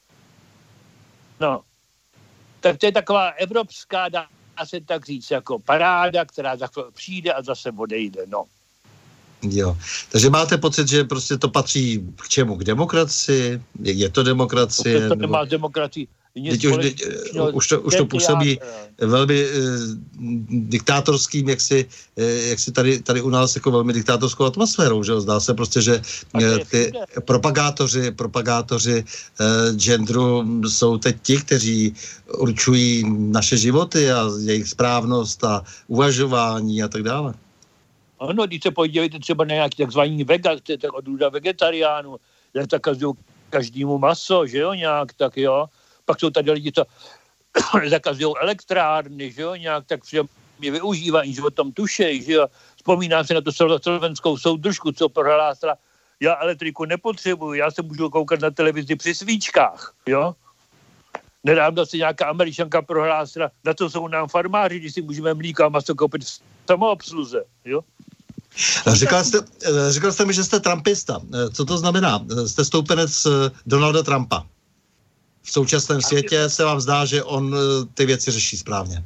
No, tak to je taková evropská, dá se tak říct, jako paráda, která za chvíli přijde a zase odejde, no. Jo, takže máte pocit, že prostě to patří k čemu? K demokracii? Je to demokracie? To, to nemá nebo... demokracii. Teď už, už, to, už to působí velmi eh, diktátorským, jak si, eh, jak si tady, tady u nás jako velmi diktátorskou atmosférou, že zdá se prostě, že eh, ty propagátoři, propagátoři eh, genderu jsou teď ti, kteří určují naše životy a jejich správnost a uvažování a tak dále. Ano, když se podívejte třeba na nějaký takzvaný vegan, tak odrůda vegetariánů, jak zakazují každému maso, že jo, nějak tak jo. Pak jsou tady lidi, co zakazují elektrárny, že jo, nějak tak je využívají, že o tom tušejí, že jo. Vzpomínám se na tu slovenskou soudružku, co prohlásila, já elektriku nepotřebuju, já se můžu koukat na televizi při svíčkách, jo. Nedávno si nějaká Američanka prohlásila, na to jsou nám farmáři, když si můžeme mlíko a maso koupit v samoobsluze, jo. Říkal jste, říkal jste mi, že jste trumpista. Co to znamená? Jste stoupenec Donalda Trumpa. V současném světě se vám zdá, že on ty věci řeší správně.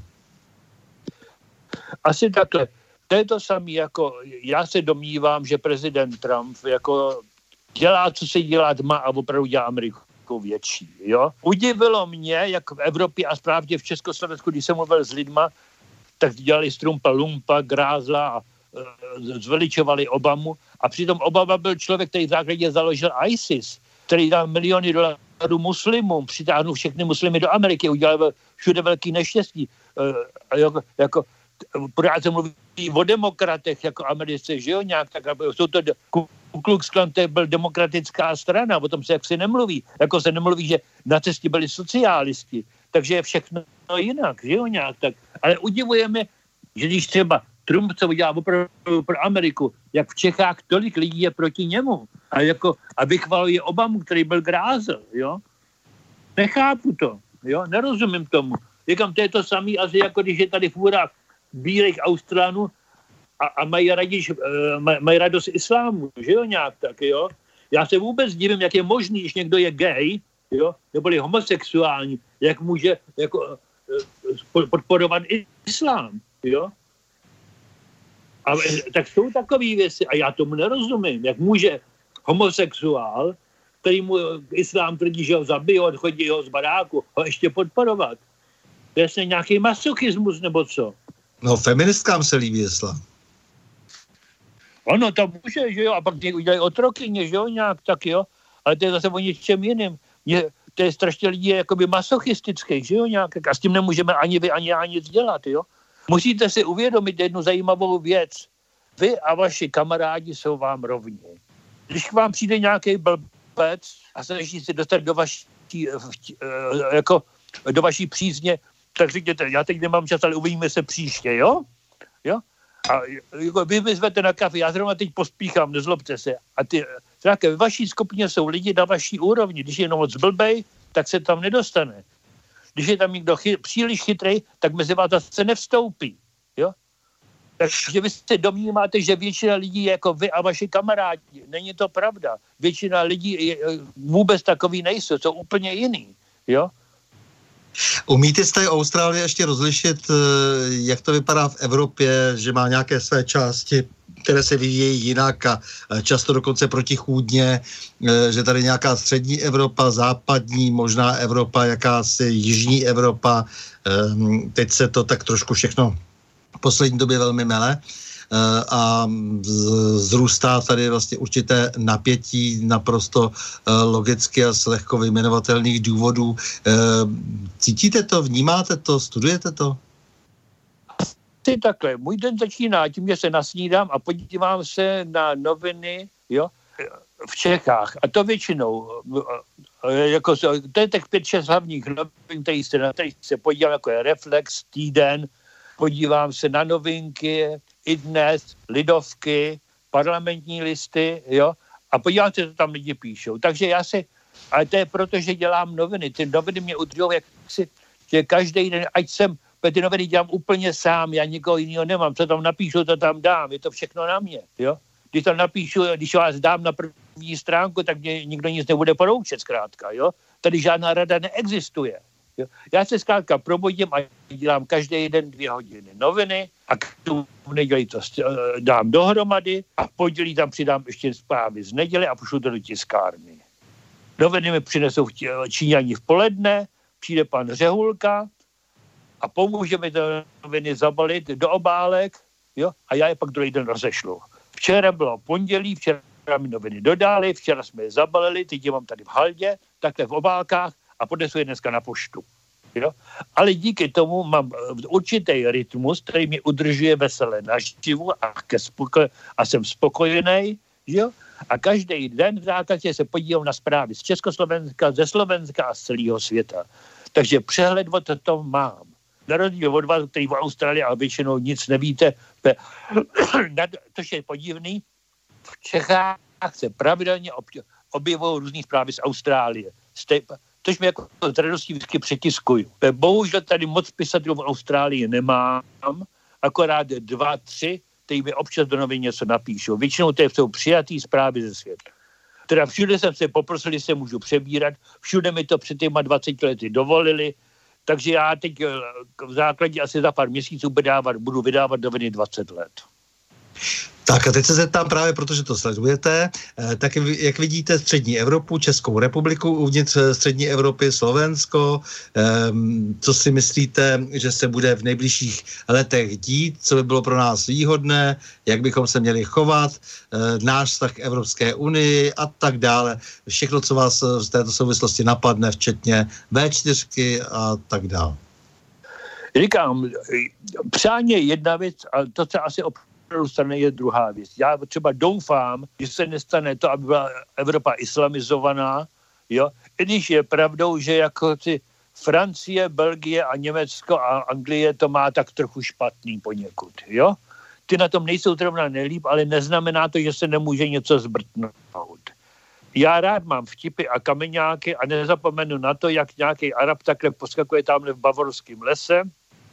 Asi takhle. To je to samé, jako já se domnívám, že prezident Trump jako dělá, co se dělat má a opravdu dělá Ameriku větší. Jo? Udivilo mě, jak v Evropě a správně v Československu, když jsem mluvil s lidma, tak dělali z Trumpa lumpa, grázla a e, zveličovali Obamu. A přitom Obama byl člověk, který v základě založil ISIS, který dal miliony dolarů muslimům, přitáhnul všechny muslimy do Ameriky, udělal všude velký neštěstí. E, jako, jako pořád se mluví o demokratech, jako Americe, že jo, nějak tak, jsou to, Ku Klux Klan, to byl demokratická strana, o tom se jaksi nemluví, jako se nemluví, že nacisti byli socialisti, takže je všechno jinak, že jo, nějak tak, ale udivujeme, že když třeba Trump, co udělá opravdu pro Ameriku, jak v Čechách tolik lidí je proti němu, a jako, a vychvaluje Obamu, který byl grázel, jo, nechápu to, jo, nerozumím tomu, říkám, to je to samý asi, jako když je tady fůra bílých Austránů a, a mají, radiš, maj, mají radost islámu, že jo, nějak tak, jo. Já se vůbec divím, jak je možný, když někdo je gay, jo, neboli homosexuální, jak může jako podporovat islám, jo. A, tak jsou takové věci a já tomu nerozumím, jak může homosexuál, který mu islám tvrdí, že ho zabije, odchodí ho z baráku, ho ještě podporovat. To je se nějaký masochismus nebo co? No, feministkám se líbí islám. Ono to může, že jo, a pak udělají otrokyně, že jo, nějak tak, jo, ale to je zase o něčem jiným. Je, to je strašně lidí jakoby masochistický, že jo, nějak, a s tím nemůžeme ani vy, ani já nic dělat, jo. Musíte si uvědomit jednu zajímavou věc. Vy a vaši kamarádi jsou vám rovní. Když k vám přijde nějaký blbec a snaží se dostat do vaší, jako do vaší přízně, tak říkněte, já teď nemám čas, ale uvidíme se příště, jo? Jo? A jako, vy vyzvete na kafe, já zrovna teď pospíchám, nezlobte se. A ty, tak, v vaší skupině jsou lidi na vaší úrovni. Když je jenom moc blbej, tak se tam nedostane. Když je tam někdo chy, příliš chytrej, tak mezi vás zase nevstoupí, jo? Takže vy se domníváte, že většina lidí je jako vy a vaši kamarádi. Není to pravda. Většina lidí je, vůbec takový nejsou, jsou úplně jiný, jo? Umíte z té Austrálie ještě rozlišit, jak to vypadá v Evropě, že má nějaké své části, které se vyvíjejí jinak a často dokonce protichůdně, že tady nějaká střední Evropa, západní, možná Evropa, jakási jižní Evropa, teď se to tak trošku všechno v poslední době velmi mele a zrůstá tady vlastně určité napětí naprosto logicky a z lehko vyjmenovatelných důvodů. Cítíte to, vnímáte to, studujete to? Asi takhle. Můj den začíná tím, že se nasnídám a podívám se na noviny, jo, v Čechách. A to většinou, jako, to je tak pět, šest hlavních novin, který se, na který se podívám, jako je Reflex, Týden, podívám se na novinky, i dnes, Lidovky, parlamentní listy, jo, a podívám se, co tam lidi píšou. Takže já si, ale to je proto, že dělám noviny. Ty noviny mě udržují, jak si, že každý den, ať jsem, ty noviny dělám úplně sám, já nikoho jiného nemám, co tam napíšu, to tam dám, je to všechno na mě, jo. Když tam napíšu, když vás dám na první stránku, tak mě nikdo nic nebude poroučet zkrátka, jo. Tady žádná rada neexistuje. Jo. Já se zkrátka probudím a dělám každý den dvě hodiny noviny a k tomu v neděli to dám dohromady a v pondělí tam přidám ještě zprávy z neděle a pošlu to do tiskárny. Noviny mi přinesou Číňani v poledne, přijde pan Řehulka a pomůže mi to noviny zabalit do obálek, jo, a já je pak druhý den rozešlu. Včera bylo pondělí, včera mi noviny dodali, včera jsme je zabalili, teď je mám tady v haldě, takhle v obálkách a podnesu je dneska na poštu. Jo? Ale díky tomu mám určitý rytmus, který mě udržuje veselé naživu a, spoko- a jsem spokojený. Jo? A každý den v základě se podívám na zprávy z Československa, ze Slovenska a z celého světa. Takže přehled o tom mám. Na rozdíl od vás, který v Austrálii a většinou nic nevíte, to je podivný, v Čechách se pravidelně objevují různý zprávy z Austrálie. Tož mi jako s radostí vždycky přetiskuju. Bohužel tady moc pisatelů v Austrálii nemám, akorát dva, tři, který mi občas do novin něco napíšou. Většinou to jsou přijatý zprávy ze světa. Teda všude jsem se poprosil, že se můžu přebírat, všude mi to před těma dvaceti lety dovolili, takže já teď v základě asi za pár měsíců vydávat, budu vydávat noviny dvacet let. Tak a teď se zeptám právě, protože to sledujete, tak jak vidíte střední Evropu, Českou republiku, uvnitř střední Evropy, Slovensko, co si myslíte, že se bude v nejbližších letech dít, co by bylo pro nás výhodné, jak bychom se měli chovat, náš vztah k Evropské unii a tak dále. Všechno, co vás z této souvislosti napadne, včetně vé čtyři a tak dále. Říkám, přání je jedna věc a to se asi op- stane je druhá věc. Já třeba doufám, že se nestane to, aby byla Evropa islamizovaná, jo, i když je pravdou, že jako ty Francie, Belgie a Německo a Anglie to má tak trochu špatný poněkud, jo. Ty na tom nejsou zrovna nelíp, ale neznamená to, že se nemůže něco zbrtnout. Já rád mám vtipy a kameňáky a nezapomenu na to, jak nějaký Arab takhle poskakuje tamhle v bavorském lese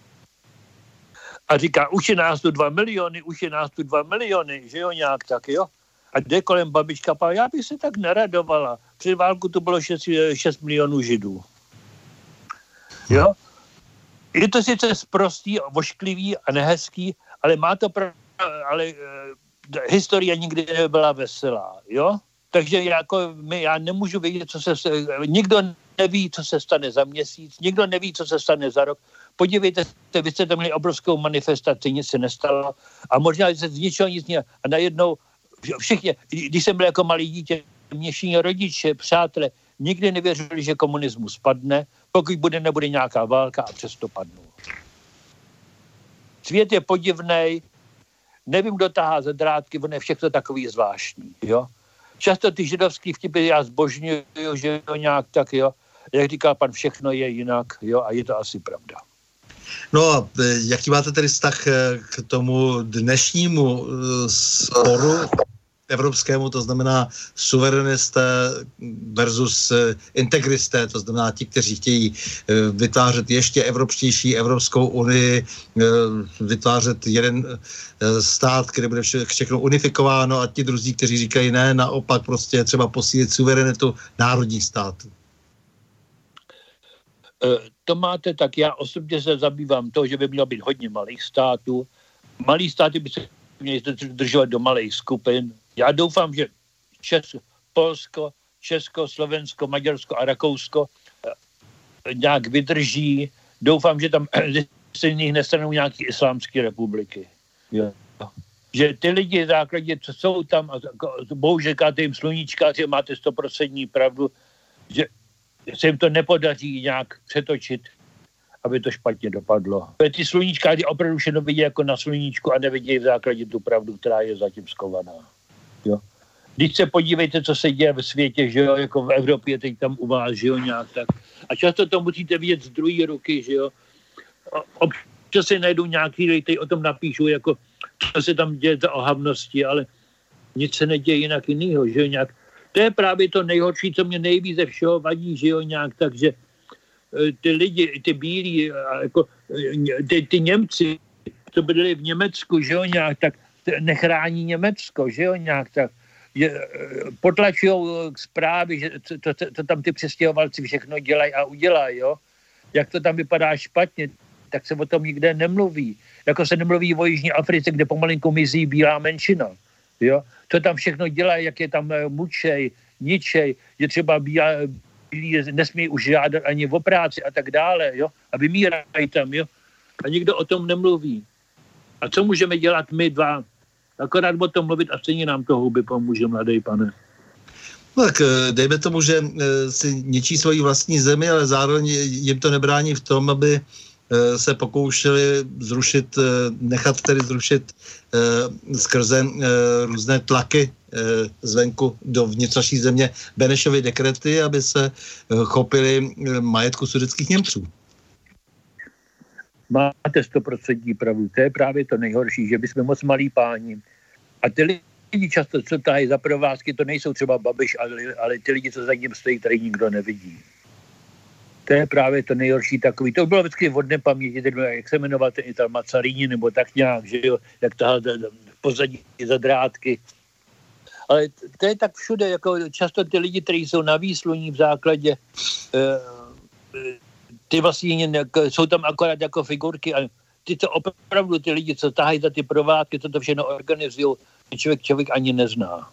a říká, už je nás tu dva miliony, už je nás tu dva miliony, že jo, nějak tak, jo. A jde kolem babička, pa, já bych se tak neradovala. Před válku to bylo šest milionů Židů. Jo. Je to sice sprostý, vošklivý a nehezký, ale má to pra, ale uh, historie nikdy nebyla veselá, jo. Takže jako my, já nemůžu vědět, co se, nikdo neví, co se stane za měsíc, nikdo neví, co se stane za rok. Podívejte se, vy jste tam měli obrovskou manifestaci, nic se nestalo a možná se z ničeho nic ne. A najednou všichni, když jsem byl jako malý dítě, mě všichni rodiče, přátelé, nikdy nevěřili, že komunismus spadne, pokud bude, nebude nějaká válka a přesto padnou. Svět je podivnej, nevím, kdo tahá za drátky, on je všechno takový zvláštní, jo. Často ty židovský vtipy já zbožňuju, že jo, nějak tak, jo. Jak říká pan, všechno je jinak, jo, a je to asi pravda. No a jaký máte tedy vztah k tomu dnešnímu sporu evropskému, to znamená suverenisté versus integristé, to znamená ti, kteří chtějí vytvářet ještě evropštější Evropskou unii, vytvářet jeden stát, kde bude všechno unifikováno a ti druzí, kteří říkají ne, naopak prostě třeba posílit suverenitu národních států. to máte tak, já osobně se zabývám to, že by mělo být hodně malých států. Malý státy by se měli držovat do malých skupin. Já doufám, že Česko, Polsko, Česko, Slovensko, Maďarsko a Rakousko nějak vydrží. Doufám, že tam se z nich nestanou nějaké islámské republiky. Jo. Že ty lidi v základě, co jsou tam, a bohužel říkáte jim sluníčkáři, máte stoprocentní pravdu, že se jim to nepodaří nějak přetočit, aby to špatně dopadlo. Ty sluníčkáři opravdu všechno vidí jako na sluníčku a nevidí v základě tu pravdu, která je zatím skovaná. Jo. Když se podívejte, co se děje ve světě, že jo, jako v Evropě, teď tam u vás, že jo, nějak tak. A často to musíte vidět z druhé ruky, že jo. Občas se najdou nějaký lidi, kteří o tom napíšou, jako co se tam děje za ohavnosti, ale nic se neděje jinak jinýho, že jo, nějak. To je právě to nejhorší, co mě nejvíc ze všeho vadí, že jo, nějak, takže ty lidi, ty bílí, jako, ty, ty Němci, co byli v Německu, že jo, nějak, tak nechrání Německo, že jo, nějak, tak potlačujou zprávy, že to, to, to tam ty přestěhovalci všechno dělají a udělají, jo. Jak to tam vypadá špatně, tak se o tom nikde nemluví. Jako se nemluví o Jižní Africe, kde pomalinku mizí bílá menšina, jo. Co tam všechno dělají, jak je tam mučej, ničej, že třeba bílá, bílí nesmí už žádat ani o práci a tak dále, jo. A vymírají tam, jo. A nikdo o tom nemluví. A co můžeme dělat my dva? Akorát o tom mluvit a stejně nám to houby pomůže, mladý pane. No tak dejme tomu, že si ničí svoji vlastní zemi, ale zároveň jim to nebrání v tom, aby se pokoušeli zrušit, nechat tedy zrušit skrze různé tlaky zvenku dovnitř naší země Benešovy dekrety, aby se chopili majetku sudetských Němců. Máte stoprocentní pravdu. To je právě to nejhorší, že bychom moc malí páni. A ty lidi často, co tahají za provázky, to nejsou třeba Babiš, ale, ale ty lidi, co za ním stojí, tady nikdo nevidí. To je právě to nejhorší takový. To bylo vždycky v nepaměti, jak se jmenoval ten Ital Macarini, nebo tak nějak, že jo, jak tahal v pozadí za drátky. Ale to je tak všude, jako často ty lidi, kteří jsou na výsluní v základě, eh, ty vlastně jsou tam akorát jako figurky a ty to opravdu ty lidi, co tahají za ty provádky, co to všechno organizují, člověk člověk ani nezná.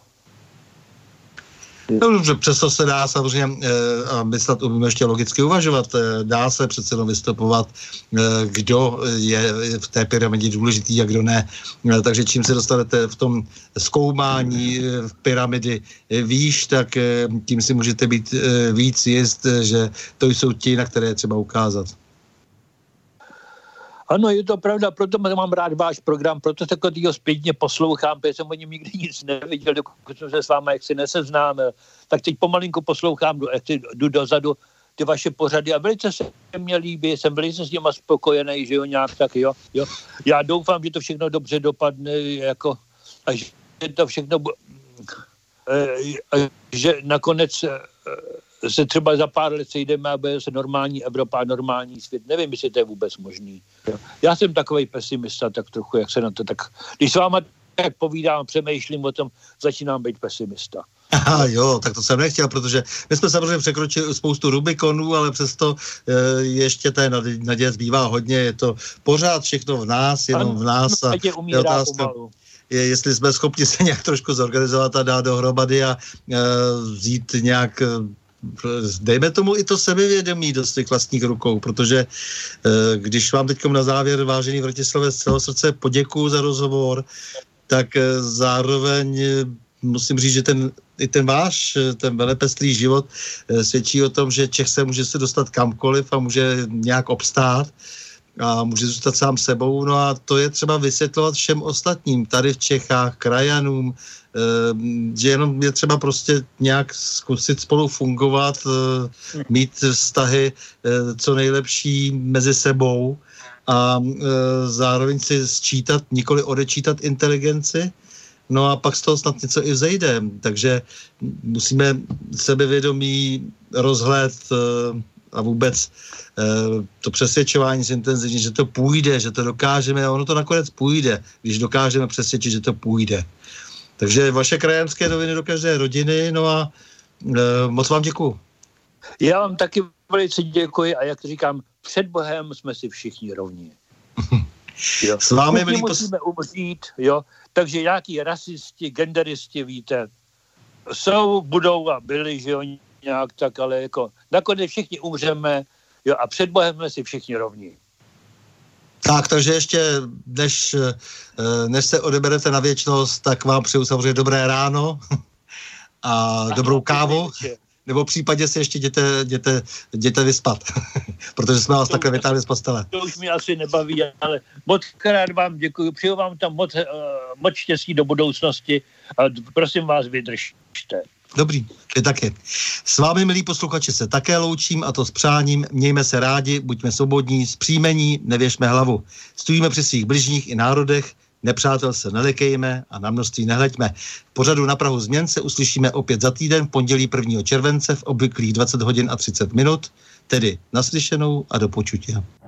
No dobře, přesto se dá samozřejmě, a my snad umíme ještě logicky uvažovat, dá se přece jenom vystupovat, kdo je v té pyramidě důležitý a kdo ne. Takže čím se dostanete v tom zkoumání v pyramidy výš, tak tím si můžete být víc jist, že to jsou ti, na které je třeba ukázat. Ano, je to pravda, proto mám rád váš program, proto se ho zpětně poslouchám, protože jsem o něm nikdy nic neviděl, dokud jsem se s váma jaksi neseznámil. Tak teď pomalinku poslouchám, jdu, jdu dozadu ty vaše pořady a velice se mě líbí, jsem velice s nima spokojený, že jo, nějak tak, jo, jo. Já doufám, že to všechno dobře dopadne, jako, a že to všechno, e, že nakonec se třeba za pár let sejdeme a bude se normální Evropa, normální svět. Nevím, jestli to je vůbec možný. Já jsem takovej pesimista, tak trochu, jak se na to tak... Když s váma tak povídám, přemýšlím o tom, začínám být pesimista. Aha, jo, tak to jsem nechtěl, protože my jsme samozřejmě překročili spoustu Rubikonů, ale přesto e, ještě té naděje zbývá hodně. Je to pořád všechno v nás, jenom ano, v nás. A je otázka, je, jestli jsme schopni se nějak trošku zorganizovat a dát dohromady a e, vzít nějak... dejme tomu i to sebevědomí do svých vlastních rukou, protože když vám teď na závěr, vážený Vratislave, z celého srdce poděkuju za rozhovor, tak zároveň musím říct, že ten, i ten váš, ten velepestrý život svědčí o tom, že Čech se může se dostat kamkoliv a může nějak obstát a může zůstat sám sebou, no a to je třeba vysvětlovat všem ostatním, tady v Čechách, krajanům, že jenom je třeba prostě nějak zkusit spolu fungovat, mít vztahy co nejlepší mezi sebou a zároveň si sčítat, nikoli odečítat inteligenci, no a pak z toho snad něco i vzejde. Takže musíme sebevědomí, rozhled a vůbec to přesvědčování zintenzivně, že to půjde, že to dokážeme a ono to nakonec půjde, když dokážeme přesvědčit, že to půjde. Takže vaše krajanské noviny do každé rodiny, no a e, moc vám děkuju. Já vám taky velice děkuji a jak říkám, před Bohem jsme si všichni rovní. Jo. S vámi, milí musíme umřít, jo. Takže nějaký rasisti, genderisti, víte, jsou, budou a byli, že jo, nějak tak, ale jako nakonec všichni umřeme, jo, a před Bohem jsme si všichni rovní. Tak, takže ještě, než, než se odeberete na věčnost, tak vám přeju samozřejmě dobré ráno a dobrou kávu. Nebo v případě se ještě jděte, jděte, jděte vyspat, protože jsme vás to takhle vytáhli z postele. To už mi asi nebaví, ale moc krát vám děkuji, přeju vám tam moc, uh, moc štěstí do budoucnosti a prosím vás, vydržte. Dobrý, je taky. S vámi, milí posluchači, se také loučím a to s přáním. Mějme se rádi, buďme svobodní, zpříjmení, nevěšme hlavu. Stojíme při svých bližních i národech, nepřátel se nelekejme a na množství nehleďme. V pořadu Na prahu změn se uslyšíme opět za týden v pondělí prvního července v obvyklých dvacet hodin a třicet minut, tedy naslyšenou a do počutě.